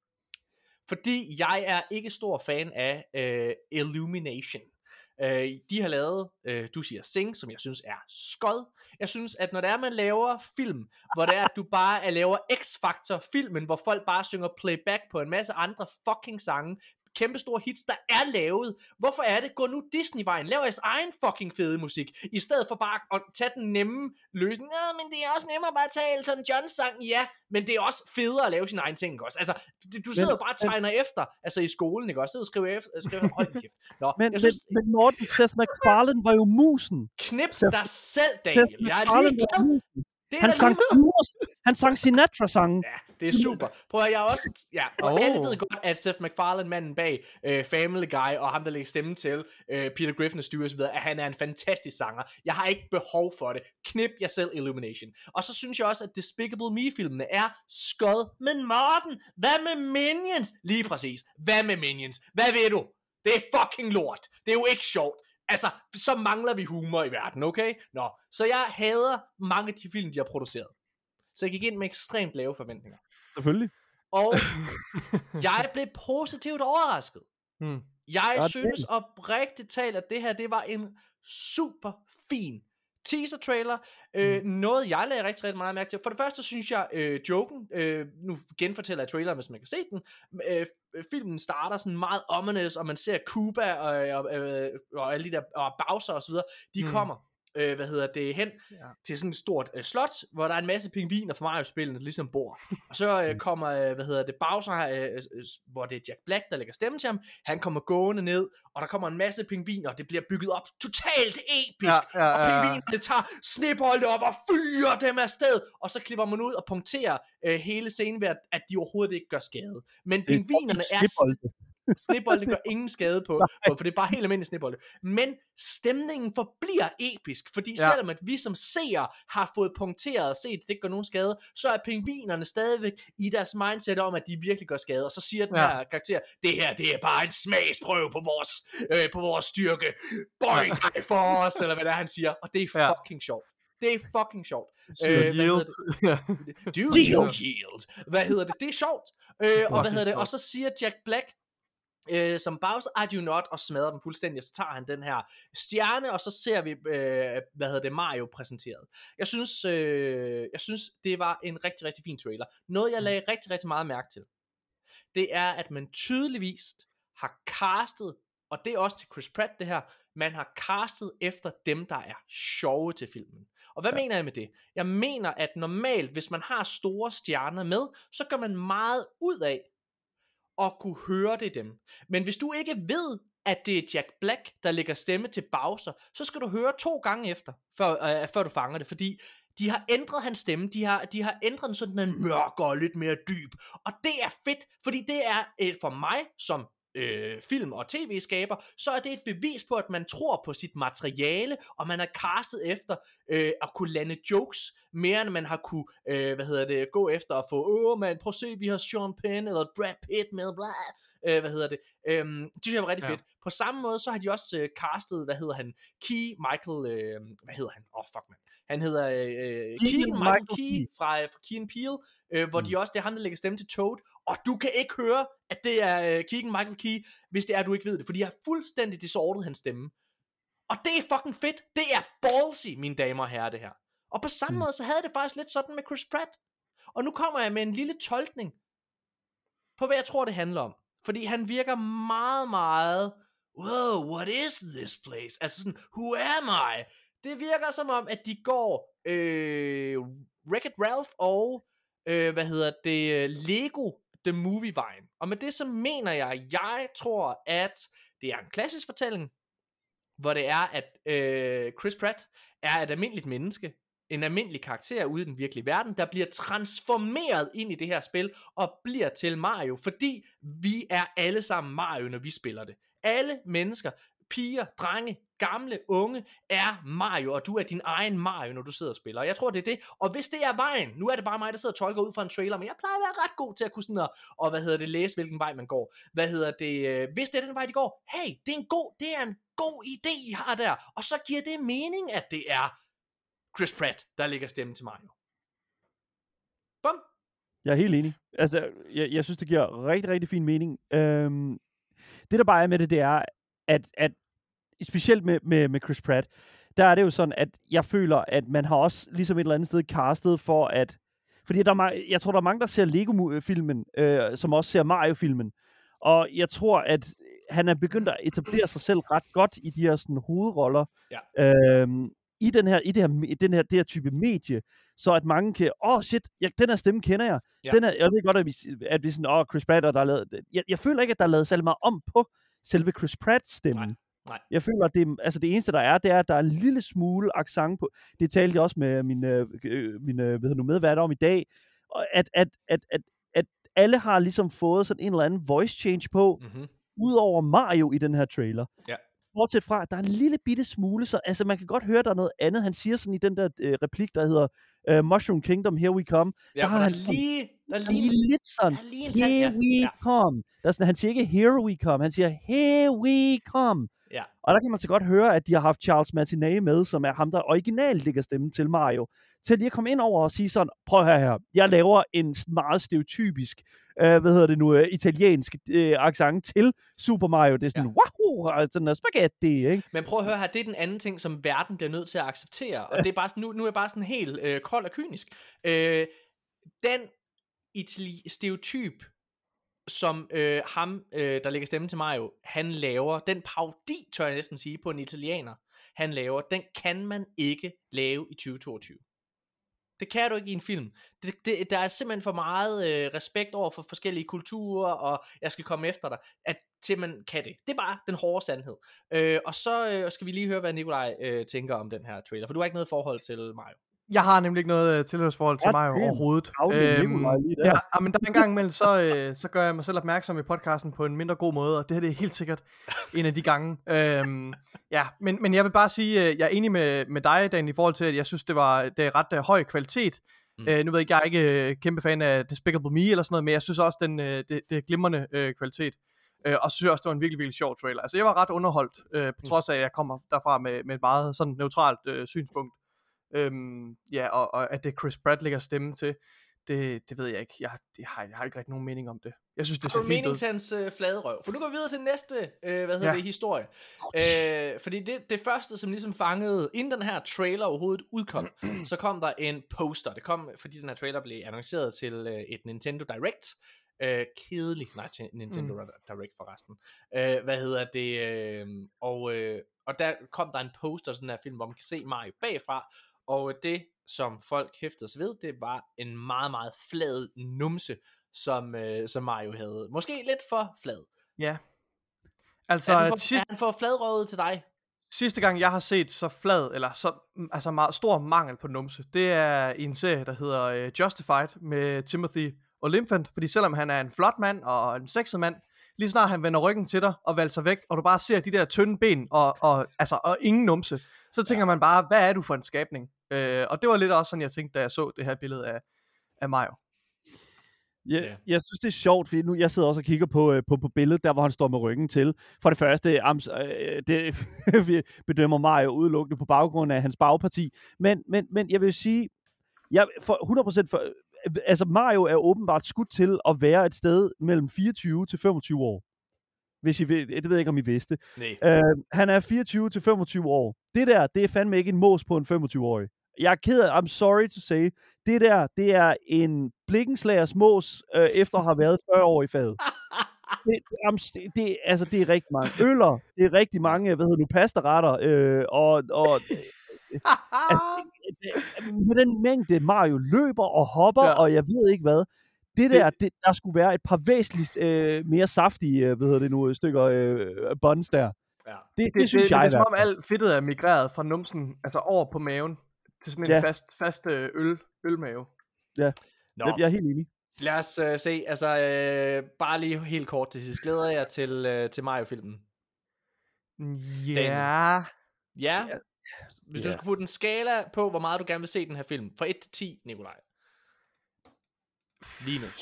Fordi jeg er ikke stor fan af øh, Illumination. Øh, de har lavet, øh, du siger Sing, som jeg synes er skod. Jeg synes, at når det er, man laver film, hvor det er, at du bare er, laver X-Factor filmen, hvor folk bare synger playback på en masse andre fucking sange, kæmpe store hits, der er lavet. Hvorfor er det? Gå nu Disney-vejen. Lav jeres egen fucking fede musik, i stedet for bare at tage den nemme løsning. Ja, men det er også nemmere bare at tage Elton Johns sang. Ja, men det er også federe at lave sin egen ting, ikke også? Altså, du, du sidder jo bare og tegner efter, altså i skolen, ikke også? Sidder og skriver efter, skriver, hold kæft. Nå, Men, jeg synes, men, men Morten, Seth MacFarlane var jo musen. knip Seth- dig selv, Daniel. Seth Jeg er MacFarlane var ligeglad. musen. Det er Han da sang, lige- blues. Han sang Sinatra-sangen. Ja, det er super. Prøv at jeg er også, ja, og Oh. alle ved godt, at Seth MacFarlane, manden bag øh, Family Guy, og ham, der lægger stemme til øh, Peter Griffin og Stu og så videre, at han er en fantastisk sanger. Jeg har ikke behov for det. Knip jer selv Illumination. Og så synes jeg også, at Despicable Me-filmene er skød. Men Morten, hvad med Minions? Lige præcis. Hvad med Minions? Hvad ved du? Det er fucking lort. Det er jo ikke sjovt. Altså, så mangler vi humor i verden, okay? Nå, så jeg hader mange af de film, de har produceret. Så jeg gik ind med ekstremt lave forventninger. Selvfølgelig. Og jeg blev positivt overrasket. Hmm. Jeg Ja, synes oprigtigt talt, at det her, det var en super fin teaser trailer. Øh, noget jeg lagde rigtig, rigtig meget mærke til. For det første synes jeg, øh, joken, øh, nu genfortæller jeg traileren, hvis man kan se den, øh, filmen starter sådan meget ominous, og man ser Cuba og, og, og, og alle de der, og Bowser og så videre, de Mm. kommer, øh, hvad hedder det, hen Ja. til sådan et stort øh, slot, hvor der er en masse pingviner fra Mario-spillene, der ligesom bor. Og så øh, kommer, øh, hvad hedder det, Bowser, øh, øh, hvor det er Jack Black, der lægger stemme til ham. Han kommer gående ned, og der kommer en masse pingviner, og det bliver bygget op totalt episk. Ja, ja, Og ja, ja. pingvinerne tager snipholdet op og fyrer dem afsted. Og så klipper man ud og punkterer øh, hele scenen ved, at, at de overhovedet ikke gør skade. Men pingvinerne er... Snebolde gør ingen skade på, på, for det er bare helt almindelig snebolde. Men stemningen forbliver episk, fordi Ja. selvom at vi som seere har fået punkteret og set, at det ikke gør nogen skade, så er pingvinerne stadigvæk i deres mindset om, at de virkelig gør skade. Og så siger den Ja. her karakter, det her, det er bare en smagsprøve på vores, øh, på vores styrke. Boy, dig for os, eller hvad det er, han siger. Og det er Ja. fucking sjovt. Det er fucking sjovt. Øh, hvad hedder yield. Ja. Do you yield? Hvad hedder det? Det er sjovt. Øh, og hvad hedder det? Og så siger Jack Black, Øh, som Bowser, I do not, og smadrer dem fuldstændig, og så tager han den her stjerne, og så ser vi, øh, hvad hedder det, Mario præsenteret. Jeg synes, øh, jeg synes, det var en rigtig, rigtig fin trailer. Noget, jeg lagde rigtig, rigtig meget mærke til, det er, at man tydeligvis har castet, og det er også til Chris Pratt det her, man har castet efter dem, der er sjove til filmen. Og hvad ja. mener jeg med det? Jeg mener, at normalt, hvis man har store stjerner med, så gør man meget ud af at kunne høre det dem. Men hvis du ikke ved, at det er Jack Black, der lægger stemme til Bowser, så skal du høre to gange efter, før, øh, før du fanger det, fordi de har ændret hans stemme, de har, de har ændret den sådan, den mørkere og lidt mere dyb, og det er fedt, fordi det er øh, for mig, som øh, film- og tv-skaber, så er det et bevis på, at man tror på sit materiale, og man har castet efter øh, at kunne lande jokes, mere end man har kunne, øh, hvad hedder det, gå efter at få, åh man, prøv at se, vi har Sean Penn, eller Brad Pitt med, bla, øh, hvad hedder det, øhm, det synes jeg var rigtig ja. fedt. På samme måde, så har de også øh, castet, hvad hedder han, Key Michael, øh, hvad hedder han, åh oh, fuck man, han hedder øh, Keegan Michael Key fra, fra Key and Peele, øh, hvor mm. de også, det er ham, der lægger stemme til Toad, og du kan ikke høre, at det er øh, Keegan Michael Key, hvis det er, du ikke ved det, for de har fuldstændig disordet hans stemme. Og det er fucking fedt, det er ballsy, mine damer og herrer, det her. Og på samme mm. måde, så havde det faktisk lidt sådan med Chris Pratt. Og nu kommer jeg med en lille tolkning på, hvad jeg tror, det handler om. Fordi han virker meget, meget, wow, what is this place? Altså sådan, who am I? Det virker som om, at de går øh, Wreck-It Ralph og, øh, hvad hedder det, Lego The Movie-vejen. Og med det så mener jeg, jeg tror, at det er en klassisk fortælling, hvor det er, at øh, Chris Pratt er et almindeligt menneske, en almindelig karakter ude i den virkelige verden, der bliver transformeret ind i det her spil, og bliver til Mario, fordi vi er alle sammen Mario, når vi spiller det. Alle mennesker, piger, drenge, gamle, unge, er Mario, og du er din egen Mario, når du sidder og spiller. Og jeg tror, det er det. Og hvis det er vejen, nu er det bare mig, der sidder og tolker ud fra en trailer, men jeg plejer at være ret god til at kunne sådan og, og hvad hedder det, læse, hvilken vej man går. Hvad hedder det, øh, hvis det er den vej, de går, hey, det er en god, det er en god idé, I har der. Og så giver det mening, at det er Chris Pratt, der lægger stemme til Mario. Bum. Jeg er helt enig. Altså, jeg, jeg synes, det giver rigtig, rigtig fin mening. Øhm, det, der bare er med det, det er, at, at specielt med, med, med Chris Pratt, der er det jo sådan, at jeg føler, at man har også ligesom et eller andet sted castet for at... Fordi der er, jeg tror, der er mange, der ser Lego-filmen, øh, som også ser Mario-filmen. Og jeg tror, at han er begyndt at etablere sig selv ret godt i de her sådan, hovedroller. Ja. Øhm, i den her, i det her, den her, det her type medie, så at mange kan, åh oh, shit, jeg, den her stemme kender jeg. Ja. Den her, jeg ved godt, at vi, at vi sådan, åh, oh, Chris Pratt, der er lavet, jeg, jeg føler ikke, at der er lavet særlig meget om på selve Chris Pratts stemme. Nej. Nej. Jeg føler, at det, altså det eneste, der er, det er, at der er en lille smule accent på. Det talte jeg også med min, øh, min øh, hvad nu, medvært om i dag, at, at, at, at, at alle har ligesom fået sådan en eller anden voice change på, mm-hmm. udover Mario i den her trailer. Ja. Bortset fra, at der er en lille bitte smule, så altså man kan godt høre, der er noget andet. Han siger sådan i den der øh, replik, der hedder uh, Mushroom Kingdom, here we come. Ja, der har han lige, der er lige lidt sådan, here we ja. come. Der er sådan, han siger ikke here we come, han siger here we come. Ja. Og der kan man så godt høre, at de har haft Charles Martinet med, som er ham, der originalt lægger stemmen til Mario, til lige at komme ind over og sige sådan, prøv her her, jeg laver en meget stereotypisk, øh, hvad hedder det nu, øh, italiensk øh, accent til Super Mario. Det er sådan, ja. Wahoo, sådan en spaghetti, ikke? Men prøv at høre her, det er den anden ting, som verden bliver nødt til at acceptere, og det er bare sådan, nu, nu er jeg bare sådan helt øh, kold og kynisk. Øh, den itali- stereotyp, som øh, ham, øh, der lægger stemme til Mario, han laver, den parodi, tør jeg næsten sige, på en italiener, han laver, den kan man ikke lave i tyve toogtyve. Det kan du ikke i en film. Det, det, der er simpelthen for meget øh, respekt over for forskellige kulturer, og jeg skal komme efter dig, at til man kan det. Det er bare den hårde sandhed. Øh, og så øh, skal vi lige høre, hvad Nikolaj øh, tænker om den her trailer, for du har ikke noget forhold til Mario. Jeg har nemlig ikke noget tilhørsforhold til mig overhovedet. Øhm, ja, men der er en gang imellem, så, øh, så gør jeg mig selv opmærksom i podcasten på en mindre god måde, og det her det er helt sikkert en af de gange. Øhm, ja, men, men jeg vil bare sige, øh, jeg er enig med, med dig, Dan, i forhold til, at jeg synes, det var det er ret øh, høj kvalitet. Mm. Øh, nu ved jeg ikke, jeg er ikke øh, kæmpe fan af Despicable Me eller sådan noget, men jeg synes også, den, øh, det, det er glimrende øh, kvalitet. Øh, og så synes jeg også, det var en virkelig, virkelig sjov trailer. Altså, jeg var ret underholdt, øh, på trods af, at jeg kommer derfra med, med et meget sådan neutralt øh, synspunkt. Øhm, ja, og, og at det Chris Pratt lægger stemme til, det, det ved jeg ikke. Jeg, det har, jeg har ikke rigtig nogen mening om det. Jeg synes, det ser fint ud. Mening til hans øh, flade røv. For nu går vi videre til næste, øh, hvad hedder ja. det, historie. Øh, fordi det, det første, som ligesom fangede, inden den her trailer overhovedet udkom, så kom der en poster. Det kom, fordi den her trailer blev annonceret til øh, et Nintendo Direct. Øh, kedelig. Nej, til Nintendo mm. Direct forresten. Øh, hvad hedder det? Øh, og, øh, og der kom der en poster af den her film, hvor man kan se Mario bagfra, og det, som folk hæftede sig ved, det var en meget, meget flad numse, som, øh, som Mario havde. Måske lidt for flad. Ja. Altså, er, for, sidst... er han for fladrøvet til dig? Sidste gang, jeg har set så flad, eller så altså meget stor mangel på numse, det er i en serie, der hedder uh, Justified med Timothy Olyphant, fordi selvom han er en flot mand og en sexet mand, lige snart han vender ryggen til dig og valser væk, og du bare ser de der tynde ben og, og, altså, og ingen numse, så tænker ja. man bare, hvad er du for en skabning? Uh, og det var lidt også sådan, jeg tænkte, da jeg så det her billede af, af Mario. Ja, yeah. Jeg synes, det er sjovt, fordi nu jeg sidder også og kigger på, øh, på, på billedet, der hvor han står med ryggen til. For det første, ams, øh, det, vi bedømmer Mario udelukkende på baggrund af hans bagparti. Men, men, men jeg vil sige, jeg, for hundrede procent for, altså Mario er åbenbart skudt til at være et sted mellem fireogtyve til femogtyve år. Hvis I ved, det ved jeg ikke, om I vidste. Øh, han er fireogtyve til femogtyve år. Det der, det er fandme ikke en mås på en femogtyve-årig. Jeg er ked af, I'm sorry to say, det der, det er en blikkenslagers mås, øh, efter at have været fyrre år i faget. Det, det, det, altså, det er rigtig mange øller, det er rigtig mange, hvad hedder nu, pastaretter, øh, og, og altså, med den mængde Mario løber og hopper, ja. og jeg ved ikke hvad, det der, det, der skulle være et par væsentligt øh, mere saftige, hvad hedder det nu, stykker øh, buns der. Ja. Det, det, det, synes det, jeg det, det er som om alt fedtet er migreret fra numsen, altså over på maven, til sådan en ja. fast, fast øl, ølmave. Ja, Nå. jeg er helt enig. Lad os uh, se, altså uh, bare lige helt kort til sidst. Glæder jeg til, uh, til Mario-filmen? Ja. Ja? Hvis ja. du skulle putte en skala på, hvor meget du gerne vil se den her film, fra et til ti, Nikolaj. Lige nu.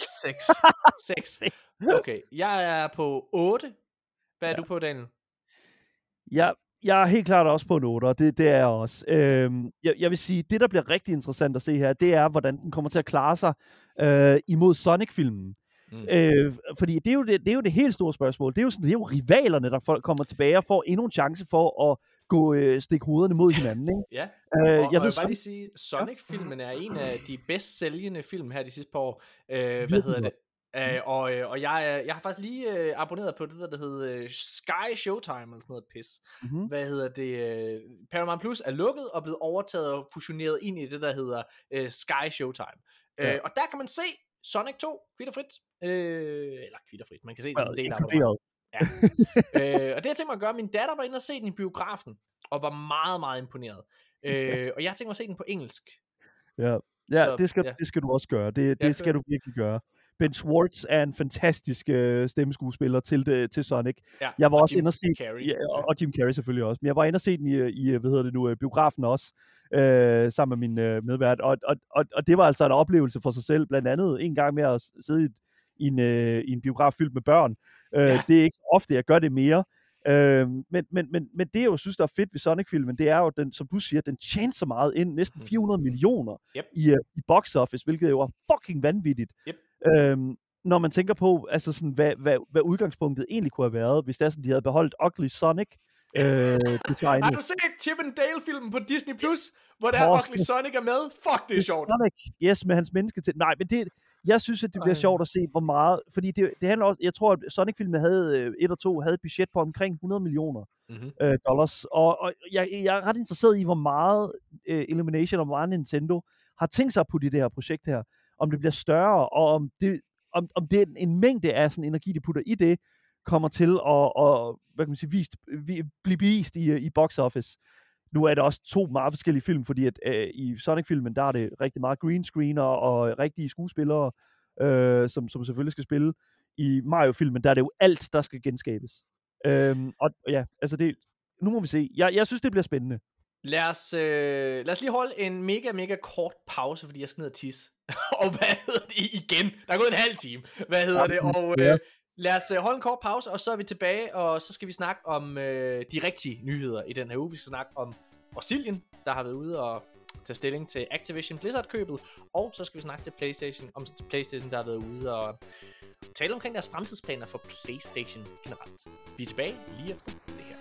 seks. seks. Okay, jeg er på otte. Hvad er ja. du på, Daniel? Ja. Jeg er helt klart også på en otte, og det, det er jeg også. Øhm, jeg, jeg vil sige, det der bliver rigtig interessant at se her, det er, hvordan den kommer til at klare sig øh, imod Sonic-filmen. Mm. Øh, fordi det er, jo det, det er jo det helt store spørgsmål. Det er jo, sådan, det er jo rivalerne, der folk kommer tilbage og får endnu en chance for at gå øh, stikke hovederne mod hinanden. Ikke? Ja, øh, og, jeg og vil jeg vil så... bare lige sige, Sonic-filmen er en af de bedst sælgende film her de sidste par år. Øh, hvad hedder det? Uh, og, og jeg, jeg har faktisk lige uh, abonneret på det der, der hedder uh, Sky Showtime, eller sådan noget pis. Mm-hmm. Hvad hedder det? Uh, Paramount Plus er lukket og blevet overtaget og fusioneret ind i det, der hedder uh, Sky Showtime. Ja. Uh, og der kan man se Sonic to, kvitterfrit. Uh, eller kvitterfrit, man kan se det som en del af det. Ja. uh, og det jeg tænkte mig at gøre, min datter var inde og se den i biografen, og var meget, meget imponeret. Uh, og jeg tænkte mig at se den på engelsk. Ja, ja, så, det, skal, ja. det skal du også gøre. Det, det skal du virkelig gøre. Ben Schwartz er en fantastisk øh, stemmeskuespiller til, det, til Sonic. Ja, jeg var også inde og se ja, og, og Jim Carrey selvfølgelig også. Men jeg var inde og se den i, i hvad hedder det nu, biografen også, øh, sammen med min øh, medvært. Og, og, og, og det var altså en oplevelse for sig selv. Blandt andet en gang med at sidde i, i, en, øh, i en biograf fyldt med børn. Øh, ja. Det er ikke så ofte, jeg gør det mere. Øh, men, men, men, men det, jeg jo synes, der er fedt ved Sonic-filmen, det er jo, den, som du siger, den tjener så meget ind. Næsten fire hundrede millioner yep. i, uh, i box office, hvilket jo er fucking vanvittigt. Yep. Øhm, når man tænker på, altså sådan, hvad, hvad, hvad udgangspunktet egentlig kunne have været, hvis det er sådan, de havde beholdt Ugly Sonic øh, designet. Har du set Chip and Dale-filmen på Disney Plus, hvor der Ugly Sonic er med? Fuck, det er sjovt. Sonic, yes, med hans menneske til. Nej, men det, jeg synes, at det bliver Ej. sjovt at se, hvor meget, fordi det, det handler også, jeg tror, at Sonic-filmen havde, et og to, havde et budget på omkring hundrede millioner mm-hmm. øh, dollars, og, og jeg, jeg er ret interesseret i, hvor meget øh, Illumination og hvor meget Nintendo har tænkt sig at putte i det her projekt her. Om det bliver større, og om det, om, om det er en mængde af sådan energi, de putter i det, kommer til at, og, hvad kan man sige, vist, vi, blive vist i, i box office. Nu er det også to meget forskellige film, fordi at, øh, i Sonic-filmen, der er det rigtig meget green screener og rigtige skuespillere, øh, som, som selvfølgelig skal spille. I Mario-filmen, der er det jo alt, der skal genskabes. Øhm, og ja, altså det, nu må vi se. Jeg, jeg synes, det bliver spændende. Lad os, øh, lad os lige holde en mega, mega kort pause, fordi jeg skal ned og tisse. Og hvad hedder det igen? Der er gået en halv time. Hvad hedder det? Og øh, lad os holde en kort pause, og så er vi tilbage, og så skal vi snakke om øh, de rigtige nyheder i den her uge. Vi skal snakke om Brasilien, der har været ude og tage stilling til Activision Blizzard-købet. Og så skal vi snakke til PlayStation, om PlayStation, der har været ude og tale omkring deres fremtidsplaner for PlayStation generelt. Vi er tilbage lige efter det her.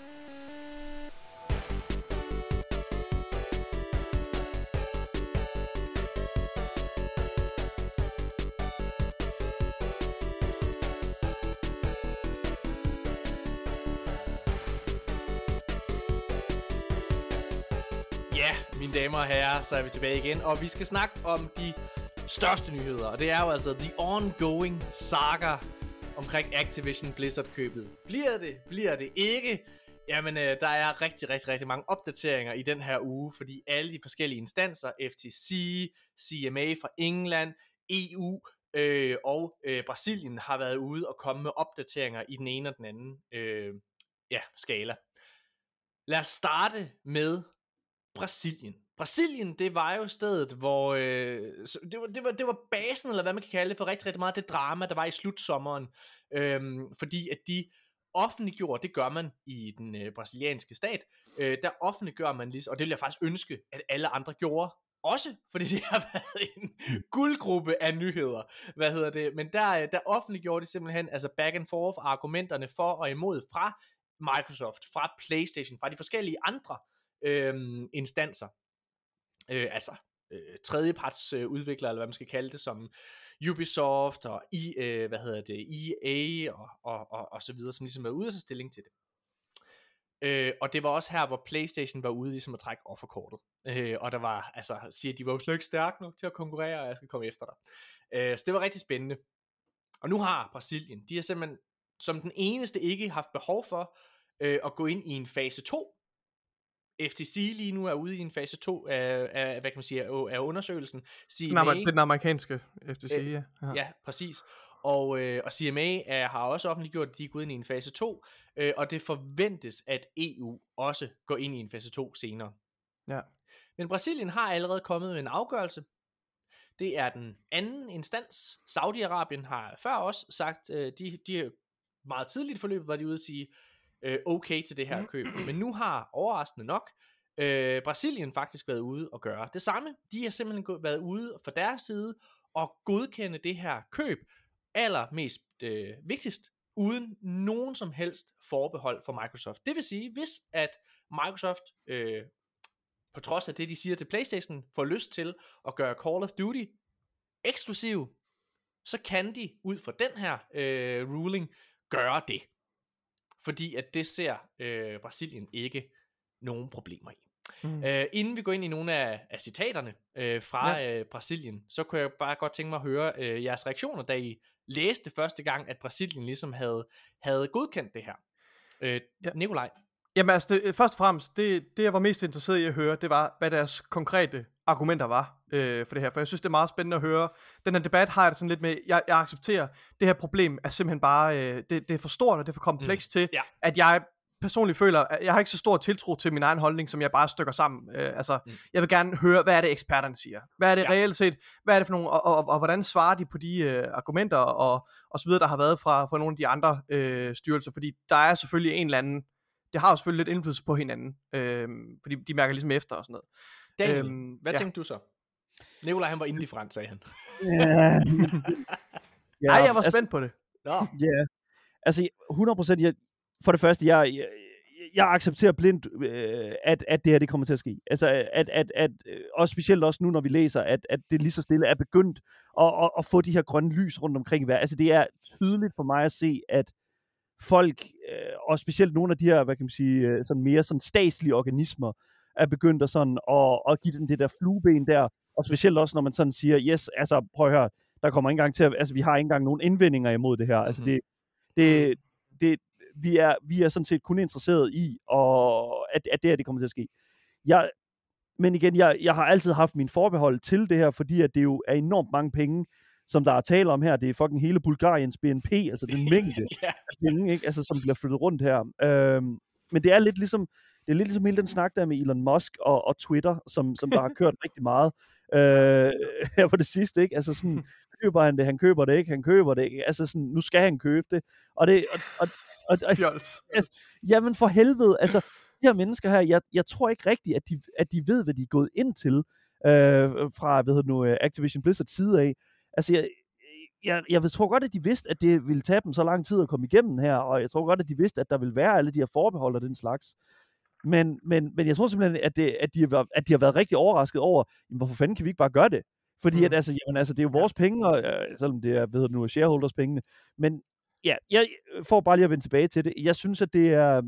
Ja, mine damer og herrer, så er vi tilbage igen, og vi skal snakke om de største nyheder, og det er jo altså the ongoing saga omkring Activision Blizzard-købet. Bliver det? Bliver det ikke? Jamen, øh, der er rigtig, rigtig, rigtig mange opdateringer i den her uge, fordi alle de forskellige instanser, F T C, C M A fra England, E U øh, og øh, Brasilien, har været ude og komme med opdateringer i den ene og den anden øh, ja, skala. Lad os starte med Brasilien. Brasilien, det var jo stedet, hvor øh, det, var, det, var, det var basen, eller hvad man kan kalde det, for rigtig, rigtig meget det drama, der var i slutsommeren. Øh, fordi at de offentliggjorde, det gør man i den øh, brasilianske stat, øh, der offentliggør man lige, og det vil jeg faktisk ønske, at alle andre gjorde også, fordi det har været en guldgruppe af nyheder, hvad hedder det, men der, der offentliggjorde det simpelthen, altså back and forth, argumenterne for og imod fra Microsoft, fra PlayStation, fra de forskellige andre øh, instanser, øh, altså øh, tredjeparts øh, udviklere, eller hvad man skal kalde det, som Ubisoft og I, øh, hvad hedder det, E A og, og, og, og så videre, som ligesom var ude at tage stilling til det. Øh, og det var også her, hvor PlayStation var ude ligesom at trække offerkortet. Øh, og der var, altså, siger de var jo slet ikke stærke nok til at konkurrere, og jeg skal komme efter dig. Øh, så det var rigtig spændende. Og nu har Brasilien, de har simpelthen som den eneste ikke haft behov for øh, at gå ind i en fase to. F T C lige nu er ude i en fase to af, af hvad kan man sige, af, af undersøgelsen. C M A, Nå, det er den amerikanske F T C, øh, ja. ja. Ja, præcis. Og, øh, og C M A er, har også offentliggjort, at de er gået ind i en fase to, øh, og det forventes, at E U også går ind i en fase to senere. Ja. Men Brasilien har allerede kommet med en afgørelse. Det er den anden instans. Saudi-Arabien har før også sagt, øh, de, de meget tidligt i forløbet var de ude at sige, øh, okay til det her køb. Men nu har overraskende nok øh, Brasilien faktisk været ude og gøre det samme. De har simpelthen været ude fra deres side og godkende det her køb, allermest øh, vigtigst, uden nogen som helst forbehold for Microsoft. Det vil sige, hvis at Microsoft, øh, på trods af det, de siger til PlayStation, får lyst til at gøre Call of Duty eksklusiv, så kan de ud fra den her øh, ruling gøre det. Fordi at det ser øh, Brasilien ikke nogen problemer i. Mm. Øh, inden vi går ind i nogle af, af citaterne øh, fra ja. øh, Brasilien, så kunne jeg bare godt tænke mig at høre øh, jeres reaktioner, da I læste første gang, at Brasilien ligesom havde, havde godkendt det her. Øh, ja. Nikolaj? Jamen altså, det, først og fremmest, det, det jeg var mest interesseret i at høre, det var, hvad deres konkrete argumenter var øh, for det her. For jeg synes, det er meget spændende at høre. Den her debat har jeg det sådan lidt med, jeg, jeg accepterer, det her problem er simpelthen bare, øh, det, det er for stort, og det er for komplekst mm. til, ja. at jeg personligt føler, at jeg har ikke så stor tiltro til min egen holdning, som jeg bare stykker sammen. Øh, altså, mm. jeg vil gerne høre, hvad er det eksperterne siger? Hvad er det ja. reelt set? Hvad er det for nogle, og, og, og, og hvordan svarer de på de øh, argumenter, og, og så videre, der har været fra, fra nogle af de andre øh, styrelser? Fordi der er selvfølgelig en eller anden, det har jo selvfølgelig lidt indflydelse på hinanden, øh, fordi de mærker ligesom efter og sådan noget. Daniel, øhm, hvad ja. tænkte du så? Nikolaj, han var indifferent, sagde han. Ja. Nej, jeg var spændt altså, på det. Nå. Ja, altså hundrede procent, jeg, for det første, jeg, jeg, jeg accepterer blindt, øh, at, at det her det kommer til at ske. Altså, at, at, at, og specielt også nu, når vi læser, at, at det lige så stille er begyndt at, at, at få de her grønne lys rundt omkring i verden. Altså, det er tydeligt for mig at se, at folk, øh, og specielt nogle af de her, hvad kan man sige, sådan mere sådan statslige organismer, er begyndt at, sådan, at, at give den det der flueben der, og specielt også, når man sådan siger, yes, altså, prøv at høre, der kommer ikke engang til at, altså, vi har ikke engang nogen indvendinger imod det her. Mm-hmm. Altså, det, det, det, vi er, vi er sådan set kun interesseret i, og at, at det her, det kommer til at ske. Jeg, men igen, jeg, jeg har altid haft min forbehold til det her, fordi at det jo er enormt mange penge, som der er tale om her. Det er fucking hele Bulgariens B N P, altså den mængde yeah. af penge, ikke? Altså, som bliver flyttet rundt her. Øhm, men det er lidt ligesom, det er lidt ligesom hele den snak der med Elon Musk og, og Twitter, som, som der har kørt rigtig meget øh, her på det sidste, ikke? Altså sådan, køber han det, han køber det ikke, han køber det ikke. Altså sådan, nu skal han købe det. Og det, og, og, og, og altså, jamen for helvede, altså, de her mennesker her, jeg, jeg tror ikke rigtigt, at de, at de ved, hvad de er gået ind til øh, fra, hvad hedder det nu, Activision Blizzards side af. Altså, jeg, jeg, jeg tror godt, at de vidste, at det ville tage dem så lang tid at komme igennem her, og jeg tror godt, at de vidste, at der ville være alle de her forbehold og den slags. Men, men, men jeg tror simpelthen, at, det, at, de har, at de har været rigtig overrasket over, jamen, hvorfor fanden kan vi ikke bare gøre det? Fordi mm. at, altså, jamen, altså, det er jo vores penge, og, øh, selvom det er, ved nu, shareholders pengene. Men ja, jeg får bare lige at vende tilbage til det. Jeg synes, at det er,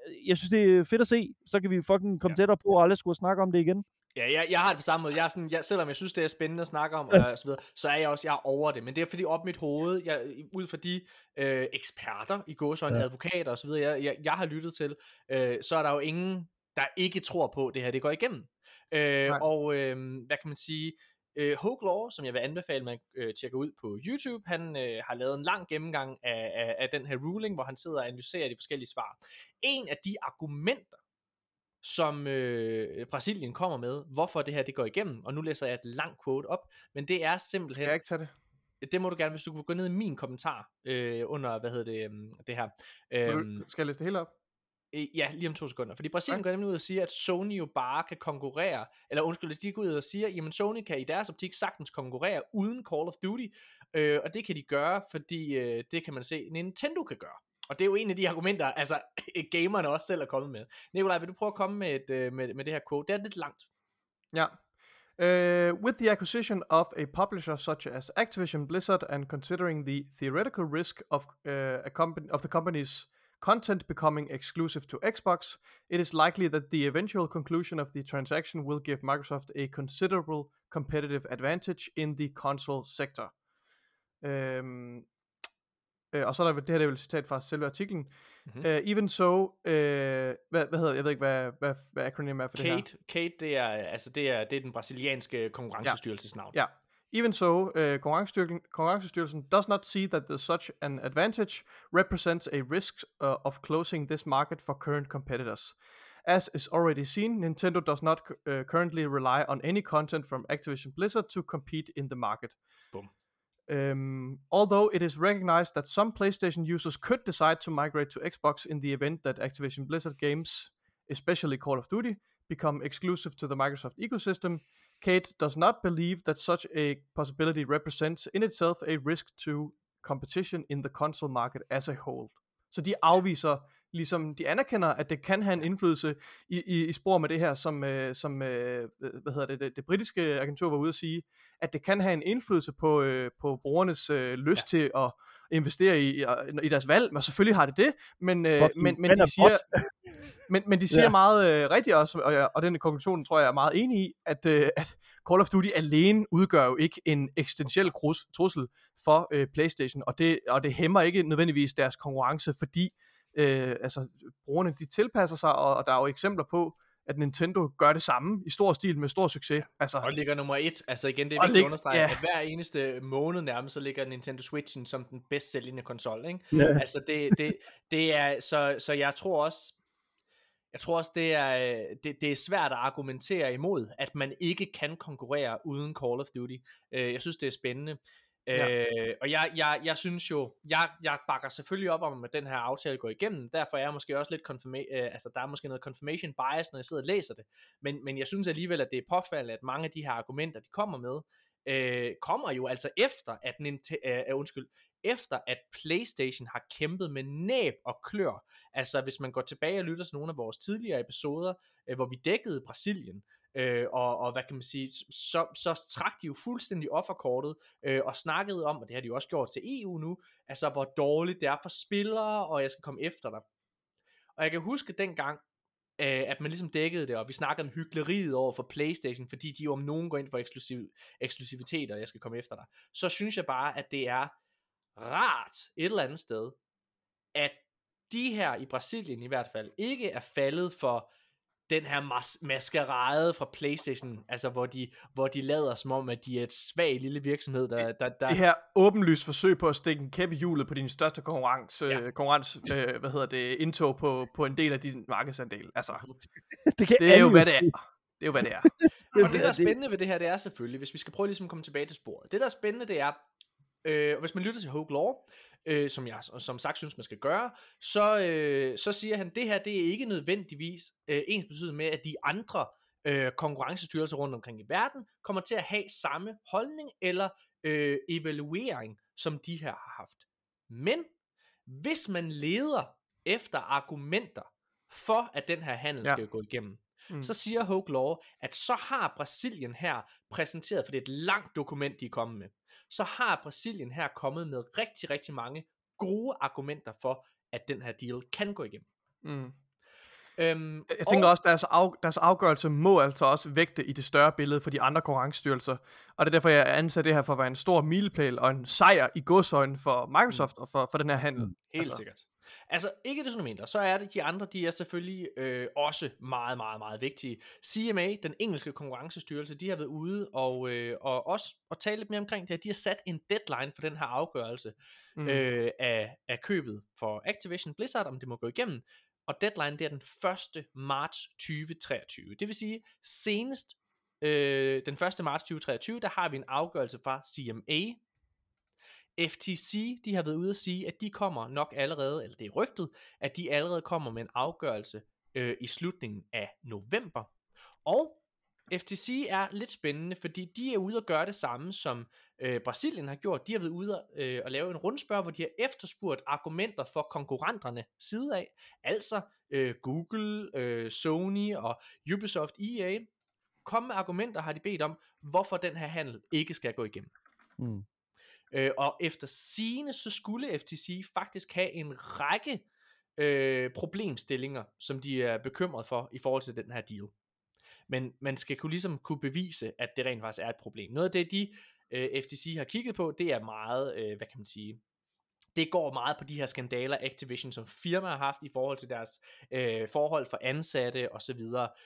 jeg synes, det er fedt at se. Så kan vi fucking komme ja. tættere på, og aldrig skulle snakke om det igen. Ja, jeg, jeg har det på samme måde. Jeg er sådan, jeg, selvom jeg synes, det er spændende at snakke om, og så videre, så er jeg også jeg er over det. Men det er fordi op mit hoved, jeg, ud fra de øh, eksperter i gåseøjne, ja. advokater og så videre, jeg, jeg, jeg har lyttet til, øh, så er der jo ingen, der ikke tror på, det her det går igennem. Øh, og øh, hvad kan man sige, øh, Hogue, som jeg vil anbefale, man øh, tjekker ud på YouTube, han øh, har lavet en lang gennemgang af, af, af den her ruling, hvor han sidder og analyserer de forskellige svar. En af de argumenter, som øh, Brasilien kommer med, hvorfor det her det går igennem, og nu læser jeg et langt quote op, men det er simpelthen... Skal jeg ikke tage det? Det må du gerne, hvis du kan gå ned i min kommentar øh, under, hvad hedder det, det her. Øhm, skal jeg læse det hele op? Øh, ja, lige om to sekunder. Fordi Brasilien okay. går nemlig ud og siger, at Sony jo bare kan konkurrere, eller undskyld, de går ud og siger, jamen Sony kan i deres optik sagtens konkurrere uden Call of Duty, øh, og det kan de gøre, fordi øh, det kan man se, Nintendo kan gøre. Og det er jo en af de argumenter, altså gamerne også selv er kommet med. Nikolaj, vil du prøve at komme med, et, med, med det her quote? Det er lidt langt. Ja. Uh, with the acquisition of a publisher such as Activision Blizzard and considering the theoretical risk of, uh, a company, of the company's content becoming exclusive to Xbox, it is likely that the eventual conclusion of the transaction will give Microsoft a considerable competitive advantage in the console sector. Um, Uh, og så er der det her, det er vel et citat fra selve artiklen. Mm-hmm. Uh, even so, uh, hvad, hvad hedder, jeg ved ikke, hvad, hvad, hvad acronym er for Kate, det her. Kate, det er, altså det er, det er den brasilianske konkurrencestyrelses navn. Ja. Yeah. Even so, uh, konkurrencestyrelsen, konkurrencestyrelsen does not see that the, such an advantage represents a risk uh, of closing this market for current competitors. As is already seen, Nintendo does not uh, currently rely on any content from Activision Blizzard to compete in the market. Boom. Um, although it is recognized that some PlayStation users could decide to migrate to Xbox in the event that Activision Blizzard games, especially Call of Duty, become exclusive to the Microsoft ecosystem, Kate does not believe that such a possibility represents in itself a risk to competition in the console market as a whole. Så de afviser, ligesom de anerkender, at det kan have en indflydelse i, i, i spor med det her, som, øh, som øh, hvad hedder det, det, det britiske agentur var ude at sige, at det kan have en indflydelse på, øh, på brugernes øh, lyst ja. til at investere i, i, i deres valg, men selvfølgelig har det det, men, øh, men, men de siger... Men, men de siger ja. meget øh, rigtigt også, og, og den konklusion tror jeg er meget enig i, at, øh, at Call of Duty alene udgør jo ikke en eksistentiel trussel for øh, PlayStation, og det, og det hæmmer ikke nødvendigvis deres konkurrence, fordi øh, altså, brugerne de tilpasser sig, og, og der er jo eksempler på, at Nintendo gør det samme i stor stil med stor succes. Altså, og ligger nummer et, altså igen, det er vigtigt at understrege, ja. at hver eneste måned nærmest, så ligger Nintendo Switchen som den bedst sælgende konsol, ikke? Ja. Altså det, det, det er, så, så jeg tror også, Jeg tror også, det er, det, det er svært at argumentere imod, at man ikke kan konkurrere uden Call of Duty. Uh, jeg synes, det er spændende. Ja. Uh, og jeg, jeg, jeg synes jo, jeg, jeg bakker selvfølgelig op om, at den her aftale går igennem. Derfor er jeg måske også lidt confirma- uh, altså der er måske noget confirmation bias, når jeg sidder og læser det. Men, men jeg synes alligevel, at det er påfaldende, at mange af de her argumenter, de kommer med, uh, kommer jo altså efter, at Nintendo, uh, undskyld, efter at PlayStation har kæmpet med næb og klør. Altså hvis man går tilbage og lytter til nogle af vores tidligere episoder, øh, hvor vi dækkede Brasilien, øh, og, og hvad kan man sige, så, så trak de jo fuldstændig offerkortet, øh, og snakkede om, og det har de jo også gjort til E U nu, altså hvor dårligt det er for spillere, og jeg skal komme efter dig. Og jeg kan huske dengang, øh, at man ligesom dækkede det, og vi snakkede om hykleriet over for PlayStation, fordi de jo om nogen går ind for eksklusiv, eksklusivitet, og jeg skal komme efter dig. Så synes jeg bare, at det er rart et eller andet sted, at de her i Brasilien i hvert fald ikke er faldet for den her mas- maskerade fra PlayStation, altså hvor de, hvor de lader som om, at de er et svag lille virksomhed, der... der, der... Det her åbenlyst forsøg på at stikke en kæp i hjulet på din største konkurrence, ja. konkurrence øh, hvad hedder det, indtog på, på en del af din markedsandel. Altså, det, kan det er jo, hvad det er. Det er jo, hvad det er. Og det, der er spændende ved det her, det er selvfølgelig, hvis vi skal prøve ligesom at komme tilbage til sporet, det der er spændende, det er, Øh, og hvis man lytter til Hogue Law, øh, som jeg som sagt synes man skal gøre, så, øh, så siger han, det her det er ikke nødvendigvis øh, ensbetydende med, at de andre øh, konkurrencestyrelser rundt omkring i verden kommer til at have samme holdning eller øh, evaluering, som de her har haft. Men hvis man leder efter argumenter for, at den her handel ja. skal gå igennem, Mm. så siger Hogue Law, at så har Brasilien her præsenteret, for det er et langt dokument, de er kommet med, så har Brasilien her kommet med rigtig, rigtig mange gode argumenter for, at den her deal kan gå igennem. Mm. Øhm, Jeg tænker og, også, at deres, af, deres afgørelse må altså også vægte i det større billede for de andre konkurrencestyrelser. Og det er derfor, jeg anser det her for at være en stor milepæl og en sejr i godsøjne for Microsoft mm. og for, for den her handel. Mm. Helt altså. sikkert. Altså, ikke det sådan mindre, så er det de andre, de er selvfølgelig øh, også meget, meget, meget vigtige. C M A, den engelske konkurrencestyrelse, de har været ude og, øh, og også og tale lidt mere omkring det her. De har sat en deadline for den her afgørelse mm. øh, af, af købet for Activision Blizzard, om det må gå igennem. Og deadline, det er den første marts tyve treogtyve. Det vil sige, senest øh, den første marts tyve treogtyve, der har vi en afgørelse fra C M A. F T C, de har været ude at sige, at de kommer nok allerede, eller det er rygtet, at de allerede kommer med en afgørelse øh, i slutningen af november. Og F T C er lidt spændende, fordi de er ude at gøre det samme, som øh, Brasilien har gjort. De har været ude øh, at lave en rundspørg, hvor de har efterspurgt argumenter for konkurrenterne side af. Altså øh, Google, øh, Sony og Ubisoft E A. Kom med argumenter, har de bedt om, hvorfor den her handel ikke skal gå igennem. Mm. Øh, og efter sigende, så skulle F T C faktisk have en række øh, problemstillinger, som de er bekymret for i forhold til den her deal. Men man skal kunne ligesom kunne bevise, at det rent faktisk er et problem. Noget af det, de øh, F T C har kigget på, det er meget, øh, hvad kan man sige, det går meget på de her skandaler, Activision som firma har haft i forhold til deres øh, forhold for ansatte osv.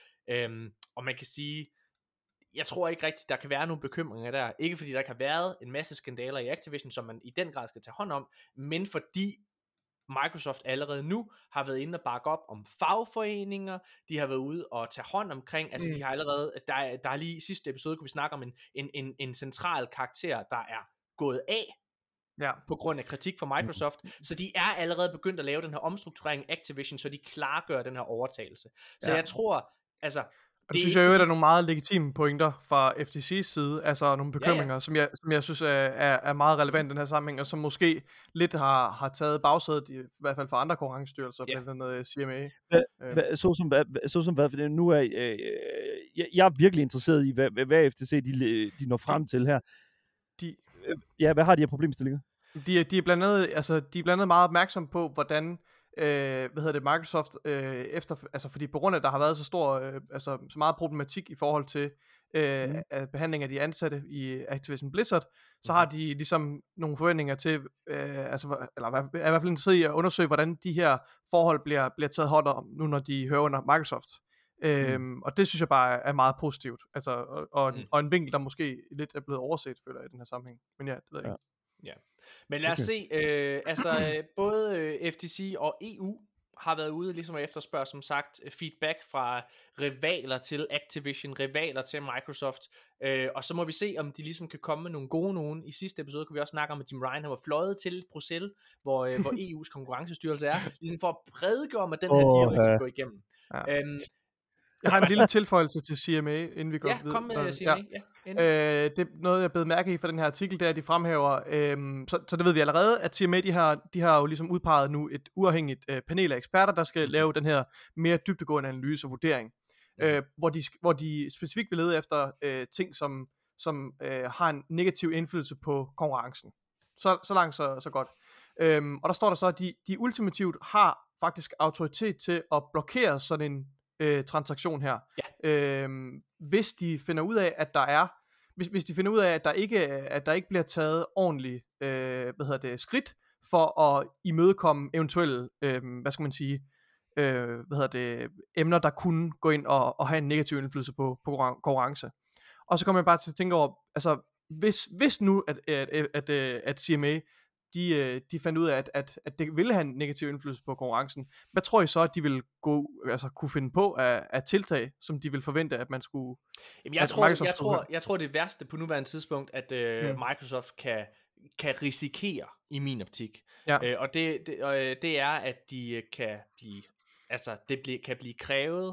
Øhm, og man kan sige, jeg tror ikke rigtigt, der kan være nogle bekymringer der. Ikke fordi der ikke har været en masse skandaler i Activision, som man i den grad skal tage hånd om, men fordi Microsoft allerede nu har været inde og bakke op om fagforeninger, de har været ude og tage hånd omkring, altså mm. de har allerede, der, der er lige i sidste episode, kunne vi snakke om en, en, en, en central karakter, der er gået af, ja. på grund af kritik fra Microsoft, mm. så de er allerede begyndt at lave den her omstrukturering af Activision, så de klargør den her overtagelse. Så ja. jeg tror, altså, og det, det synes jeg jo, at der er nogle meget legitime pointer fra F T C's side, altså nogle bekymringer, ja, ja. Som, jeg, som jeg synes er, er, er meget relevant i den her sammenhæng, og som måske lidt har, har taget bagsædet, i, i hvert fald for andre konkurrencestyrelser, ja. blandt andet C M A. Hva, øh. hva, så, som, hva, så som hvad, nu er øh, jeg, jeg er virkelig interesseret i, hvad, hvad F T C de, de når frem til her. De, ja, hvad har de her problemstillinger? De, de, er blandt andet, altså, de er blandt andet meget opmærksomme på, hvordan Øh, hvad hedder det, Microsoft øh, efter, altså fordi på grund af, der har været så stor, øh, altså så meget problematik i forhold til øh, mm. behandling af de ansatte i Activision Blizzard, så mm. har de ligesom nogle forventninger til, øh, altså, eller er i hvert fald interesseret i at undersøge, hvordan de her forhold bliver, bliver taget hånd om, nu når de hører under Microsoft. Mm. Øhm, og det synes jeg bare er meget positivt, altså, og, og, mm. og en vinkel, der måske lidt er blevet overset, føler jeg, i den her sammenhæng. Men ja, det ved jeg ja. ikke. Ja, men lad os okay. se, øh, altså både øh, F T C og E U har været ude ligesom at efterspørge, som sagt, feedback fra rivaler til Activision, rivaler til Microsoft, øh, og så må vi se, om de ligesom kan komme med nogle gode nogen. I sidste episode kunne vi også snakke om, at Jim Ryan har fløjet til Bruxelles, hvor, øh, hvor E U's konkurrencestyrelse er, ligesom for at prædike om, at den her oh, deal ikke skal gå igennem. Ja. Øhm, Jeg har en lille tilføjelse til C M A, inden vi går ja, videre. Kom med C M A, ja. ja. Øh, det er noget, jeg blev mærke i for den her artikel, det er, at de fremhæver, øh, så, så det ved vi allerede, at C M A, de har, de har jo ligesom udpeget nu et uafhængigt øh, panel af eksperter, der skal lave den her mere dybdegående analyse og vurdering, mm. øh, hvor, de, hvor de specifikt vil lede efter øh, ting, som, som øh, har en negativ indflydelse på konkurrencen. Så, så langt, så, så godt. Øhm, og der står der så, at de, de ultimativt har faktisk autoritet til at blokere sådan en Øh, transaktion her. Ja. Øhm, hvis de finder ud af, at der er, hvis, hvis de finder ud af, at der ikke, at der ikke bliver taget ordentligt, øh, hvad hedder det, skridt for at imødekomme eventuelle, øh, hvad skal man sige, øh, hvad hedder det, emner, der kunne gå ind og, og have en negativ indflydelse på, på konkurrence. Og så kommer jeg bare til at tænke over, altså, hvis, hvis nu, at, at, at, at, at C M A De, de fandt ud af, at, at, at det ville have en negativ indflydelse på konkurrencen. Hvad tror I så, at de vil gå, altså, kunne finde på af, af tiltag, som de vil forvente, at man skulle... Jamen, jeg, tror, jeg, tror, jeg tror, det værste på nuværende tidspunkt, at øh, ja. Microsoft kan, kan risikere i min optik. Ja. Øh, og det, det, øh, det er, at de kan blive... Altså, det blive, kan blive krævet,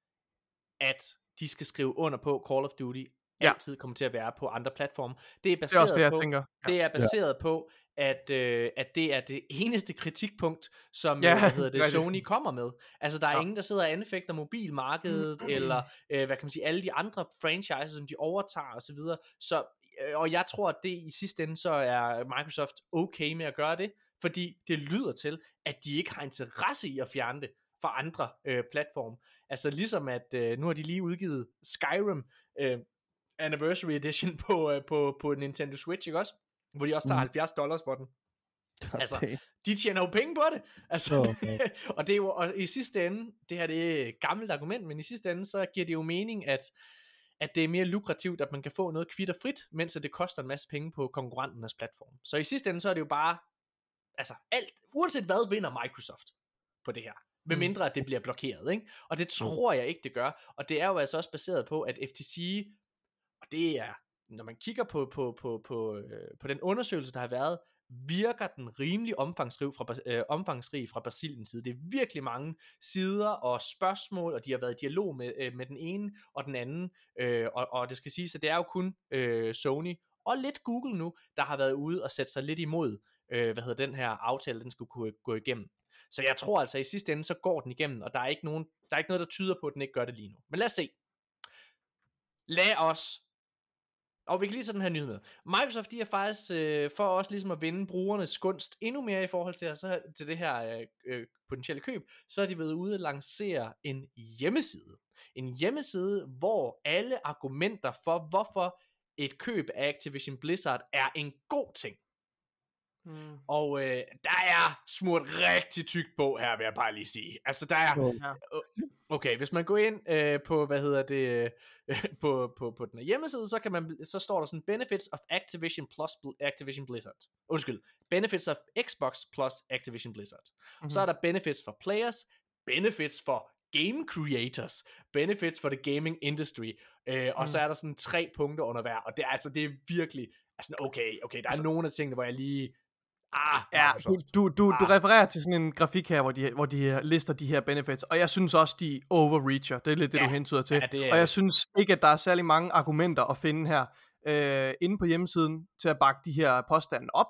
at de skal skrive under på Call of Duty altid kommer til at være på andre platforme. Det er baseret, det er også det, jeg på, tænker. Ja. Det er baseret ja. på, at, øh, at det er det eneste kritikpunkt, som ja, hvad hedder det, Sony kommer med. Altså, der er ja. ingen, der sidder og anfægter mobilmarkedet, mm. eller øh, hvad kan man sige, alle de andre franchises, som de overtager osv. Så, så øh, og jeg tror, at det i sidste ende, så er Microsoft okay med at gøre det, fordi det lyder til, at de ikke har interesse i at fjerne det. fra andre øh, platforme. Altså ligesom at øh, nu har de lige udgivet Skyrim øh, Anniversary Edition på, øh, på, på Nintendo Switch, ikke også? Hvor de også tager mm. halvfjerds dollars for den. Altså, de tjener jo penge på det. Altså, okay. Og det er jo, og i sidste ende, det her det er et gammelt argument, men i sidste ende, så giver det jo mening, at, at det er mere lukrativt, at man kan få noget kvitter frit, mens det koster en masse penge på konkurrenternes platform. Så i sidste ende, så er det jo bare, altså alt, uanset hvad, vinder Microsoft på det her. Med mindre at det bliver blokeret, ikke? Og det tror jeg ikke, det gør. Og det er jo altså også baseret på, at F T C, og det er, når man kigger på, på, på, på, øh, på den undersøgelse, der har været, virker den rimelig omfangsrig fra, øh, omfangsrig fra Brasiliens side. Det er virkelig mange sider og spørgsmål, og de har været i dialog med, øh, med den ene og den anden, øh, og, og det skal siges, at det er jo kun øh, Sony og lidt Google nu, der har været ude og sætte sig lidt imod, øh, hvad hedder den her aftale, den skulle kunne gå igennem. Så jeg tror altså, i sidste ende, så går den igennem, og der er ikke nogen, der er ikke noget, der tyder på, at den ikke gør det lige nu. Men lad os se. Lad os Og vi kan lige tage den her nyhed med. Microsoft, de er faktisk, øh, for også ligesom at vinde brugernes gunst endnu mere i forhold til, så, til det her øh, potentielle køb, så er de været ude at lancere en hjemmeside. En hjemmeside, hvor alle argumenter for, hvorfor et køb af Activision Blizzard er en god ting. Mm. Og øh, der er smurt rigtig tykt på her, vil jeg bare lige sige. Altså der er, okay, hvis man går ind øh, på, hvad hedder det, øh, på, på, på den her hjemmeside, så kan man, så står der sådan, benefits of Activision plus Activision Blizzard. Undskyld, benefits of Xbox plus Activision Blizzard. Mm-hmm. Så er der benefits for players, benefits for game creators, benefits for the gaming industry, øh, og mm. så er der sådan tre punkter under hver, og det er altså, det er virkelig, altså okay, okay, der er altså, nogle af tingene, hvor jeg lige, ah, ja, du, du, du, ah. du refererer til sådan en grafik her, hvor de, hvor de lister de her benefits, og jeg synes også, de overreacher, det er lidt det, ja. du hentyder til, ja, er, og jeg synes ikke, at der er særlig mange argumenter at finde her, øh, inde på hjemmesiden, til at bakke de her påstande op.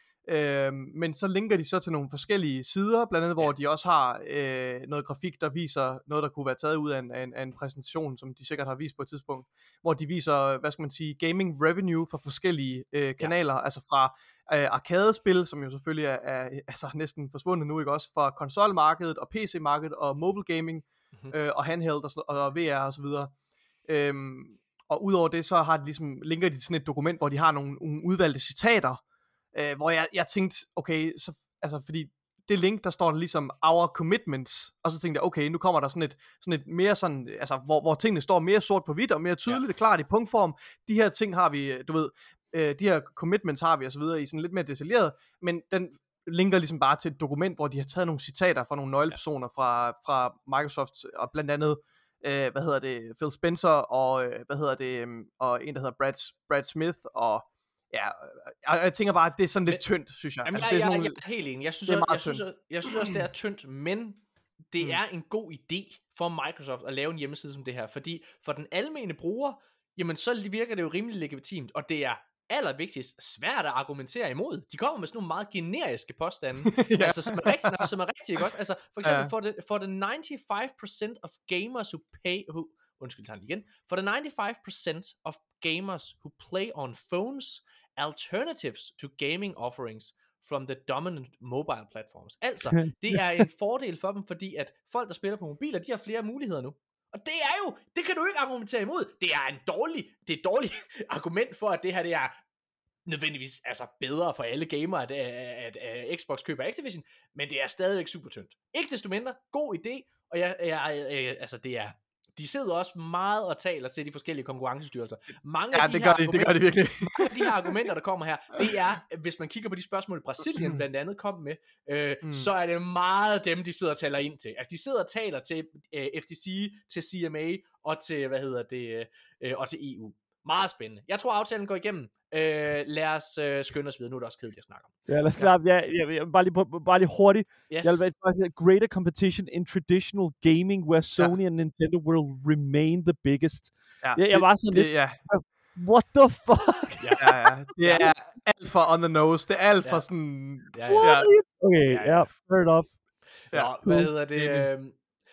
Øh, men så linker de så til nogle forskellige sider, blandt andet hvor ja. de også har øh, noget grafik, der viser noget, der kunne være taget ud af en, af, en, af en præsentation, som de sikkert har vist på et tidspunkt, hvor de viser, hvad skal man sige, gaming revenue for forskellige øh, kanaler, ja. altså fra øh, arkadespil, som jo selvfølgelig er, er altså næsten forsvundet nu, ikke også, fra konsolmarkedet og P C-markedet og mobile gaming mm-hmm. øh, og handheld og, og V R og så videre. Øhm, og udover det, så har de ligesom, linker de til sådan et dokument, hvor de har nogle, nogle udvalgte citater, Øh, hvor jeg, jeg tænkte, okay, så, altså fordi det link, der står der ligesom our commitments, og så tænkte jeg, okay, nu kommer der sådan et, sådan et mere sådan, altså hvor, hvor tingene står mere sort på hvidt, og mere tydeligt, ja. klart i punktform, de her ting har vi, du ved, øh, de her commitments har vi, og så videre, i sådan lidt mere detaljeret, men den linker ligesom bare til et dokument, hvor de har taget nogle citater fra nogle nøglepersoner ja. fra, fra Microsoft, og blandt andet, øh, hvad hedder det, Phil Spencer, og øh, hvad hedder det, øh, og en, der hedder Brad, Brad Smith, og ja, jeg, jeg tænker bare, at det er sådan lidt tyndt, synes jeg. Jamen, altså, jeg, det er jeg, nogle, jeg er helt enig. Jeg synes, også, jeg, synes, jeg, jeg synes også, det er tyndt, men det mm. er en god idé for Microsoft at lave en hjemmeside som det her, fordi for den almene bruger, jamen så virker det jo rimelig legitimt, og det er allervigtigst svært at argumentere imod. De kommer med sådan nogle meget generiske påstande, ja. altså som er rigtigt, nej, som er rigtigt, ikke også? Altså for eksempel ja. for the for the ninety-five percent of gamers who pay who undskyld, tager den igen. For the ninety-five percent of gamers who play on phones, alternatives to gaming offerings from the dominant mobile platforms. Altså, det er en fordel for dem, fordi at folk, der spiller på mobiler, de har flere muligheder nu. Og det er jo, det kan du ikke argumentere imod. Det er en dårlig, det er et dårligt argument for, at det her, det er nødvendigvis altså bedre for alle gamere, at, at, at, at Xbox køber Activision, men det er stadigvæk super tyndt. Ikke desto mindre, god idé, og jeg, jeg, jeg altså det er, de sidder også meget og taler til de forskellige konkurrencestyrelser. Mange ja, af de det gør de, det gør de virkelig. Mange af de her argumenter, der kommer her, det er, hvis man kigger på de spørgsmål, Brasilien blandt andet kom med, øh, mm. så er det meget dem, de sidder og taler ind til. Altså, de sidder og taler til øh, F T C, til C M A og til, hvad hedder det, øh, og til E U. Meget spændende. Jeg tror, aftalen går igennem. Øh, lad os øh, skynde os videre. Nu er det også kedeligt at snakke om. Ja, lad os ja. Ja, ja, ja, bare, lige, bare lige hurtigt. Yes. Jeg vil bare sige, greater competition in traditional gaming, where Sony ja. and Nintendo will remain the biggest. Ja, jeg, jeg var sådan det, lidt... Ja. What the fuck? Ja, ja, ja. Det er alt for on the nose. Det er alt for ja. sådan... Ja, ja. Ja. Okay, ja, ja. fair enough. Ja, ja. Hvad hedder det... Øh...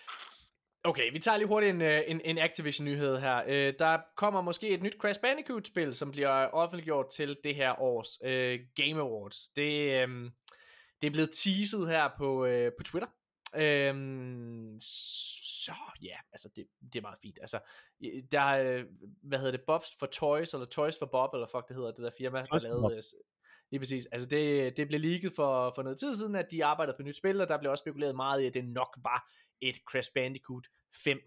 Okay, vi tager lige hurtigt en, en, en Activision-nyhed her. Øh, der kommer måske et nyt Crash Bandicoot-spil, som bliver offentliggjort til det her års øh, Game Awards. Det, øh, det er blevet teaset her på, øh, på Twitter. Øhm, så ja, altså det, det er meget fint. Altså, der er, hvad hedder det, Bob's for Toys, eller Toys for Bob, eller fuck det hedder, det der firma, Toys der for lavede, lige præcis. Altså det, det blev leaget for, for noget tid siden, at de arbejdede på et nyt spil, og der blev også spekuleret meget i, at det nok var et Crash Bandicoot fem.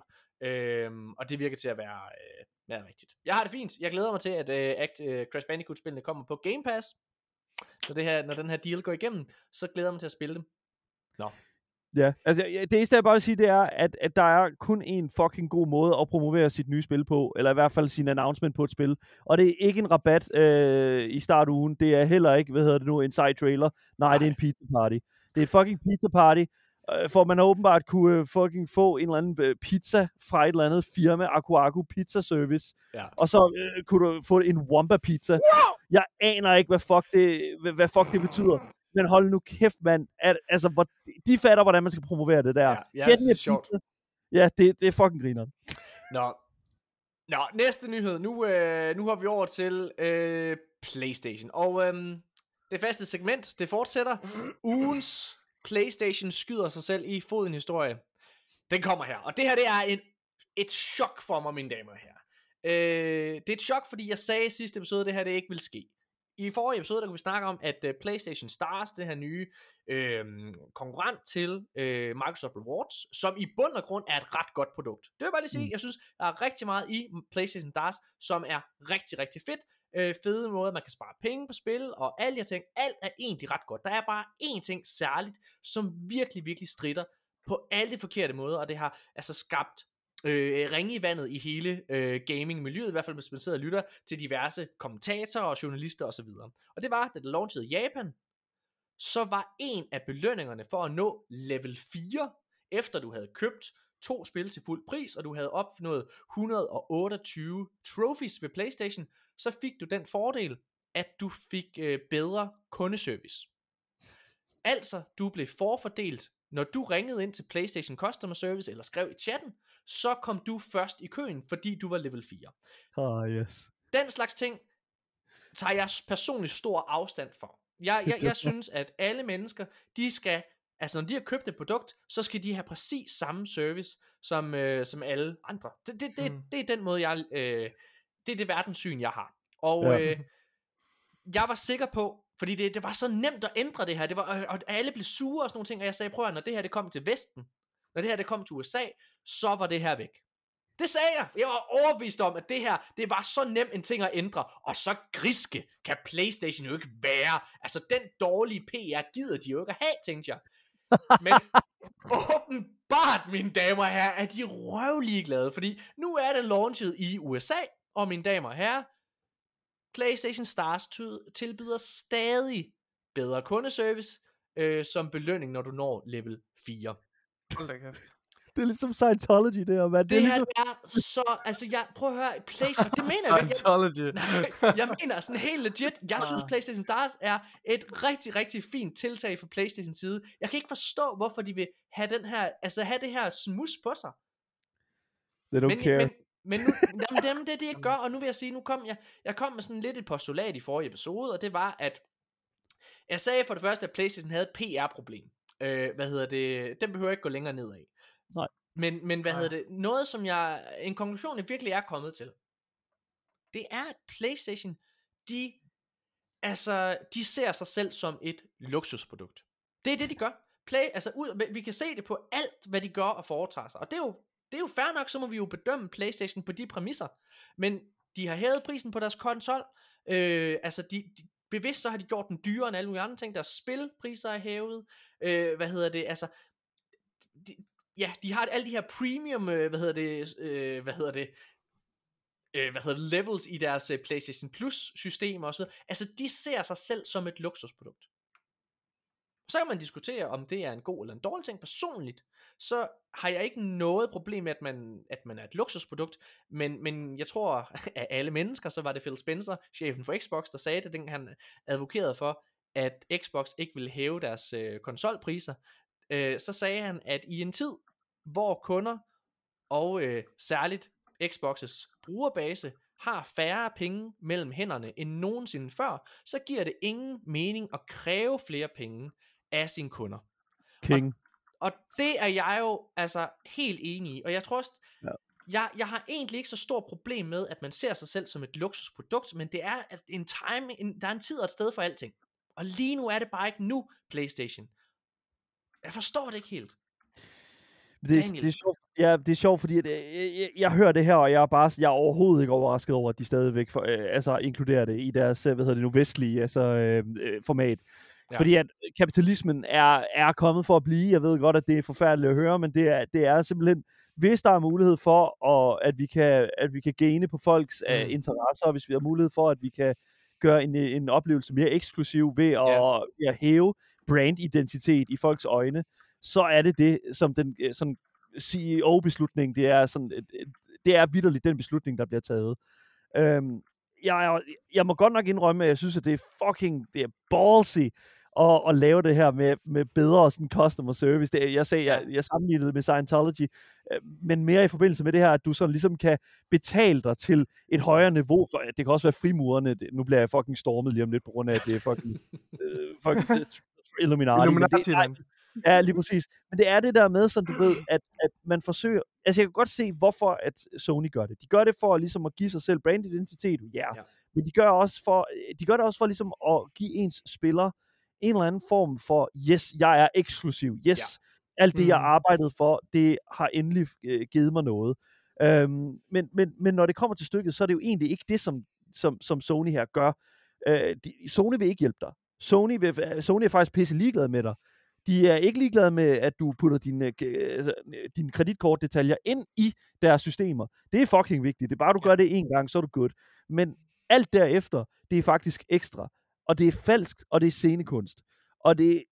Øhm, og det virker til at være, øh, være rigtigt. Jeg har det fint. Jeg glæder mig til, at øh, Act, øh, Crash Bandicoot-spillene kommer på Game Pass. Når, det her, når den her deal går igennem, så glæder jeg mig til at spille dem. Nå. Ja, altså det eneste jeg bare vil sige, det er, at, at der er kun en fucking god måde at promovere sit nye spil på, eller i hvert fald sin announcement på et spil, og det er ikke en rabat øh, i startugen, det er heller ikke, hvad hedder det nu, en side trailer, nej, nej. Det er en pizza party. Det er et fucking pizza party, øh, for man har åbenbart kunne øh, fucking få en eller anden øh, pizza fra et eller andet firma, Aku Aku Pizza Service, ja. Og så øh, kunne du få en Wumpa pizza. Wow! Jeg aner ikke, hvad fuck det, hvad, hvad fuck det betyder. Men hold nu kæft, mand. At, altså, hvor, de fatter, hvordan man skal promovere det der. Ja, ja, Get det er sjovt. Ja, det, det er fucking griner. Nå. Nå, næste nyhed. Nu, øh, nu har vi over til øh, PlayStation. Og øh, det faste segment, det fortsætter. Ugens PlayStation skyder sig selv i foden historie. Den kommer her. Og det her, det er en, et chok for mig, mine damer og herrer. Øh, det er et chok, fordi jeg sagde i sidste episode, at det her det ikke vil ske. I forrige episode, der kunne vi snakke om, at uh, PlayStation Stars, det her nye øh, konkurrent til øh, Microsoft Rewards, som i bund og grund er et ret godt produkt. Det vil jeg bare lige sige, mm. jeg synes, der er rigtig meget i PlayStation Stars, som er rigtig, rigtig fedt. Øh, fede måde, man kan spare penge på spil, og alle de her ting, alt er egentlig ret godt. Der er bare én ting særligt, som virkelig, virkelig stritter på alle de forkerte måder, og det har altså skabt Øh, ringe i vandet i hele øh, gaming-miljøet, i hvert fald hvis man sidder og lytter til diverse kommentatorer og journalister osv. Og det var, da det launchede i Japan, så var en af belønningerne for at nå level fire, efter du havde købt to spil til fuld pris, og du havde opnået et hundrede og otteogtyve trophies ved PlayStation, så fik du den fordel, at du fik øh, bedre kundeservice. Altså, du blev forfordelt. Når du ringede ind til PlayStation Customer Service, eller skrev i chatten, så kom du først i køen, fordi du var level fire. Ah, yes. Den slags ting tager jeg personligt stor afstand for. Jeg, jeg, jeg synes, at alle mennesker, de skal, altså når de har købt et produkt, så skal de have præcis samme service, som, øh, som alle andre. Det, det, det, mm. det er den måde, jeg, øh, det er det verdenssyn, jeg har. Og ja. øh, jeg var sikker på, fordi det, det var så nemt at ændre det her, det var, og alle blev sure og sådan nogle ting, og jeg sagde, prøv at når det her det kom til Vesten, når det her det kom til U S A, så var det her væk. Det sagde jeg. Jeg var overbevist om, at det her, det var så nemt en ting at ændre, og så griske kan PlayStation jo ikke være. Altså den dårlige P R gider de jo ikke at have, tænkte jeg. Men åbenbart, mine damer og herrer, er de røvlige glade, fordi nu er det launchet i U S A, og mine damer og herrer, PlayStation Stars tilbyder stadig bedre kundeservice øh, som belønning, når du når level fire. Det er ligesom Scientology, det her, mand. Det, det her ligesom... er så, altså jeg, prøv at høre, PlayStation, det mener jeg, Scientology. jeg, jeg mener sådan helt legit, jeg synes PlayStation Stars er et rigtig, rigtig fint tiltag fra PlayStation side. Jeg kan ikke forstå, hvorfor de vil have den her, altså have det her smus på sig. They don't men, care. Men, men nu, jamen, dem, det er det, jeg gør, og nu vil jeg sige, nu kom jeg, jeg kom med sådan lidt et postulat i forrige episode, og det var, at jeg sagde for det første, at PlayStation havde et P R-problem. Øh, hvad hedder det, den behøver ikke gå længere nedad. Nej. Men, men hvad hedder det, noget som jeg, en konklusion jeg virkelig er kommet til, det er, at PlayStation, de, altså, de ser sig selv som et luksusprodukt. Det er det, de gør. Play, altså, ud, vi kan se det på alt, hvad de gør og foretager sig, og det er jo, det er jo fair nok, så må vi jo bedømme PlayStation på de præmisser, men de har hævet prisen på deres konsol, øh, altså, de, de bevidst så har de gjort den dyrere end alle mulige andre ting, deres spilpriser er hævet, øh, hvad hedder det, altså, de, ja, de har alle de her premium, øh, hvad hedder det, øh, hvad hedder det, øh, hvad hedder det, levels i deres øh, PlayStation Plus systemer og så videre. Altså, de ser sig selv som et luksusprodukt. Så kan man diskutere, om det er en god eller en dårlig ting. Personligt, så har jeg ikke noget problem med, at man, at man er et luksusprodukt, men, men jeg tror, at alle mennesker, så var det Phil Spencer, chefen for Xbox, der sagde det, den han advokerede for, at Xbox ikke ville hæve deres øh, konsolpriser. Øh, så sagde han, at i en tid, hvor kunder og øh, særligt Xbox's brugerbase har færre penge mellem hænderne end nogensinde før, så giver det ingen mening at kræve flere penge af sine kunder. King. og det er jeg jo altså helt enig i, og jeg tror også, Ja. jeg, jeg har egentlig ikke så stort problem med, at man ser sig selv som et luksusprodukt, men det er at en time, en, der er en tid og et sted for alting, og lige nu er det bare ikke nu, PlayStation. Jeg forstår det ikke helt. Det, er- Daniel. det er sjovt, ja, det er sjovt, fordi at, øh, jeg, jeg, jeg hører det her, og jeg er bare, jeg er overhovedet ikke overrasket over, at de stadigvæk for, øh, altså inkluderer det i deres, øh, hvad hedder det nu, vestlige altså, øh, øh, format. Ja. Ja. Fordi at kapitalismen er, er kommet for at blive. Jeg ved godt, at det er forfærdeligt at høre, men det er, det er simpelthen, hvis der er mulighed for, og at vi kan, at vi kan gaine på folks mm. uh, interesser, og hvis vi har mulighed for, at vi kan gøre en, en oplevelse mere eksklusiv ved at, Ja. at hæve brandidentitet i folks øjne, så er det det, som den sådan C E O-beslutning, det er sådan, det er vitterligt den beslutning, der bliver taget. Øhm, jeg, jeg må godt nok indrømme, at jeg synes, at det er fucking, det er ballsy at, at lave det her med, med bedre sådan customer service. Det, jeg sagde, jeg, jeg sammenlignede det med Scientology, øh, men mere i forbindelse med det her, at du sådan ligesom kan betale dig til et højere niveau. For, det kan også være frimurerne. Det, nu bliver jeg fucking stormet lige om lidt, på grund af, at det er fucking, øh, fucking Illuminati. Illuminati, det, man. Ja, lige præcis. Men det er det der med, som du ved, at, at man forsøger... Altså, jeg kan godt se, hvorfor at Sony gør det. De gør det for ligesom at give sig selv brandidentitet, ja. Ja. Yeah. Men de gør, også for, de gør det også for ligesom at give ens spiller en eller anden form for, yes, jeg er eksklusiv. Yes, ja. Alt det, jeg Mm. arbejdede for, det har endelig øh, givet mig noget. Øhm, men, men, men når det kommer til stykket, så er det jo egentlig ikke det, som, som, som Sony her gør. Øh, de, Sony vil ikke hjælpe dig. Sony, vil, Sony er faktisk pisse ligeglad med dig. De er ikke ligeglade med, at du putter dine, altså, dine kreditkortdetaljer ind i deres systemer. Det er fucking vigtigt. Det er bare, du gør det en gang, så er du good. Men alt derefter, det er faktisk ekstra. Og det er falskt, og det er scenekunst. Og det...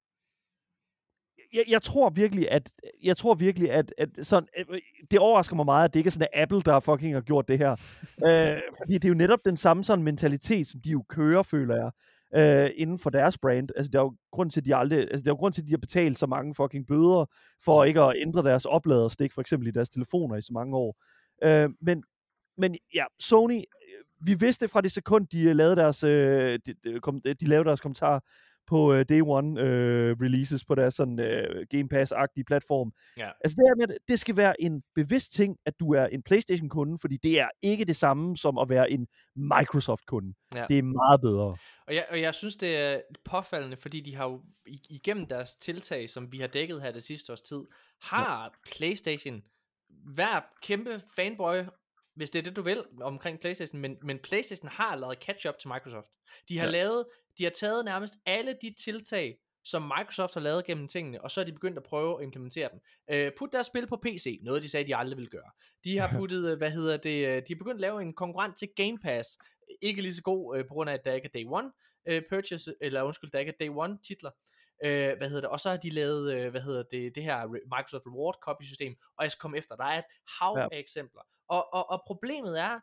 Jeg, jeg tror virkelig, at... Jeg tror virkelig, at, at sådan, det overrasker mig meget, at det ikke er sådan, at Apple, der fucking har gjort det her. øh, fordi det er jo netop den samme sådan mentalitet, som de jo kører, føler jeg. Uh, inden for deres brand. Altså, der er jo grund til, at de aldrig, altså, der er jo grund til, at de har betalt så mange fucking bøder for ikke at ændre deres opladerstik, for eksempel i deres telefoner i så mange år. Uh, men, men ja, Sony, vi vidste fra det sekund, de lavede deres, uh, de, de, kom, de lavede deres kommentar på uh, Day One uh, releases på deres sådan uh, Game Pass-agtige platform. Ja. Altså det her med, det skal være en bevidst ting, at du er en PlayStation-kunde, fordi det er ikke det samme som at være en Microsoft-kunde. Ja. Det er meget bedre. Og jeg, og jeg synes, det er påfaldende, fordi de har jo igennem deres tiltag, som vi har dækket her det sidste års tid, har ja. PlayStation, hver kæmpe fanboy, hvis det er det, du vil, omkring PlayStation, men, men PlayStation har lavet catch-up til Microsoft. De har ja. lavet, de har taget nærmest alle de tiltag, som Microsoft har lavet gennem tingene, og så er de begyndt at prøve at implementere dem. Uh, put deres spil på P C, noget de sagde, de aldrig ville gøre. De har puttet, hvad hedder det, de har begyndt at lave en konkurrent til Game Pass, ikke lige så god, uh, på grund af, at der ikke er Day One uh, purchase, eller undskyld, der ikke er Day One titler. Uh, hvad hedder det, og så har de lavet, uh, hvad hedder det, det her Microsoft Reward Copy system, og jeg skal komme efter, der er et hav ja. af eksempler. Og, og, og problemet er,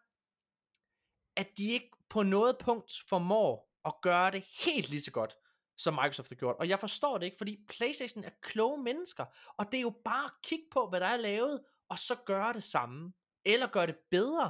at de ikke på noget punkt formår at gøre det helt lige så godt, som Microsoft har gjort. Og jeg forstår det ikke, fordi PlayStation er kloge mennesker, og det er jo bare at kigge på, hvad der er lavet, og så gøre det samme, eller gøre det bedre.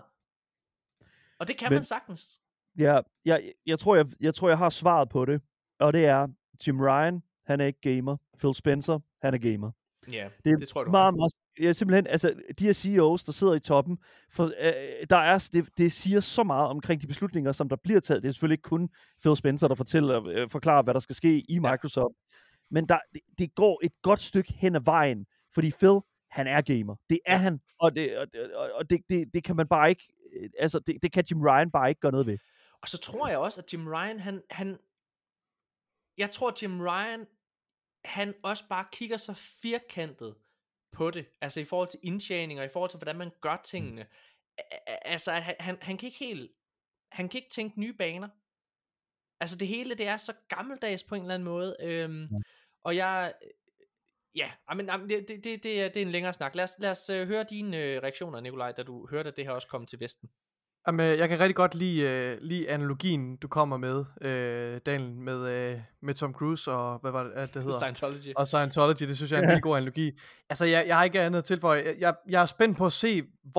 Og det kan Men, man sagtens. Ja, jeg, jeg, tror, jeg, jeg tror, jeg har svaret på det, og det er, Jim Ryan, han er ikke gamer. Phil Spencer, han er gamer. Ja, det, er det tror jeg, du meget, meget, ja, simpelthen, altså, de her C E O's, der sidder i toppen, for, øh, der er, det, det siger så meget omkring de beslutninger, som der bliver taget. Det er selvfølgelig ikke kun Phil Spencer, der fortæller, øh, forklarer, hvad der skal ske i Microsoft. Ja. Men der, det, det går et godt stykke hen ad vejen, fordi Phil, han er gamer. Det er ja. han, og, det, og, og det, det, det kan man bare ikke, altså, det, det kan Jim Ryan bare ikke gøre noget ved. Og så tror jeg også, at Jim Ryan, han, han jeg tror, at Jim Ryan, han også bare kigger så firkantet på det, altså i forhold til indtjening, og i forhold til, hvordan man gør tingene. Altså, han, han kan ikke helt, han kan ikke tænke nye baner. Altså, det hele, det er så gammeldags på en eller anden måde. Øhm, og jeg, ja, men, det, det, det, det, er, det er en længere snak. Lad os, lad os høre dine reaktioner, Nikolaj, da du hørte, at det her også kom til Vesten. Jamen, jeg kan rigtig godt lide, uh, lide analogien, du kommer med, uh, Daniel, med, uh, med Tom Cruise og, hvad var det, det hedder? Scientology. Og Scientology, det synes jeg er en ja. vildt god analogi. Altså, jeg, jeg har ikke andet at tilføje. Jeg, jeg, jeg er spændt på at se, hvor det,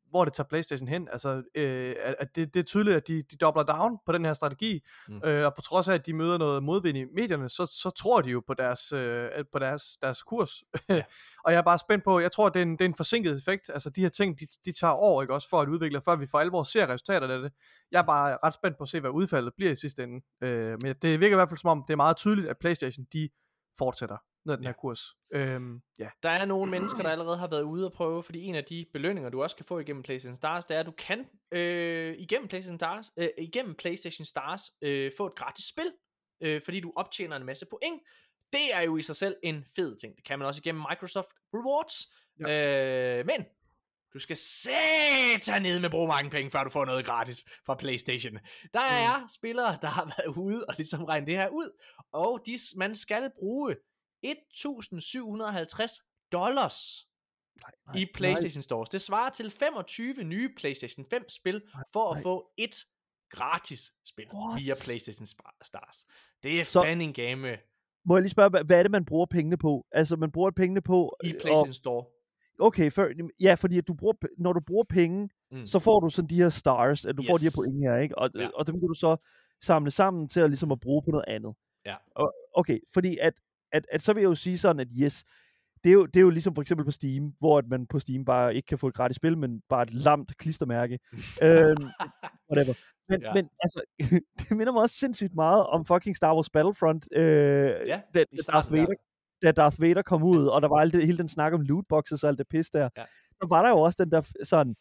hvor det tager PlayStation hen. Altså, øh, at det, det er tydeligt, at de, de dobler down på den her strategi, mm. øh, og på trods af, at de møder noget modvind i medierne, så, så tror de jo på deres, øh, på deres, deres kurs. Ja. Og jeg er bare spændt på, jeg tror, det er en, det er en forsinket effekt. Altså, de her ting, de, de tager år, ikke også, for at udvikle, før vi for alvor ser resultater af det. Jeg er bare ret spændt på at se, hvad udfaldet bliver i sidste ende. Øh, men det virker i hvert fald som om, det er meget tydeligt, at PlayStation, de fortsætter ned den her ja. kurs. Øhm, ja. Der er nogle mennesker, der allerede har været ude og prøve, fordi en af de belønninger, du også kan få igennem PlayStation Stars, det er, at du kan øh, igennem PlayStation Stars, øh, igennem PlayStation Stars øh, få et gratis spil, øh, fordi du optjener en masse point. Det er jo i sig selv en fed ting. Det kan man også igennem Microsoft Rewards. Ja. Øh, men du skal sætte ned med at bruge mange penge, før du får noget gratis fra PlayStation. Der er mm. spillere, der har været ude og ligesom regnet det her ud, og de, man skal bruge et tusind syv hundrede og halvtreds dollars nej, nej, i PlayStation nej. Stores. Det svarer til femogtyve nye PlayStation fem spil for at nej. få et gratis spil What? via PlayStation Stars. Det er så, fanding game. Må jeg lige spørge, hvad er det, man bruger pengene på? Altså, man bruger pengene på i PlayStation og, Store. Okay, for, ja, fordi at du bruger, når du bruger penge, mm. så får du sådan de her stars, at du yes. får de her point her, ikke? Og, ja. og dem kan du så samle sammen til at, ligesom at bruge på noget andet. Ja. Og, okay, fordi at At, at så vil jeg jo sige sådan, at yes, det er jo, det er jo ligesom for eksempel på Steam, hvor at man på Steam bare ikke kan få et gratis spil, men bare et lamt klistermærke. øhm, whatever. Men, ja. men altså, det minder mig også sindssygt meget om fucking Star Wars Battlefront, øh, ja, da, da, Darth Vader, da Darth Vader kom ud, og der var alt det, hele den snak om lootboxes og alt det pis der. Ja. Så var der jo også den der sådan,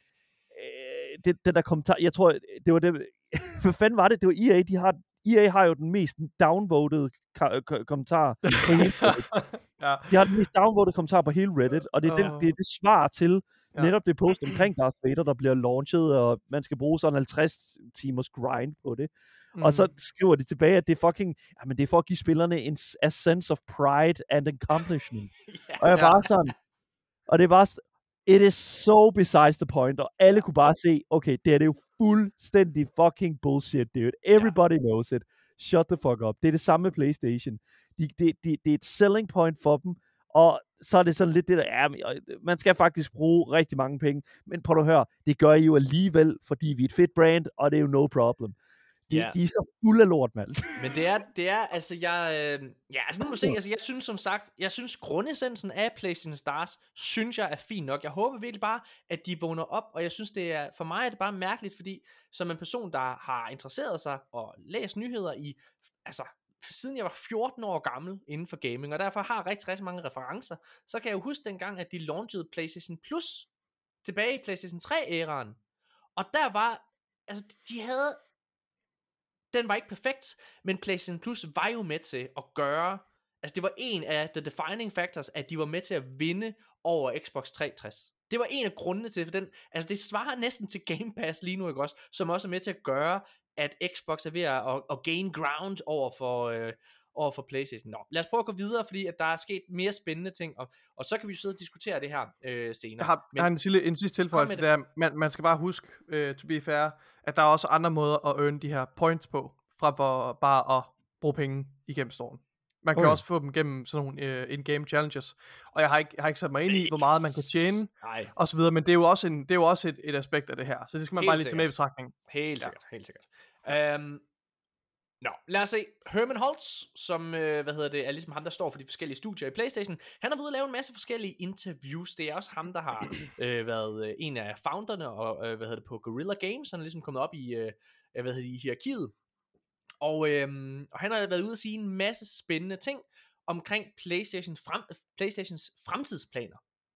øh, det, den der kommentar, jeg tror, det var det, hvad fanden var det? Det var E A, de har E A har jo den mest downvoted ka- ka- kommentar på hele ja. De har den mest downvoted kommentar på hele Reddit, og det er, den, det, er det svar til ja. netop det post omkring Darth Vader, der bliver launchet, og man skal bruge sådan halvtreds timers grind på det. Mm. Og så skriver de tilbage, at det er fucking, jamen det er for at give spillerne en a sense of pride and accomplishment. yeah. Og jeg var sådan, og det var it is so besides the point, og alle kunne bare se, okay, det er det jo fuldstændig fucking bullshit, dude. Everybody yeah. knows it. Shut the fuck up. Det er det samme med PlayStation. De, de, de, det er et selling point for dem, og så er det sådan lidt det der, ja, man skal faktisk bruge rigtig mange penge, men prøv at høre, det gør I jo alligevel, fordi vi er et fedt brand, og det er jo no problem. De, yeah. de er så fulde af lort, mand. Men det er, det er, altså, jeg, øh, ja, altså, nu må du se, altså, jeg synes som sagt, jeg synes grundessensen af PlayStation Stars, synes jeg er fint nok. Jeg håber virkelig bare, at de vågner op, og jeg synes, det er, for mig er det bare mærkeligt, fordi som en person, der har interesseret sig og læst nyheder i, altså, siden jeg var fjorten år gammel inden for gaming, og derfor har rigtig, rigtig mange referencer, så kan jeg jo huske dengang, at de launchede PlayStation Plus tilbage i PlayStation tre-æraen, og der var, altså, de havde, den var ikke perfekt, men PlayStation Plus var jo med til at gøre, altså det var en af the defining factors, at de var med til at vinde over Xbox tre tres. Det var en af grundene til, for den, altså det svarer næsten til Game Pass lige nu, ikke også, som også er med til at gøre, at Xbox er ved at, at, at gain ground over for, øh, over for PlayStation. Nå, lad os prøve at gå videre, fordi at der er sket mere spændende ting, og, og så kan vi sidde og diskutere det her øh, senere. Jeg har, Men, jeg har en, lille, en sidste tilføjelse, det er, man, man skal bare huske, uh, to be fair, at der er også andre måder at earn de her points på, fra for bare at bruge penge igennem storen. Man kan okay. også få dem gennem sådan nogle uh, in-game challenges, og jeg har ikke, jeg har ikke sat mig ind i, hvor meget man kan tjene, Nej. og så videre, men det er jo også, en, det er jo også et, et aspekt af det her, så det skal man helt bare lige tage med i betragtning. Helt sikkert, ja. helt sikkert. Um, Nå, lad os se. Herman Holtz, som øh, hvad hedder det, er ligesom ham, der står for de forskellige studier i PlayStation. Han har været ude at lave en masse forskellige interviews. Det er også ham, der har øh, været øh, en af founderne og øh, hvad hedder det, på Guerrilla Games. Han er ligesom kommet op i øh, hvad hedder det, i hierarkiet. Og, øh, og han har været ude at sige en masse spændende ting omkring PlayStation frem, PlayStations fremtidsplaner.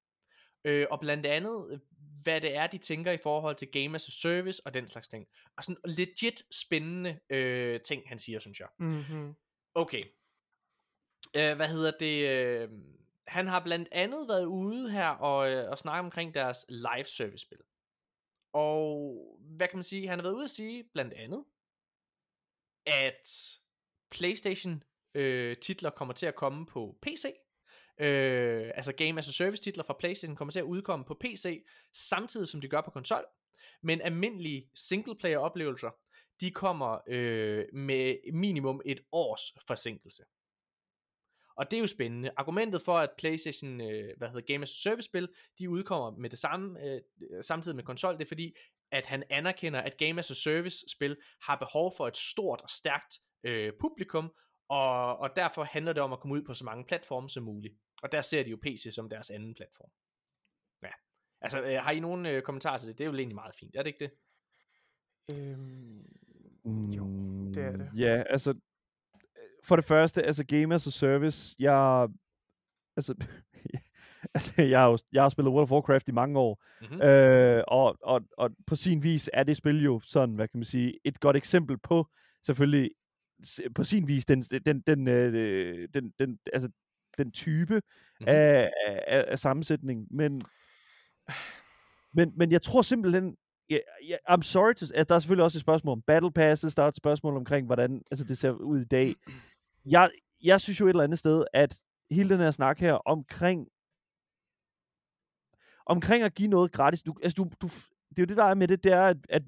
Øh, og blandt andet, hvad det er, de tænker i forhold til Game as a Service og den slags ting. Og sådan legit spændende øh, ting, han siger, synes jeg. Mm-hmm. Okay. Øh, hvad hedder det? Øh, han har blandt andet været ude her og, øh, og snakke omkring deres live service spil. Og hvad kan man sige? Han har været ude at sige blandt andet, at PlayStation øh, titler kommer til at komme på P C. Øh, altså Game as a Service titler fra PlayStation kommer til at udkomme på P C samtidig som de gør på konsol, men almindelige singleplayer oplevelser, de kommer øh, med minimum et års forsinkelse. Og det er jo spændende. Argumentet for, at PlayStation, øh, hvad hedder Game as a Service spil, de udkommer med det samme, øh, samtidig med konsol, det er fordi, at han anerkender, at Game as a Service spil har behov for et stort og stærkt øh, publikum, og, og derfor handler det om at komme ud på så mange platforme som muligt. Og der ser de jo P C som deres anden platform. Ja. Altså, øh, har I nogen øh, kommentarer til det? Det er jo egentlig meget fint, er det ikke det? Øhm, jo, det er det. Ja, altså, for det første, altså Game as a Service, jeg, altså, altså jeg har jo jeg har spillet World of Warcraft i mange år, mm-hmm. øh, og, og, og på sin vis er det spil jo sådan, hvad kan man sige, et godt eksempel på, selvfølgelig, på sin vis, den, den, den, øh, den, den, altså, den type mm-hmm. af, af, af sammensætning, men, men, men jeg tror simpelthen, Yeah, yeah, I'm sorry to, at der er selvfølgelig også et spørgsmål om battle passes, der er et spørgsmål omkring, hvordan altså det ser ud i dag. Jeg, jeg synes jo et eller andet sted, at hele den her snak her omkring omkring at give noget gratis, du, altså du, du, det er jo det, der er med det, det er, at, at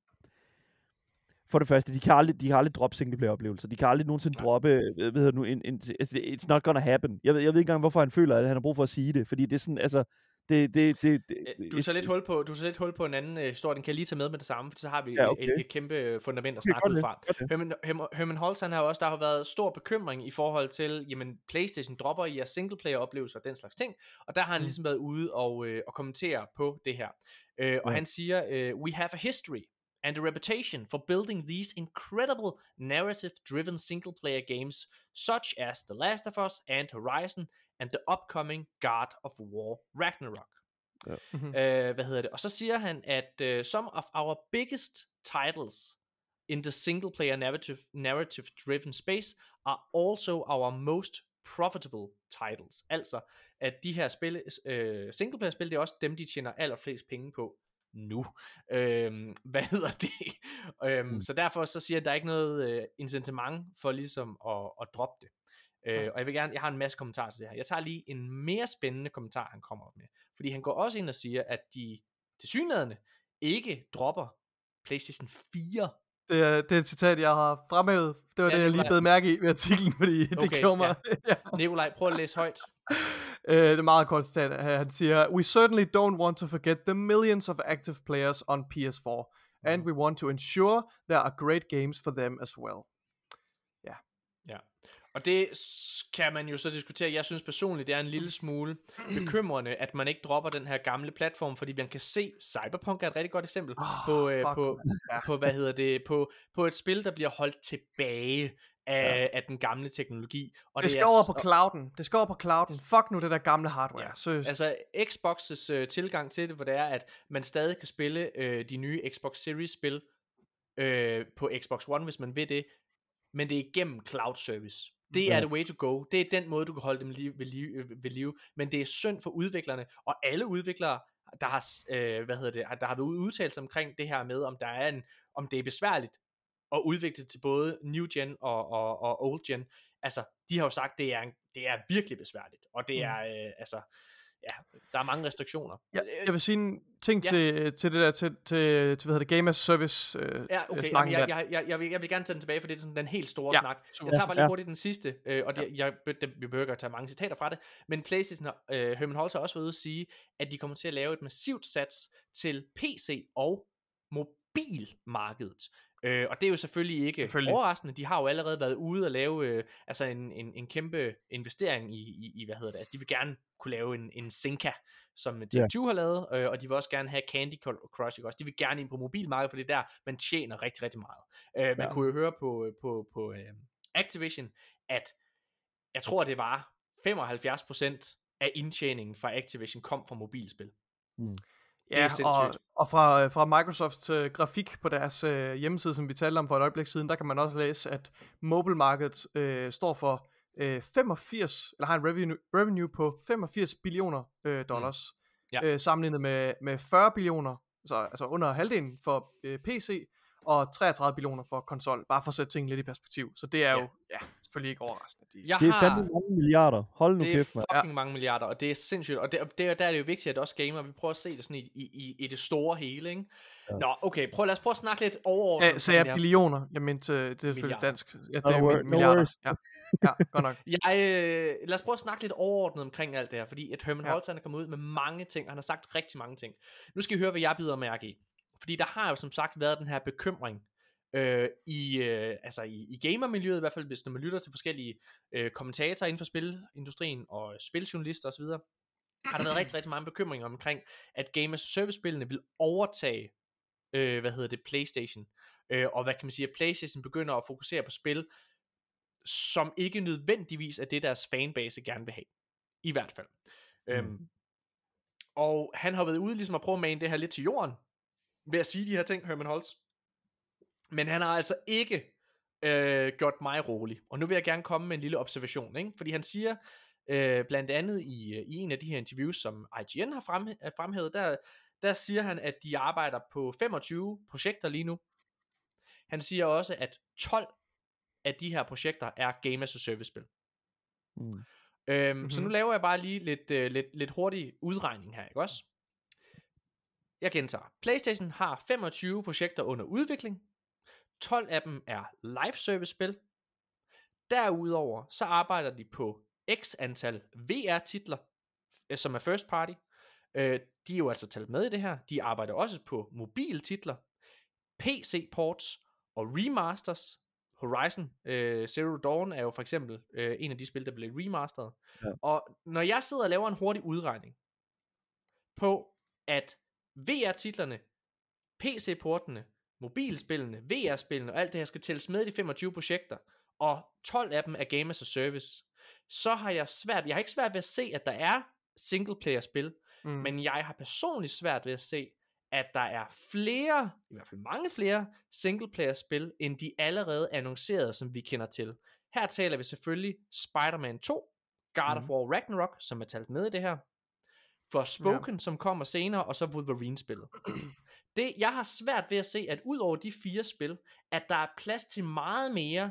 for det første, de kan aldrig, de kan aldrig droppe singleplayer-oplevelser. De kan aldrig nogensinde droppe, hvad hedder nu, en, en, it's not gonna happen. Jeg ved, jeg ved ikke engang, hvorfor han føler, at han har brug for at sige det, fordi det er sådan, altså, Det, det, det, det, du er så lidt hul på, du er så lidt hul på en anden historie, den kan jeg lige tage med med det samme, for så har vi ja, okay. et, et kæmpe fundament at snakke ud fra. Herman, Herman Holtz, han har også, der har været stor bekymring i forhold til, jamen PlayStation dropper i jeres singleplayer oplevelser og den slags ting, og der har han mm. ligesom været ude og, øh, og kommentere på det her. Øh, og ja. Han siger, øh, we have a history and a reputation for building these incredible narrative-driven single-player games, such as The Last of Us and Horizon, and the upcoming God of War Ragnarok. Ja. Mm-hmm. Uh, hvad hedder det? Og så siger han, at uh, some of our biggest titles in the single-player narrative, narrative-driven space are also our most profitable titles. Altså, at de her spil, uh, single-player-spil, det er også dem, de tjener allerflest penge på nu. Øhm, hvad hedder det? øhm, mm. Så derfor så siger jeg, at der er ikke noget øh, incitament for ligesom at, at droppe det. Øh, og jeg vil gerne, jeg har en masse kommentarer til det her. Jeg tager lige en mere spændende kommentar, han kommer med. Fordi han går også ind og siger, at de tilsyneladende ikke dropper PlayStation fire. Det er, det er et citat, jeg har fremhævet. Det var ja, det, jeg lige blev mærke i ved artiklen, fordi okay, det gjorde mig. Ja. Ja. Nikolaj, prøv at læse højt. Uh, det er meget kort citat. Han siger, we certainly don't want to forget the millions of active players on P S four, mm. and we want to ensure there are great games for them as well. Ja. Yeah. Ja. Og det kan man jo så diskutere. Jeg synes personligt, det er en lille smule bekymrende, at man ikke dropper den her gamle platform, fordi man kan se, Cyberpunk er et rigtig godt eksempel oh, på, øh, på, på, hvad hedder det, på, på et spil, der bliver holdt tilbage af, ja. af den gamle teknologi. Og det, det skal er, over på clouden. Det skal over på clouden. Fuck nu det der gamle hardware. Ja. Altså Xbox's øh, tilgang til det, hvor det er, at man stadig kan spille øh, de nye Xbox Series spil øh, på Xbox One, hvis man vil det, men det er igennem cloud service. Det er the way to go. Det er den måde, du kan holde dem liv, ved, liv, ved liv. Men det er synd for udviklerne, og alle udviklere, der har, øh, hvad hedder det, der har været udtalt omkring det her med, om der er en, om det er besværligt at udvikle til både new gen og, og, og old gen. Altså, de har jo sagt, det er, det er virkelig besværligt, og det er, øh, altså, ja, der er mange restriktioner. Ja, jeg vil sige en ting til, ja. til det der, til, til, til hvad hedder det, Game as Service øh, ja, okay. Jamen, jeg, jeg, jeg, jeg, vil, jeg vil gerne tage den tilbage, for det er sådan den helt store ja, snak. Jeg tager bare lige hurtigt den sidste, øh, og det, ja. jeg, jeg, vi behøver ikke at tage mange citater fra det, men PlayStation, øh, Herman Holtz har også været ude at sige, at de kommer til at lave et massivt sats til P C og mobilmarkedet. Øh, og det er jo selvfølgelig ikke selvfølgelig. overraskende. De har jo allerede været ude og lave øh, altså en, en, en kæmpe investering i, i, i, hvad hedder det, altså de vil gerne kunne lave en, en Zynga, som Take Two yeah. har lavet, øh, og de vil også gerne have Candy Crush, ikke også? De vil gerne ind på mobilmarkedet, for det er der, man tjener rigtig, rigtig meget. Øh, man ja. kunne jo høre på, på, på øh, Activision, at jeg tror, det var femoghalvfjerds procent af indtjeningen fra Activision kom fra mobilspil. Mm. Ja, og, og fra, fra Microsofts øh, grafik på deres øh, hjemmeside, som vi talte om for et øjeblik siden, der kan man også læse, at mobile market øh, står for øh, femogfirs, eller har en revenue, revenue på femogfirs billioner øh, dollars, mm. ja. øh, sammenlignet med, med fyrre billioner, altså, altså under halvdelen for øh, P C, og treogtredive billioner for konsol, bare for at sætte tingene lidt i perspektiv. Så det er Ja. jo, ja, selvfølgelig ikke overraskende. De, Jeg Det er har, fandme mange milliarder. Hold nu det er kæft, mand. fucking mange milliarder, og det er sindssygt. Og det, det, der er det jo vigtigt, at også gamer, vi prøver at se det sådan i, i, i, i det store hele, ikke? Ja. Nå, okay, prøv, lad os prøve at snakke lidt overordnet. ja, sagde jeg billioner? Jeg mente, øh, det er selvfølgelig Milliarder. dansk. Ja, det No er wor- min- no milliarder. worries. Ja. ja, godt nok. Jeg, øh, lad os prøve at snakke lidt overordnet omkring alt det her, fordi at Herman Ja. Holtz han er kommet ud med mange ting, og han har sagt rigtig mange ting. Nu skal I høre, hvad jeg bider mærke i. Fordi der har jo som sagt været den her bekymring øh, i, øh, altså i, i gamermiljøet, i hvert fald hvis når man lytter til forskellige øh, kommentatorer inden for spilindustrien og spiljournalister osv., har der været rigtig, rigtig mange bekymringer omkring, at Game as a Service-spillene vil overtage, øh, hvad hedder det, PlayStation. Øh, og hvad kan man sige, at PlayStation begynder at fokusere på spil, som ikke nødvendigvis er det, deres fanbase gerne vil have. I hvert fald. Mm. Øhm, og han har været ude ligesom at prøve at mane det her lidt til jorden, ved at sige de her ting, Herman Holtz. Men han har altså ikke øh, gjort mig rolig. Og nu vil jeg gerne komme med en lille observation, ikke? Fordi han siger, øh, blandt andet i, i en af de her interviews, som I G N har frem, fremhævet, der, der siger han, at de arbejder på femogtyve projekter lige nu. Han siger også, at tolv af de her projekter er Game as a Service spil. Mm. Øhm, Mhm. Så nu laver jeg bare lige lidt, øh, lidt, lidt hurtig udregning her, ikke også? Jeg gentager. PlayStation har femogtyve projekter under udvikling. tolv af dem er live service spil. Derudover så arbejder de på x antal V R titler, øh, som er first party. Øh, de er jo altså talt med i det her. De arbejder også på mobiltitler, P C ports og remasters. Horizon øh, Zero Dawn er jo for eksempel øh, en af de spil, der blev remasteret. Ja. Og når jeg sidder og laver en hurtig udregning på, at V R-titlerne, P C-portene, mobilspillene, V R-spillene og alt det her skal tælles med i de femogtyve projekter, og tolv af dem er Game as a Service, så har jeg svært, jeg har ikke svært ved at se, at der er single-player-spil, Mm. men jeg har personligt svært ved at se, at der er flere, i hvert fald mange flere, single-player-spil, end de allerede annoncerede, som vi kender til. Her taler vi selvfølgelig Spider-Man to, God Mhm. of War Ragnarok, som er talt med i det her, Forspoken, ja. som kommer senere, og så Wolverine-spillet. Det, jeg har svært ved at se, at ud over de fire spil, at der er plads til meget mere,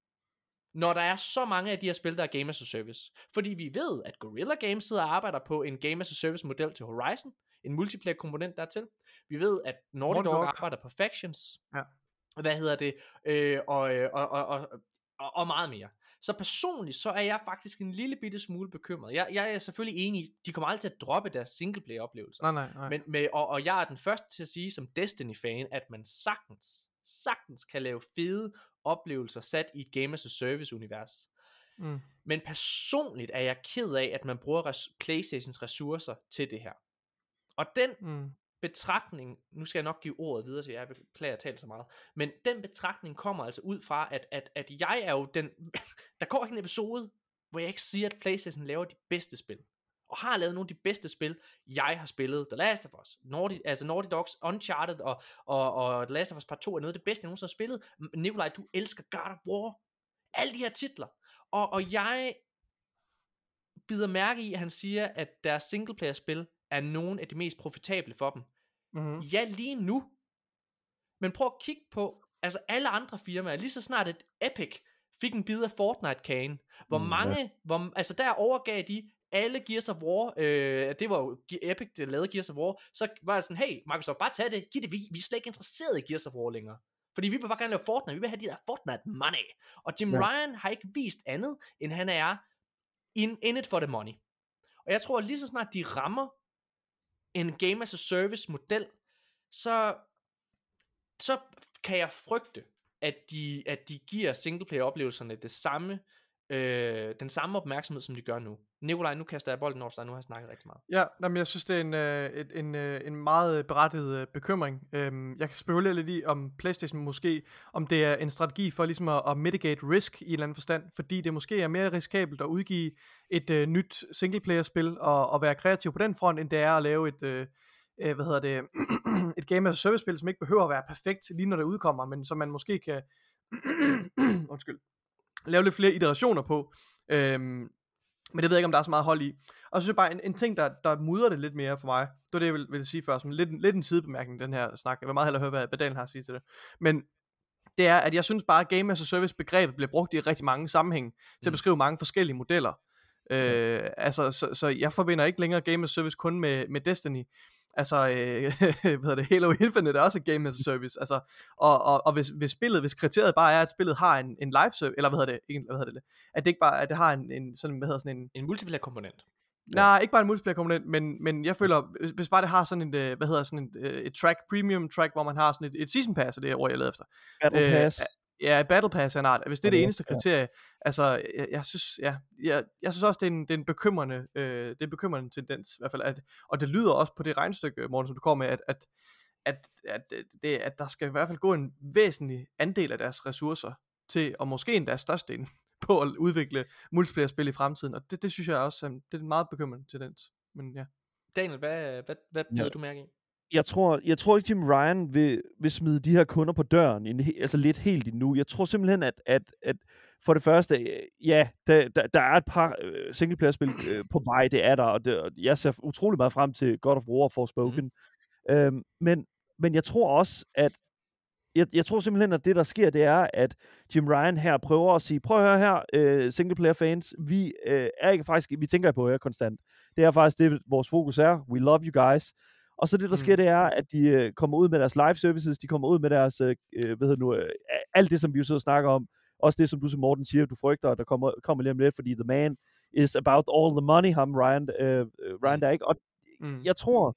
når der er så mange af de her spil, der er Game as a Service. Fordi vi ved, at Guerrilla Games sidder og arbejder på en Game as a Service model til Horizon, en multiplayer komponent dertil. Vi ved, at Naughty Naughty Dog Dog. arbejder på Factions. Ja. Hvad hedder det? Øh, og, øh, og, og, og, og, og meget mere. Så personligt, så er jeg faktisk en lille bitte smule bekymret. Jeg, jeg er selvfølgelig enig i, de kommer aldrig til at droppe deres singleplayer oplevelser. Nej, nej, nej. Men med, og, og jeg er den første til at sige som Destiny-fan, at man sagtens, sagtens kan lave fede oplevelser sat i et Game as a Service-univers. Mm. Men personligt er jeg ked af, at man bruger res- PlayStations ressourcer til det her. Og den Mm. betragtning, nu skal jeg nok give ordet videre, så jeg beklager at tale så meget, men den betragtning kommer altså ud fra, at, at, at jeg er jo den, der går ikke en episode, hvor jeg ikke siger, at PlayStation laver de bedste spil, og har lavet nogle af de bedste spil, jeg har spillet. The Last of Us, Naughty, altså Naughty Dogs, Uncharted og, og, og The Last of Us Part to er noget af det bedste, jeg nogensinde har spillet. Nikolaj, du elsker God of War, alle de her titler, og, og jeg bider mærke i, at han siger, at deres singleplayer spil er nogle af de mest profitable for dem. Mm-hmm. Ja, lige nu. Men prøv at kigge på, altså alle andre firmaer, lige så snart et Epic fik en bid af Fortnite-kagen, hvor Mm, mange, ja. hvor, altså der overgav de alle Gears of War, øh, det var jo Epic, der lavede Gears of War, så var det sådan, hey, Microsoft, bare tag det, giv det, vi, vi er slet ikke interesseret i Gears of War længere. Fordi vi vil bare gerne lave Fortnite, vi vil have de der Fortnite money. Og Jim Ja. Ryan har ikke vist andet, end han er in, in it for the money. Og jeg tror, at lige så snart de rammer en Game as a Service model, så, så kan jeg frygte, at de, at de giver singleplayer oplevelserne det samme, øh, den samme opmærksomhed, som de gør nu. Nikolaj, nu kaster jeg bolden over til dig, nu har jeg snakket rigtig meget. Ja, jamen, jeg synes, det er en, øh, et, en, øh, en meget berettiget øh, bekymring. Øhm, jeg kan spekulere lidt i, om PlayStation måske, om det er en strategi for ligesom at, at mitigate risk i en eller anden forstand, fordi det måske er mere risikabelt at udgive et øh, nyt singleplayer-spil og, og være kreativ på den front, end det er at lave et, øh, øh, hvad hedder det, et Game as a Service-spil, som ikke behøver at være perfekt lige når det udkommer, men som man måske kan undskyld, lave lidt flere iterationer på. Øhm, Men det ved jeg ikke, om der er så meget hold i. Og så synes jeg bare, en, en ting, der, der mudrer det lidt mere for mig, det var det, jeg ville, ville sige før, som lidt, lidt en sidebemærkning, den her snak. Jeg vil meget hellere høre, hvad, hvad Daniel har at sige til det. Men det er, at jeg synes bare, at Game as a Service begrebet bliver brugt i rigtig mange sammenhænge, til at beskrive mange forskellige modeller. Øh, altså, så, så jeg forbinder ikke længere Game as a Service kun med, med Destiny. Altså, øh, hvad hedder det, Halo Infinite er også et Game as a Service. Altså, og, og, og hvis, hvis spillet, hvis kriteriet bare er, at spillet har en, en live service, eller hvad hedder det, ikke, hvad hedder det, at det ikke bare, at det har en, en sådan, hvad hedder sådan en... En multiplayer komponent. Nej, ikke bare en multiplayer komponent, men, men jeg føler, hvis, hvis bare det har sådan en, hvad hedder sådan en, et track, premium track, hvor man har sådan et, et season pass, og det er ord, jeg leder efter. Battle Pass. Øh, ja, Battle Pass er en art. Hvis det er det eneste Ja. kriterie, altså, jeg, jeg synes, ja, jeg, jeg synes også, det er en, det er en bekymrende, øh, det er en bekymrende tendens, i hvert fald, at, og det lyder også på det regnestykke, Morten, som du kommer med, at, at, at, at, det, at der skal i hvert fald gå en væsentlig andel af deres ressourcer til, og måske endda størstedelen, på at udvikle multiplayer-spil i fremtiden, og det, det synes jeg også, um, det er en meget bekymrende tendens, men ja. Daniel, hvad, hvad, hvad Ja. ja. du mærke i? Jeg tror, jeg tror ikke, Jim Ryan vil, vil smide de her kunder på døren, en, he- altså lidt helt endnu. Jeg tror simpelthen, at, at, at for det første, øh, ja, der, der, der er et par øh, singleplayer-spil øh, på vej, det er der, og, det, og jeg ser utrolig meget frem til God of War og Forspoken. Mm. Øhm, men, men jeg tror også, at jeg, jeg tror simpelthen, at det, der sker, det er, at Jim Ryan her prøver at sige, prøv at høre her, øh, singleplayer-fans, vi øh, er ikke faktisk, vi tænker på jer konstant. Det er faktisk det, vores fokus er. We love you guys. Og så det, der mm. sker, det er, at de øh, kommer ud med deres live services, de kommer ud med deres, øh, hvad hedder nu, øh, alt det, som vi jo sidder og snakker om, også det, som du som Morten siger, du frygter, der kommer, kommer lige om lidt, fordi the man is about all the money, ham Ryan, øh, Ryan der ikke. Og mm. jeg tror,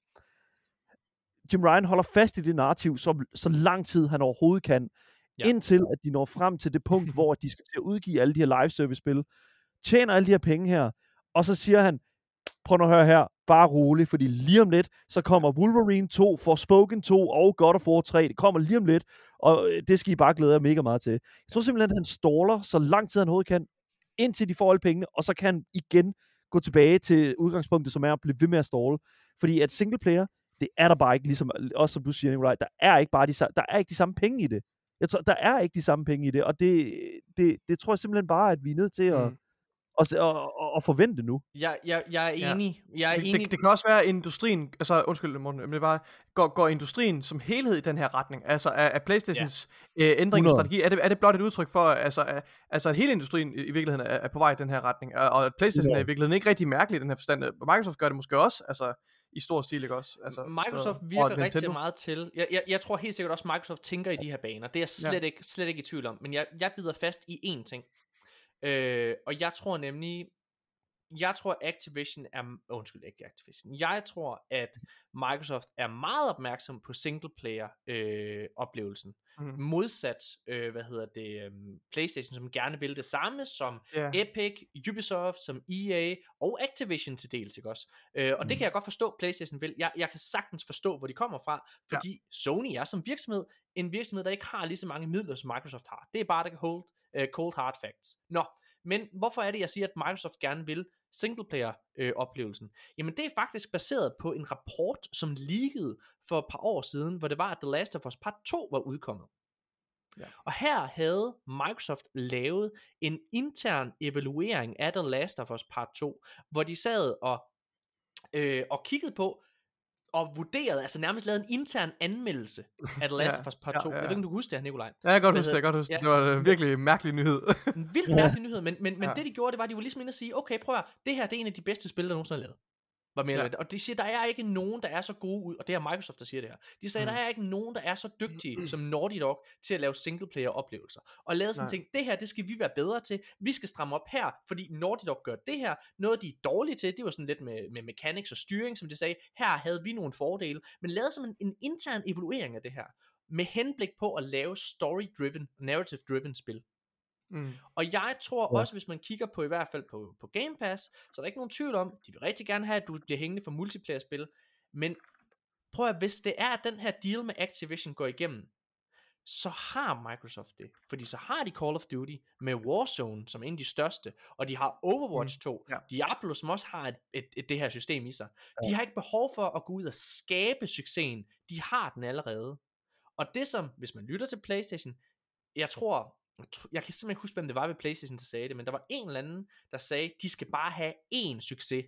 Jim Ryan holder fast i det narrativ, så, så lang tid han overhovedet kan, ja. Indtil at de når frem til det punkt, hvor de skal til at udgive alle de her live service spil, tjener alle de her penge her, og så siger han, prøv nu at høre her, bare rolig, fordi lige om lidt, så kommer Wolverine to, Forspoken to og God of War tre, det kommer lige om lidt, og det skal I bare glæde jer mega meget til. Jeg tror simpelthen, at han ståler så lang tid han overhovedet kan, indtil de får alle pengene, og så kan han igen gå tilbage til udgangspunktet, som er at blive ved med at ståle. Fordi at singleplayer, det er der bare ikke, ligesom, også som du siger, Nikolaj, der er ikke bare de, der er ikke de samme penge i det. Jeg tror, der er ikke de samme penge i det, og det, det, det tror jeg simpelthen bare, at vi er nødt til at, mm. at, at, at, at forvente nu. Jeg, jeg, jeg er enig. Ja. Jeg er det, enig. Det, det kan også være, at industrien, altså undskyld Morten, men det er bare, går, går industrien som helhed i den her retning? Altså er, er PlayStations ja. øh, ændring i strategi, er det, er det blot et udtryk for, altså, er, altså at hele industrien i, i virkeligheden er, er på vej i den her retning, og at PlayStation ja. er i virkeligheden ikke rigtig mærkelig i den her forstand. Microsoft gør det måske også, altså i stor stil, ikke også? Altså, Microsoft så, virker rigtig meget til. Jeg, jeg, jeg tror helt sikkert også, Microsoft tænker i de her baner. Det er jeg slet, ja. ikke, slet ikke i tvivl om. Men jeg, jeg bider fast i én ting. Øh, og jeg tror nemlig, jeg tror Activision er, undskyld ikke Activision, jeg tror at Microsoft er meget opmærksom på singleplayer øh, oplevelsen, mm. modsat, øh, hvad hedder det, øh, PlayStation, som gerne vil det samme, som yeah. Epic, Ubisoft, som E A og Activision til dels, ikke også? Øh, og mm. det kan jeg godt forstå, PlayStation vil. Jeg, jeg kan sagtens forstå, hvor de kommer fra, fordi ja. Sony er som virksomhed, en virksomhed, der ikke har lige så mange midler, som Microsoft har. Det er bare, der kan hold uh, cold hard facts. Nå, men hvorfor er det, jeg siger, at Microsoft gerne vil singleplayer øh, oplevelsen? Jamen det er faktisk baseret på en rapport, som leakede for et par år siden, hvor det var, at The Last of Us Part to var udkommet. Ja. Og her havde Microsoft lavet en intern evaluering af The Last of Us Part to, hvor de sad og, øh, og kiggede på, og vurderede, altså nærmest lavede en intern anmeldelse af The Last of Us Part to. Ja, ja, ja. Jeg ved ikke, om du kan huske det her, Nikolaj. Ja, jeg kan godt huske det, jeg kan godt huske ja. det. Det var en virkelig mærkelig nyhed. En vildt mærkelig nyhed, men, men, men ja. det de gjorde, det var, at de var ligesom inde at sige, okay, prøv at det her, det er en af de bedste spil, der nogensinde er lavet. Var mere ja. Og de siger, der er ikke nogen, der er så gode ud, og det er Microsoft, der siger det her. De sagde, mm. der er ikke nogen, der er så dygtige som Naughty Dog til at lave singleplayer oplevelser. Og lavede sådan ting, det her, det skal vi være bedre til. Vi skal stramme op her, fordi Naughty Dog gør det her. Noget, de er dårlige til, det var sådan lidt med, med mechanics og styring, som de sagde. Her havde vi nogle fordele, men lavede som en, en intern evaluering af det her, med henblik på at lave story-driven, narrative-driven spil. Mm. Og jeg tror ja. også, hvis man kigger på i hvert fald på, på Game Pass, så er der ikke nogen tvivl om, de vil rigtig gerne have, at du bliver hængende for multiplayer-spil, men prøv at, hvis det er, at den her deal med Activision går igennem, så har Microsoft det, fordi så har de Call of Duty med Warzone som en af de største, og de har Overwatch to, mm. ja. Diablo, som også har et, et, et, det her system i sig. Ja. De har ikke behov for at gå ud og skabe succesen, de har den allerede. Og det som, hvis man lytter til PlayStation, jeg tror, jeg kan simpelthen ikke huske, hvem det var ved PlayStation, der sagde det, men der var en eller anden, der sagde, de skal bare have én succes,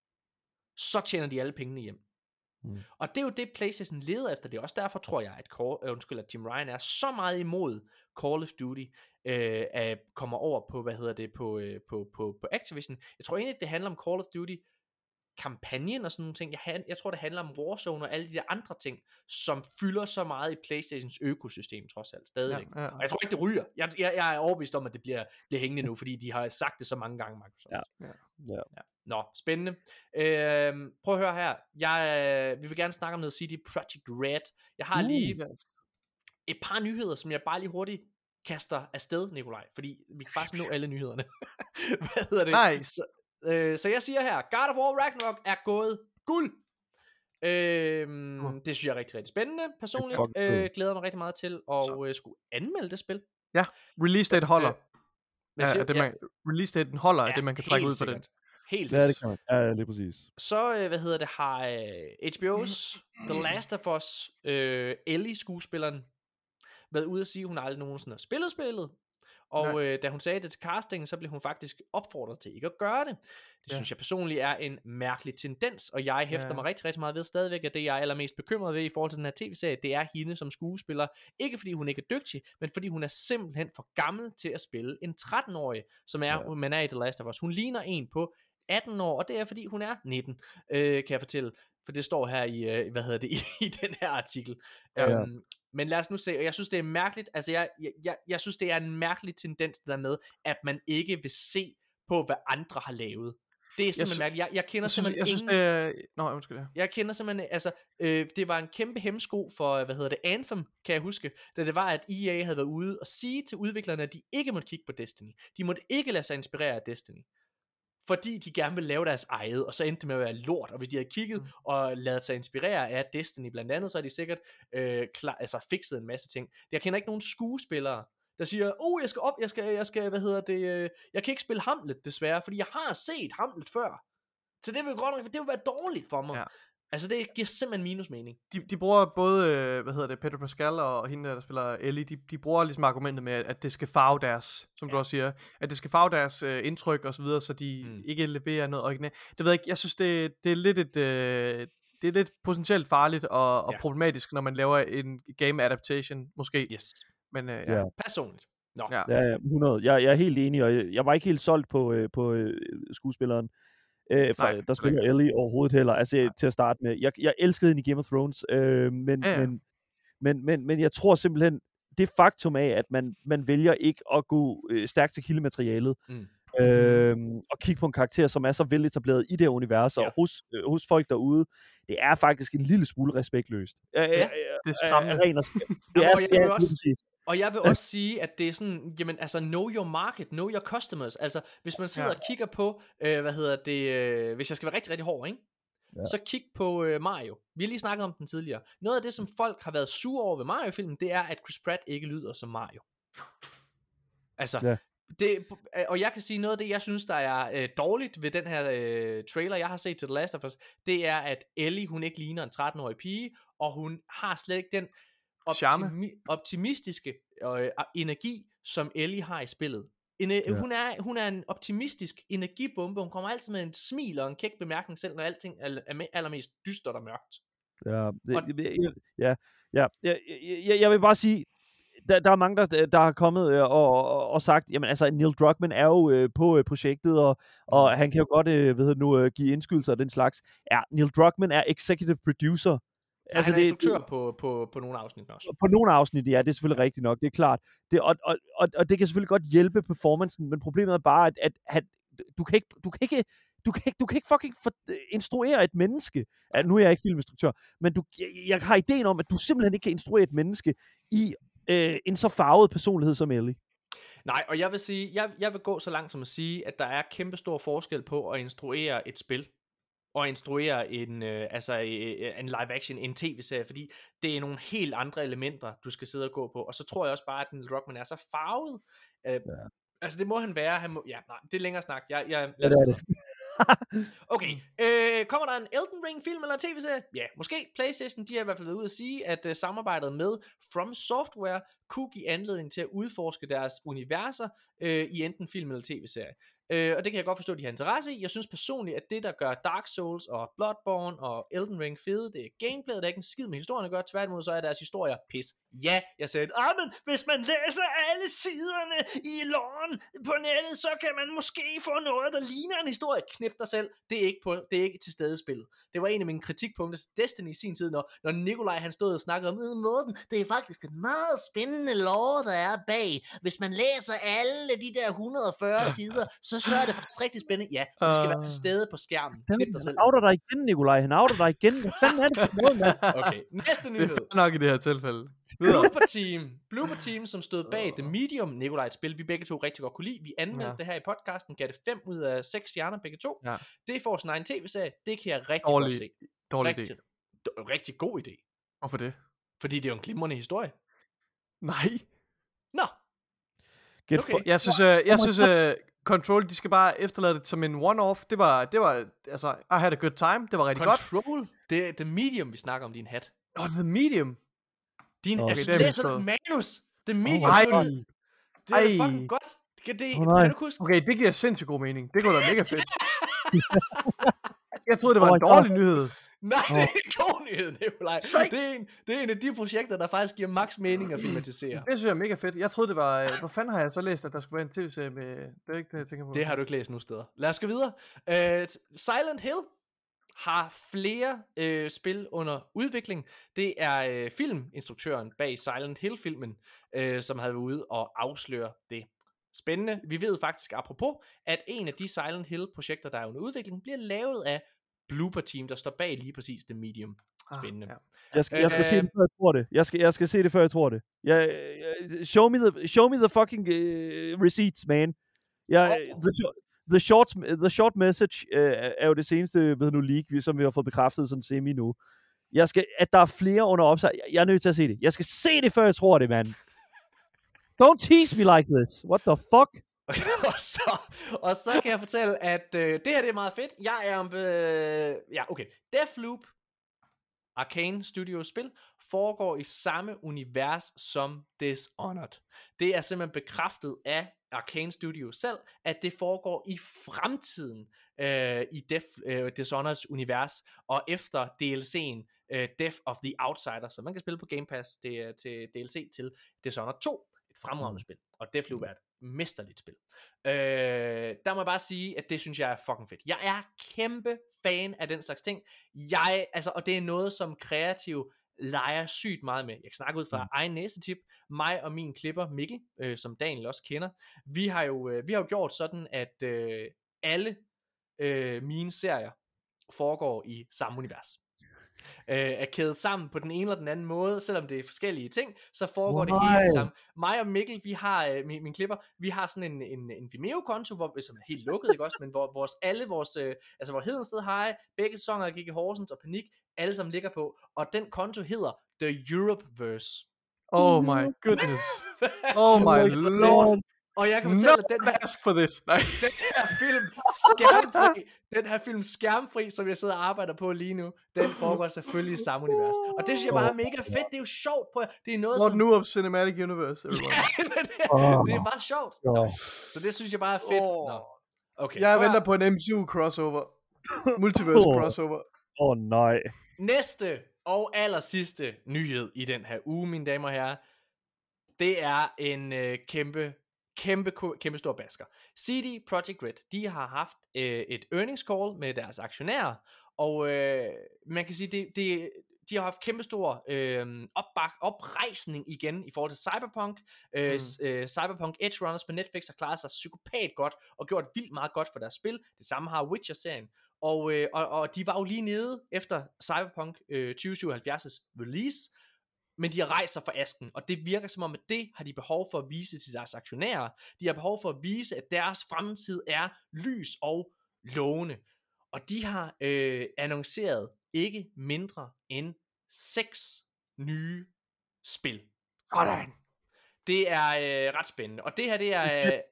så tjener de alle pengene hjem. Mm. Og det er jo det, PlayStation leder efter. Det er også derfor, tror jeg, at, Call, øh, undskyld, at Jim Ryan er så meget imod Call of Duty, øh, at kommer over på, hvad hedder det, på, øh, på, på, på Activision. Jeg tror egentlig, det handler om Call of Duty kampagnen og sådan nogle ting. Jeg, jeg tror, det handler om Warzone og alle de der andre ting, som fylder så meget i PlayStations økosystem, trods alt, stadigvæk. Ja, ja, ja. Og jeg tror ikke, det ryger. Jeg, jeg, jeg er overbevist om, at det bliver, bliver hængende nu, fordi de har sagt det så mange gange, Microsoft. Ja. Ja. Ja. Ja. Nå, spændende. Øh, prøv at høre her. Jeg, vi vil gerne snakke om noget C D Projekt Red. Jeg har uh, lige yes. et par nyheder, som jeg bare lige hurtigt kaster afsted, Nikolaj, fordi vi kan faktisk nå alle nyhederne. Hvad hedder det? Nice. Så, øh, så jeg siger her, God of War Ragnarok er gået guld. Øh, uh. Det synes jeg er rigtig, rigtig spændende. Personligt øh, glæder mig rigtig meget til at øh, skulle anmelde det spil. Ja, release date holder. Øh, ja, det, man, ja. Release daten holder ja, af det, man kan trække ud på den. Helt ja, det kan man. Ja, lige præcis. Så, øh, hvad hedder det, har øh, H B O's The Last of Us, øh, Ellie, skuespilleren, været ude at sige, at hun aldrig nogensinde har spillet spillet. Og øh, da hun sagde det til castingen, så blev hun faktisk opfordret til ikke at gøre det. Det ja. synes jeg personligt er en mærkelig tendens, og jeg hæfter ja. mig rigtig, rigtig meget ved stadigvæk, at det jeg er allermest bekymret ved i forhold til den her tv-serie, det er hende som skuespiller. Ikke fordi hun ikke er dygtig, men fordi hun er simpelthen for gammel til at spille en tretten-årig, som er, ja. man er i The Last of Us. Hun ligner en på atten år, og det er fordi hun er nitten, øh, kan jeg fortælle. For det står her i, øh, hvad hedder det, i, i den her artikel. Ja. Um, men lad os nu se, og jeg synes det er mærkeligt, altså jeg, jeg, jeg, jeg synes det er en mærkelig tendens der med, at man ikke vil se på, hvad andre har lavet. Det er simpelthen jeg, mærkeligt. Jeg, jeg kender jeg synes, simpelthen jeg synes, ingen... det er... Nå, undskyld. Ja. Jeg kender simpelthen, altså, øh, det var en kæmpe hemsko for, hvad hedder det, Anthem, kan jeg huske, da det var, at E A havde været ude og sige til udviklerne, at de ikke måtte kigge på Destiny. De måtte ikke lade sig inspirere af Destiny. Fordi de gerne vil lave deres eget, og så endte det med at være lort, og hvis de havde kigget mm. og ladet sig inspirere af Destiny blandt andet, så har de sikkert øh, klar, altså fikset en masse ting. Jeg kender ikke nogen skuespillere, der siger, oh, jeg skal op, jeg skal, jeg skal, hvad hedder det, øh, jeg kan ikke spille Hamlet desværre, fordi jeg har set Hamlet før. Så det vil godt nok, det vil være dårligt for mig. Ja. Altså det giver simpelthen minusmening. De, de bruger både, øh, hvad hedder det, Pedro Pascal og hende der spiller Ellie, de, de bruger ligesom argumentet med, at det skal farve deres, som ja. du også siger, at det skal farve deres øh, indtryk og så videre, så de mm. ikke leverer noget originalt. Det ved jeg ikke, jeg synes det, det er lidt et, øh, det er lidt potentielt farligt og, og ja. problematisk, når man laver en game adaptation, måske. Yes. Men øh, ja. ja. Personligt. Nå. Ja. Ja, hundrede. Jeg, jeg er helt enig, og jeg, jeg var ikke helt solgt på, øh, på øh, skuespilleren. Øh, for, Nej, der spiller Ellie overhovedet heller, altså Nej. til at starte med. Jeg, jeg elskede hende i Game of Thrones, øh, men, ja, ja. Men, men, men, men jeg tror simpelthen, det faktum af, at man, man vælger ikke at gå øh, stærkt til kildematerialet, mm. øh, og kigge på en karakter, som er så veletableret i det univers, ja. og hos, øh, hos folk derude, det er faktisk en lille smule respektløst. Ja, det er skræmmende. Øh, det er, og, jeg også, og jeg vil også sige, at det er sådan, jamen altså, know your market, know your customers. Altså, hvis man sidder ja. og kigger på, øh, hvad hedder det, øh, hvis jeg skal være rigtig, rigtig hård, ikke? Ja. Så kig på øh, Mario. Vi har lige snakket om den tidligere. Noget af det, som folk har været sure over ved Mario-filmen, det er, at Chris Pratt ikke lyder som Mario. Altså, ja. Det, og jeg kan sige noget af det, jeg synes, der er øh, dårligt ved den her øh, trailer, jeg har set til The Last of Us, det er, at Ellie, hun ikke ligner en tretten-årig pige, og hun har slet ikke den optimi- optimistiske øh, energi, som Ellie har i spillet. En, ja. hun, er, hun er en optimistisk energibombe, hun kommer altid med en smil og en kæk bemærkning, selv når alting er, er allermest dystert og mørkt. Ja, det, og, ja, ja, ja, jeg, jeg vil bare sige, Der, der er mange, der, der har kommet øh, og, og, og sagt, jamen altså, Neil Druckmann er jo øh, på øh, projektet, og, og mm. han kan jo godt øh, ved nu, øh, give indskydelser af den slags. Ja, Neil Druckmann er executive producer. Ja, altså, han er det, instruktør på, på, på nogle afsnit også. På nogle afsnit, ja, det er selvfølgelig rigtigt nok, det er klart. Det, og, og, og, og det kan selvfølgelig godt hjælpe performancen, men problemet er bare, at, at, at du kan ikke, du kan ikke Du kan, ikke, du kan ikke fucking for, instruere et menneske. Ja, nu er jeg ikke filminstruktør, men du, jeg, jeg har ideen om, at du simpelthen ikke kan instruere et menneske i øh, en så farvet personlighed som Ellie. Nej, og jeg vil sige, jeg, jeg vil gå så langt som at sige, at der er kæmpe stor forskel på at instruere et spil og instruere en, øh, altså en live action, en tv-serie, fordi det er nogle helt andre elementer, du skal sidde og gå på. Og så tror jeg også bare, at Neil Druckmann er så farvet. Øh, ja. Altså, det må han være. Han må... Ja, nej, det er længere snak. Jeg, jeg... Ja, det er det. Okay, øh, kommer der en Elden Ring film eller tv-serie? Ja, måske. PlayStation, de har i hvert fald været ude at sige, at uh, samarbejdet med From Software kunne give anledning til at udforske deres universer øh, i enten film eller tv-serie. Øh, og det kan jeg godt forstå, at de har interesse i. Jeg synes personligt, at det, der gør Dark Souls og Bloodborne og Elden Ring fede, det er gameplayet, der er ikke en skid med historien at gøre. Tværtimod, så er deres historier pis. Ja, jeg sagde, ah, men hvis man læser alle siderne i loven på nettet, så kan man måske få noget, der ligner en historie. Knip dig selv. Det er ikke, på, det er ikke til stede i spillet. Det var en af mine kritikpunkter til Destiny i sin tid, når, når Nikolaj han stod og snakkede om, måden, det er faktisk et meget spændende lore, der er bag. Hvis man læser alle de der et hundrede og fyrre sider, så så er det faktisk rigtig spændende. Ja, det skal uh, være til stede på skærmen. Knip dig selv. Han outer dig igen, Nikolaj. Han outer dig igen. Hvad fanden er det for noget, mand? Okay, næste nyhed. Det er nok i det her tilfælde. Blooper Team. Blooper Team, som stod bag The Medium. Nikolaj, et spil, vi begge to rigtig godt kunne lide. Vi anmeldte ja. det her i podcasten. Gav det fem ud af seks stjerner, begge to. Ja. Det får sin egen tv-serie. Det kan jeg rigtig dårlig, godt se. Dårlig rigtig, d- rigtig god idé. Hvorfor det? Fordi det er jo en glimrende historie. Nej. Nå. Get okay. Jeg synes, uh, jeg synes uh, Control, de skal bare efterlade det som en one-off. Det var, det var, altså, I had a good time. Det var rigtig Control? godt. Control? Det er The Medium, vi snakker om, din hat. Åh, oh, The Medium? Din, okay, altså, læser du manus? The Medium? Oh, det er det fucking godt. Kan, det, oh, kan du huske? Okay, det giver sindssygt god mening. Det går da mega fedt. Jeg troede, det var oh en dårlig God. nyhed. Nej, det er en god nyhed, Nikolaj. Det er, en, det er en af de projekter, der faktisk giver max mening at filmatisere. Det synes jeg er mega fedt. Jeg troede, det var... Hvor fanden har jeg så læst, at der skulle være en tv-serie med... Det er ikke det, jeg tænker på. Det har du ikke læst nogen steder. Lad os gå videre. Uh, Silent Hill har flere uh, spil under udvikling. Det er uh, filminstruktøren bag Silent Hill-filmen, uh, som havde været ude og afsløre det. Spændende. Vi ved faktisk, apropos, at en af de Silent Hill-projekter, der er under udvikling, bliver lavet af Blooper Team, der står bag lige præcis The Medium. Spændende. Ah, ja. Jeg skal, jeg skal øh, se det, før jeg tror det. Jeg skal, jeg skal se det, før jeg tror det. Jeg, jeg, show, me the, show me the fucking uh, receipts, man. Jeg, oh. the, the, short, the short message uh, er jo det seneste ved nu leak, som vi har fået bekræftet sådan semi nu. Jeg skal, at der er flere under opsag. Jeg, jeg er nødt til at se det. Jeg skal se det, før jeg tror det, man. Don't tease me like this. What the fuck? og, så, og så kan jeg fortælle, at øh, det her det er meget fedt. Jeg er om... Øh, ja, okay. Deathloop, Arcane Studios spil, foregår i samme univers som Dishonored. Det er simpelthen bekræftet af Arcane Studios selv, at det foregår i fremtiden øh, i Death, øh, Dishonoreds univers, og efter D L C'en øh, Death of the Outsider, som man kan spille på Game Pass det, til D L C til Dishonored to. Et fremragende spil, og Deathloop er et mesterligt spil. Øh, der må jeg bare sige, at det synes jeg er fucking fedt. Jeg er kæmpe fan af den slags ting. Jeg, altså, og det er noget, som kreativ leger sygt meget med. Jeg kan snakke ud fra mm. egen næsetip. Mig og min klipper Mikkel, øh, som Daniel også kender, vi har jo, øh, vi har jo gjort sådan, at øh, alle øh, mine serier foregår i samme univers. Øh, er kædet sammen på den ene eller den anden måde, selvom det er forskellige ting, så foregår oh, det hele sammen. Mig og Mikkel, vi har, øh, min, min klipper, vi har sådan en, en, en Vimeo-konto, hvor, som er helt lukket, ikke også, men hvor vores, alle vores, øh, altså hvor Hedensted High, begge sæsoner gik i Horsens og Panik, alle sammen ligger på, og den konto hedder The Europeverse. Oh my goodness. Oh my lord. Og jeg kan fortælle, no at den her, for this. Nej. den her film skærmfri, den her film skærmfri, som jeg sidder og arbejder på lige nu, den foregår selvfølgelig i samme univers. Og det synes jeg bare er mega fedt. Det er jo sjovt på, det er noget What som... new of Cinematic Universe, everyone. ja, det, er, det er bare sjovt. Nå. Så det synes jeg bare er fedt. Nå. Okay. Jeg venter på en M C U crossover. Multiverse crossover. Åh oh, nej. Næste og aller sidste nyhed i den her uge, mine damer og herrer, det er en øh, kæmpe Kæmpe, kæmpe stor basker. C D Projekt Red, de har haft øh, et earnings call med deres aktionærer, og øh, man kan sige, det, det, de har haft kæmpe stor øh, opbak, oprejsning igen i forhold til Cyberpunk. Øh, mm. øh, Cyberpunk Edge Runners på Netflix har klaret sig psykopat godt, og gjort vildt meget godt for deres spil. Det samme har Witcher-serien. Og, øh, og, og de var jo lige nede efter Cyberpunk øh, tyve syvoghalvfjerds' release, men de har rejst sig fra asken, og det virker som om, at det har de behov for at vise til deres aktionærer. De har behov for at vise, at deres fremtid er lys og lovende. Og de har øh, annonceret ikke mindre end seks nye spil. Sådan. Det er øh, ret spændende. Og det her, det er... Øh,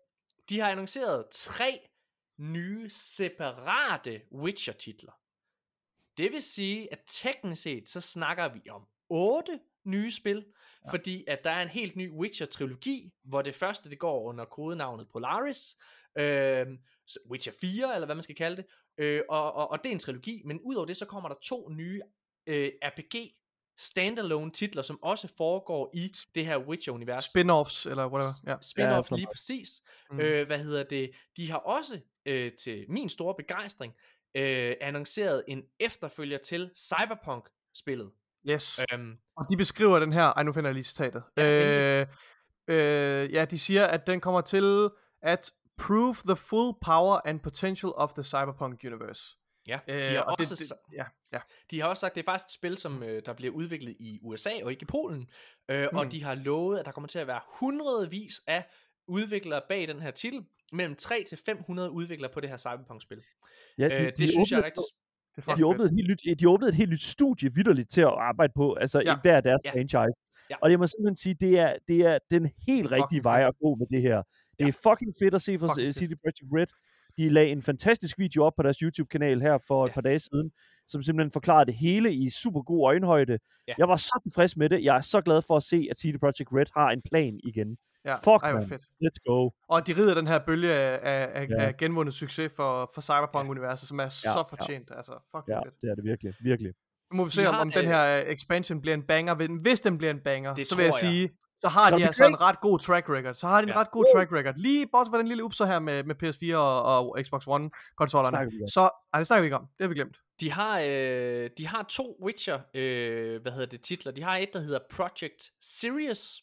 de har annonceret tre nye separate Witcher-titler. Det vil sige, at teknisk set, så snakker vi om otte nye spil, ja. Fordi at der er en helt ny Witcher-trilogi, hvor det første, det går under kodenavnet Polaris, øh, Witcher fire, eller hvad man skal kalde det, øh, og, og, og det er en trilogi, men udover det, så kommer der to nye øh, R P G standalone titler, som også foregår i det her Witcher-univers. Spin-offs, eller whatever. Ja. Spin-off, Ja, lige præcis. Mm. Øh, hvad hedder det? De har også, øh, til min store begejstring, øh, annonceret en efterfølger til Cyberpunk-spillet. Yes. Øhm, Og de beskriver den her, ej nu finder jeg lige citatet. Ja, øh, øh, ja, de siger, at den kommer til at prove the full power and potential of the Cyberpunk universe. ja, de, Øh, har og også, det, det, ja, ja. de har også sagt, at det er faktisk et spil, som øh, der bliver udviklet i U S A og ikke i Polen. Øh, mm. Og de har lovet, at der kommer til at være hundredvis af udviklere bag den her titel. Mellem tre til fem hundrede udviklere på det her Cyberpunk-spil. Ja, de, øh, det de synes jeg er åbnede- rigtig... Det er De åbnede, et helt nyt, de åbnede et helt nyt studie vitterligt til at arbejde på, altså Ja. i hver deres Ja. franchise. Ja. Og jeg må simpelthen sige, det er, det er den helt rigtige Fucking vej fedt. at gå med det her. Det Ja. er fucking fedt at se fra Fucking uh, fedt. C D Projekt Red. De lagde en fantastisk video op på deres YouTube-kanal her for et Ja. par dage siden, som simpelthen forklarede det hele i super god øjenhøjde. Ja. Jeg var så tilfreds med det. Jeg er så glad for at se, at C D Projekt Red har en plan igen. Ja. Fuck, Ej, hvor man. fedt. Let's go. Og de rider den her bølge af, af, af, Ja. af genvundet succes for, for Cyberpunk-universet, som er så Ja, fortjent. Altså, fucking Ja, fedt. det er det virkelig. Virkelig. Nu må vi se, De om, har, om den øh, her uh, expansion bliver en banger. Hvis den bliver en banger, Det så vil jeg, tror jeg. sige, så har That'll de be altså en great. ret god track record. Så har de en Ja. ret god track record. Lige bortset fra den lille upser her med, med P S fire og, og Xbox Snakker One-konsollerne. vi om. Så, ej, det snakker vi ikke om. Det har vi glemt. De har, øh, de har to Witcher, øh, hvad hedder det, titler. De har et, der hedder Project Sirius,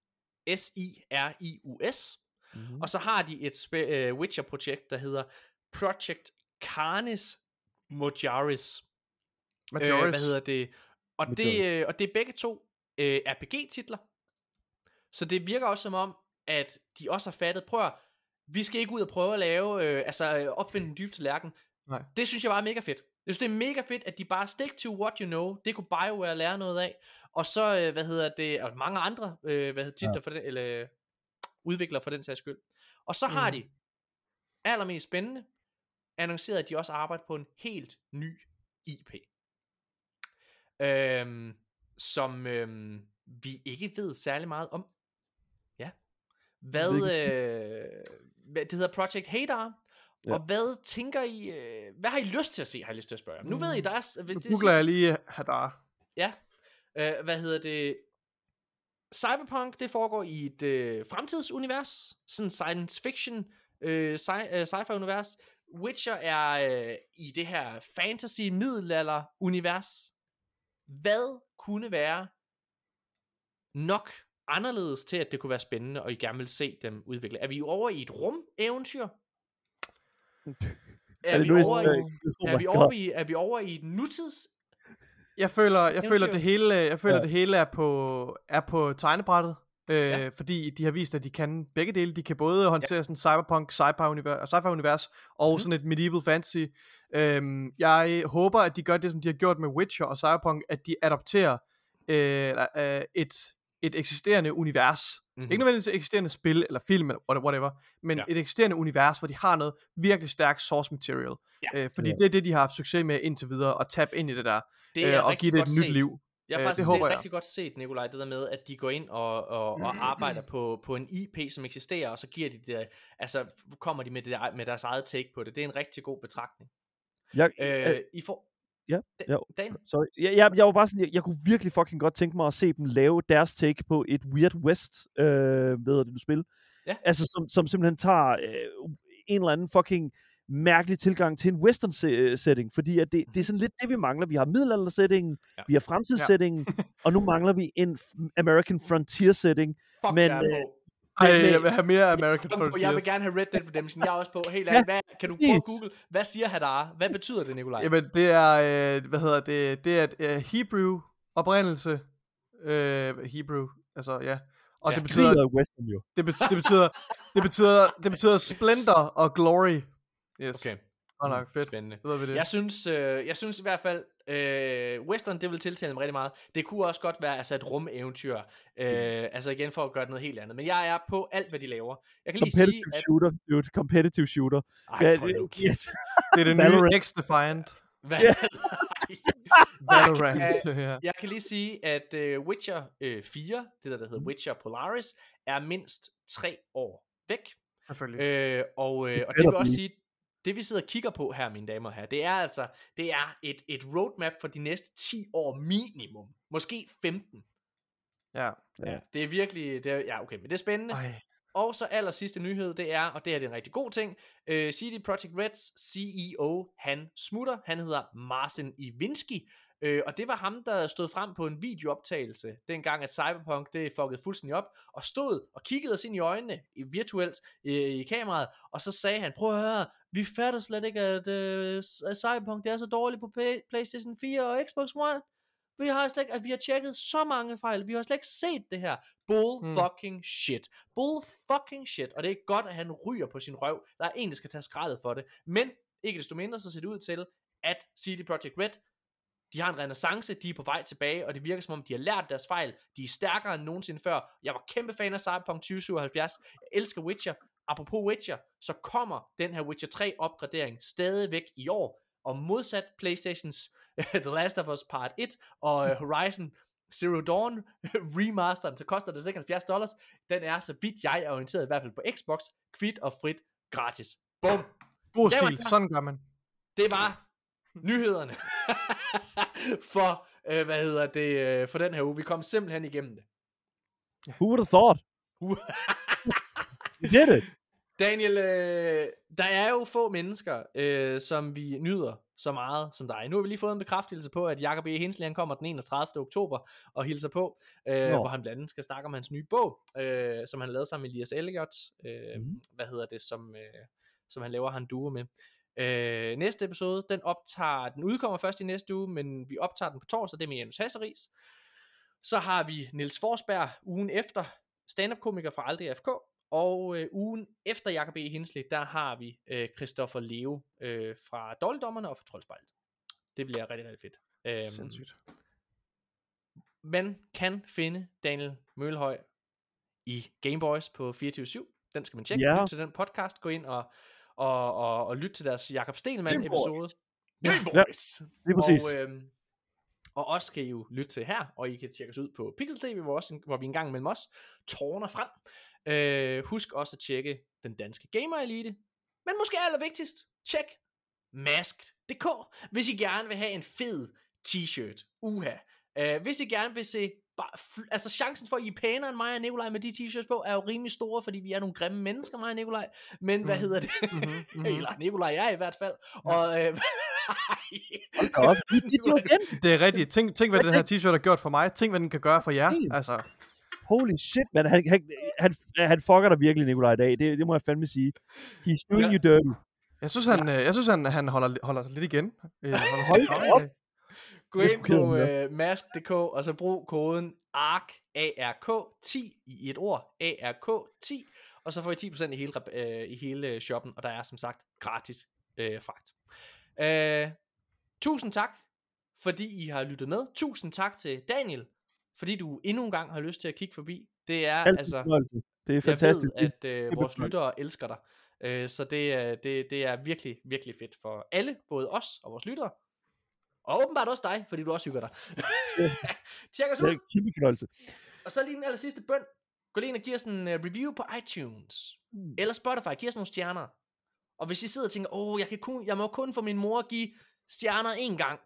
S I R I U S. Mm-hmm. Og så har de et spe- øh, Witcher-projekt, der hedder Project Canis Majoris. Majoris. Øh, hvad hedder det? Og det, Majoris. øh, og det er begge to øh, R P G-titler. Så det virker også som om, at de også har fattet, prøv at, vi skal ikke ud og prøve at lave, øh, altså øh, opfinde en dyb tallerken. Nej. Det synes jeg bare er mega fedt. Jeg synes, det er mega fedt, at de bare stick to what you know. Det kunne BioWare lære noget af. Og så, øh, hvad hedder det, og mange andre øh, hvad hedder titler ja. for den, eller udviklere for den sags skyld. Og så har Mhm. de, allermest spændende, annonceret, at de også arbejder på en helt ny I P. Øhm, som øhm, vi ikke ved særlig meget om. Ja. Hvad, øh, hvad det hedder Project Hadar. Ja. Og hvad tænker I, øh, hvad har I lyst til at se, har jeg lyst til at spørge jer. Nu ved I, der er... Nu det, googler jeg lige Hadar. Ja. Øh, hvad hedder det? Cyberpunk, det foregår i et øh, fremtidsunivers. Sådan science fiction, øh, sci- øh, sci-fi univers. Witcher er øh, i det her fantasy middelalder univers. Hvad kunne være nok anderledes til, at det kunne være spændende, og I gerne vil se dem udvikle? Er vi over i et rum-eventyr? Er, det vi nu, jeg over, siger- i, Oh er, my vi God. over i, er vi over i et nutids? Jeg føler, jeg Eventyr. føler det hele, jeg føler Ja. det hele er på er på tegnebrættet, øh, Ja. fordi de har vist, at de kan begge dele. De kan både håndtere ja. sådan cyberpunk, sci-fi univers, sci-fi univers og Mhm. sådan et medieval fantasy. Øhm, jeg håber, at de gør det, som de har gjort med Witcher og Cyberpunk, at de adopterer øh, øh, et et eksisterende univers. Mm-hmm. Ikke nødvendigvis et eksisterende spil eller film eller whatever, men Ja. et eksisterende univers, hvor de har noget virkelig stærkt source material. Ja. Øh, fordi Ja. det er det, de har haft succes med indtil videre, at tabe ind i det der. Det er øh, og rigtig give det et godt nyt set. liv. Jeg er Øh, faktisk, det det, håber det er jeg. rigtig godt set, Nikolaj, det der med, at de går ind og, og, og arbejder på, på en I P, som eksisterer, og så giver de det, altså kommer de med, det, med deres eget take på det. Det er en rigtig god betragtning. Jeg, Øh, I får... ja, Da- ja. Dan? Så jeg, jeg, jeg var bare sådan, jeg, jeg kunne virkelig fucking godt tænke mig at se dem lave deres take på et Weird West, øh, hvad hedder det nu spil. Ja. Altså som, som simpelthen tager øh, en eller anden fucking mærkelig tilgang til en western se- setting, fordi at det, det er sådan lidt det, vi mangler. Vi har middelalder-settingen, Ja. vi har fremtidssettingen, og nu mangler vi en f- American frontier setting. Fuck, Men, jeg er øh, på. Ej, men- jeg vil have mere American Kom på, Frontiers. jeg vil gerne have Red Dead Redemption. Jeg er også på. Helt Ja, ærligt, hvad, kan du prøve at præcis. google? Hvad siger Hadar? Hvad betyder det, Nikolaj? Jamen, det er, øh, hvad hedder det, det er et øh, Hebrew oprindelse. Øh, Hebrew, altså ja. Og det betyder, Skriger western jo. det betyder, det betyder, det betyder, det betyder splendor og glory. Yes. Okay. Godt nok, fedt. Spændende. Så ved vi det. Jeg synes, øh, jeg synes i hvert fald, øh, western, det vil tiltale mig rigtig meget. Det kunne også godt være altså et rumeventyr. Øh, altså igen for at gøre det noget helt andet. Men jeg er på alt, hvad de laver. Jeg kan lige sige, Competitive at... shooter, dude. Competitive shooter. Ej, Ja, hold nu det- kæft. Det er det nye Valorant. X-Defiant. Hvad? Valorant. ja. Jeg kan lige sige, at uh, Witcher uh, fire, det der, der hedder Witcher Polaris, er mindst tre år væk. Selvfølgelig. Øh, og, øh, og det better vil også be. sige, det vi sidder og kigger på her, mine damer og herrer, det er altså, det er et, et roadmap for de næste ti år minimum. Måske femten. Ja. Ja. Det er virkelig, det er, ja okay, men det er spændende. Ej. Og så aller sidste nyhed, det er, og det her det er en rigtig god ting, uh, C D Projekt Reds C E O, han smutter, han hedder Marcin Iwinski, uh, og det var ham, der stod frem på en videooptagelse, dengang at Cyberpunk, det fuckede fuldstændig op, og stod og kiggede os ind i øjnene, i, virtuelt, i, i kameraet, og så sagde han, prøv at høre, vi fatter slet ikke, at uh, Cyberpunk, det er så dårligt på Play, PlayStation fire og Xbox One. Vi har slet ikke, at vi har tjekket så mange fejl. Vi har slet ikke set det her. Bull Mm. fucking shit. Bull fucking shit. Og det er godt, at han ryger på sin røv. Der er en, der skal tage skraldet for det. Men ikke desto mindre, så ser det ud til, at C D Projekt Red, de har en renaissance, de er på vej tilbage, og det virker som om, de har lært deres fejl. De er stærkere end nogensinde før. Jeg var kæmpe fan af Cyberpunk tyve syvoghalvfjerds. Jeg elsker Witcher. Apropos Witcher, så kommer den her Witcher tre opgradering stadigvæk i år. Og modsat PlayStations The Last of Us Part et og uh, Horizon Zero Dawn remasteren, så koster det sikkert halvfjerds dollars. Den er, så vidt jeg er orienteret, i hvert fald på Xbox, kvit og frit gratis. Bum! God Det var- stil, sådan gør man. Det var nyhederne for, øh, hvad hedder det, øh, for den her uge. Vi kom simpelthen igennem det. Who would have thought? You did it. Daniel, øh, der er jo få mennesker, øh, som vi nyder så meget som dig. Nu har vi lige fået en bekræftelse på, at Jacob E. Hensley, han kommer den enogtredivte oktober og hilser på, øh, hvor han blandt andet skal snakke om hans nye bog, øh, som han lavede sammen med Elias Elliot, øh, mm. hvad hedder det, som, øh, som han laver han duo med. Øh, næste episode, den optager, den udkommer først i næste uge, men vi optager den på torsdag, det er med Janus Hasseris. Så har vi Niels Forsberg ugen efter, stand-up-komiker fra Aldrig F K. Og øh, ugen efter Jacob E. Hensley, der har vi øh, Christoffer Leo øh, fra Dårligdommerne og fra Troldspejlet. Det bliver rigtig, rigtig fedt. Øhm, Sindssygt. Man kan finde Daniel Mølhøj i Gameboys på fireogtyve syv. Den skal man tjekke. Ja. Lyt til den podcast. Gå ind og, og, og, og lyt til deres Jakob Stelman Game episode. Boys. Gameboys! Lige præcis. Og, øhm, og også skal I jo lytte til her, og I kan tjekke os ud på Pixel T V, hvor, også, hvor vi en gang mellem os tårner frem. Øh, husk også at tjekke den danske Gamer Elite. Men måske allervigtigst, tjek masked punktum d k, hvis I gerne vil have en fed t-shirt. Uha. Øh, hvis I gerne vil se, bare fl- altså chancen for, at I er pænere end mig og Nikolaj med de t-shirts på, er jo rimelig store, fordi vi er nogle grimme mennesker, mig og Nikolaj. Men hvad hedder det? Mhm, mhm. Eller Nikolaj er i hvert fald. Og øh, Hold da op. Vi gik jo igen. Det er rigtigt. Tænk, tænk hvad den her t-shirt har gjort for mig. Tænk, hvad den kan gøre for jer. Helt. Altså, Holy shit, man. Han, han, han, han fucker dig virkelig, Nikolaj, i dag. Det, det må jeg fandme sige. He's doing Ja. you dirty. jeg synes, han, øh, jeg synes, han, han holder, holder sig lidt igen. Øh, holder Hold sig da op. øh, gå Det er ind sgu på kedeligt, øh, mask punktum d k, og så brug koden A R K, A R K ti i et ord, A R K ti, og så får I ti procent i hele, rap- øh, i hele shoppen, og der er som sagt gratis øh, fragt. Øh, tusind tak, fordi I har lyttet med. Tusind tak til Daniel, fordi du endnu en gang har lyst til at kigge forbi. Det er Altid altså... fornøjelse. Det er fantastisk. Jeg ved, at øh, er vores fornøjelse. lyttere elsker dig. Øh, så det, er- det, det er virkelig, virkelig fedt for alle, både os og vores lyttere. Og åbenbart også dig, fordi du også hygger dig. Tjek os Det er ud. en kæmpe fornøjelse. Og så lige den aller sidste bøn. Gå lige ind og giv os en uh, review på iTunes. Mm. Eller Spotify. Giv os nogle stjerner. Og hvis I sidder og tænker, åh, jeg, kan kun, jeg må kun få min mor at give stjerner en gang.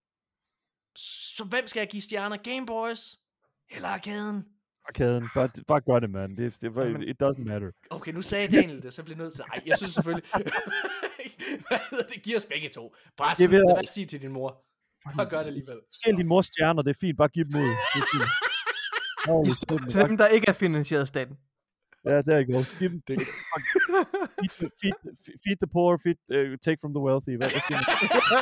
Så hvem skal jeg give stjerner? Gameboys? Eller Arkaden? Arkaden. Bare, bare gør det, mand. Det, det, Jamen. it doesn't matter. Okay, nu sagde Daniel det, så bliver jeg nødt til. Nej, jeg synes selvfølgelig. Hvad hedder det? Giver os begge to. Bare Det sådan, vil jeg- lad være at sige til din mor. Bare gør det alligevel. Stjæl din mors stjerner, det er fint. Bare giv dem ud. Det er fint. Holy De shit, støtter man. til dem, der ikke er finansieret af staten. Ja, der you go. Giv dem. Det, Feed, the- feed, feed, feed the poor, feed, uh, take from the wealthy. Hvad, hvad siger man?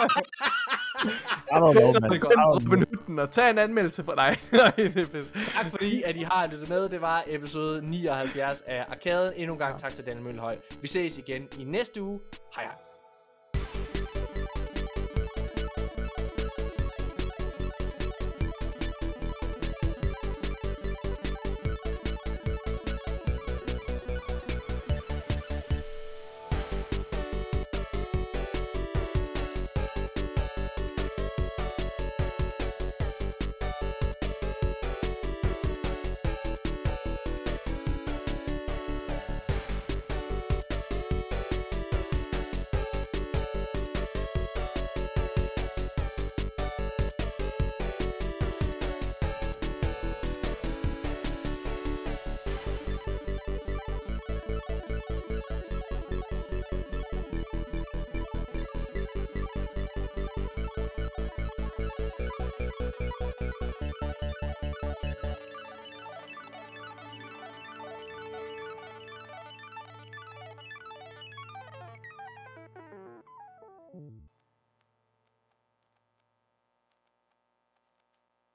I don't know, man. Det er godt. I don't know. Robin Hood og tag en anmeldelse for dig. Nej, det er fedt. tak fordi, at I har lyttet med. Det var episode nioghalvfjerds af Arkaden. Endnu en gang tak til Daniel Mølhøj. Vi ses igen i næste uge. Hej hej.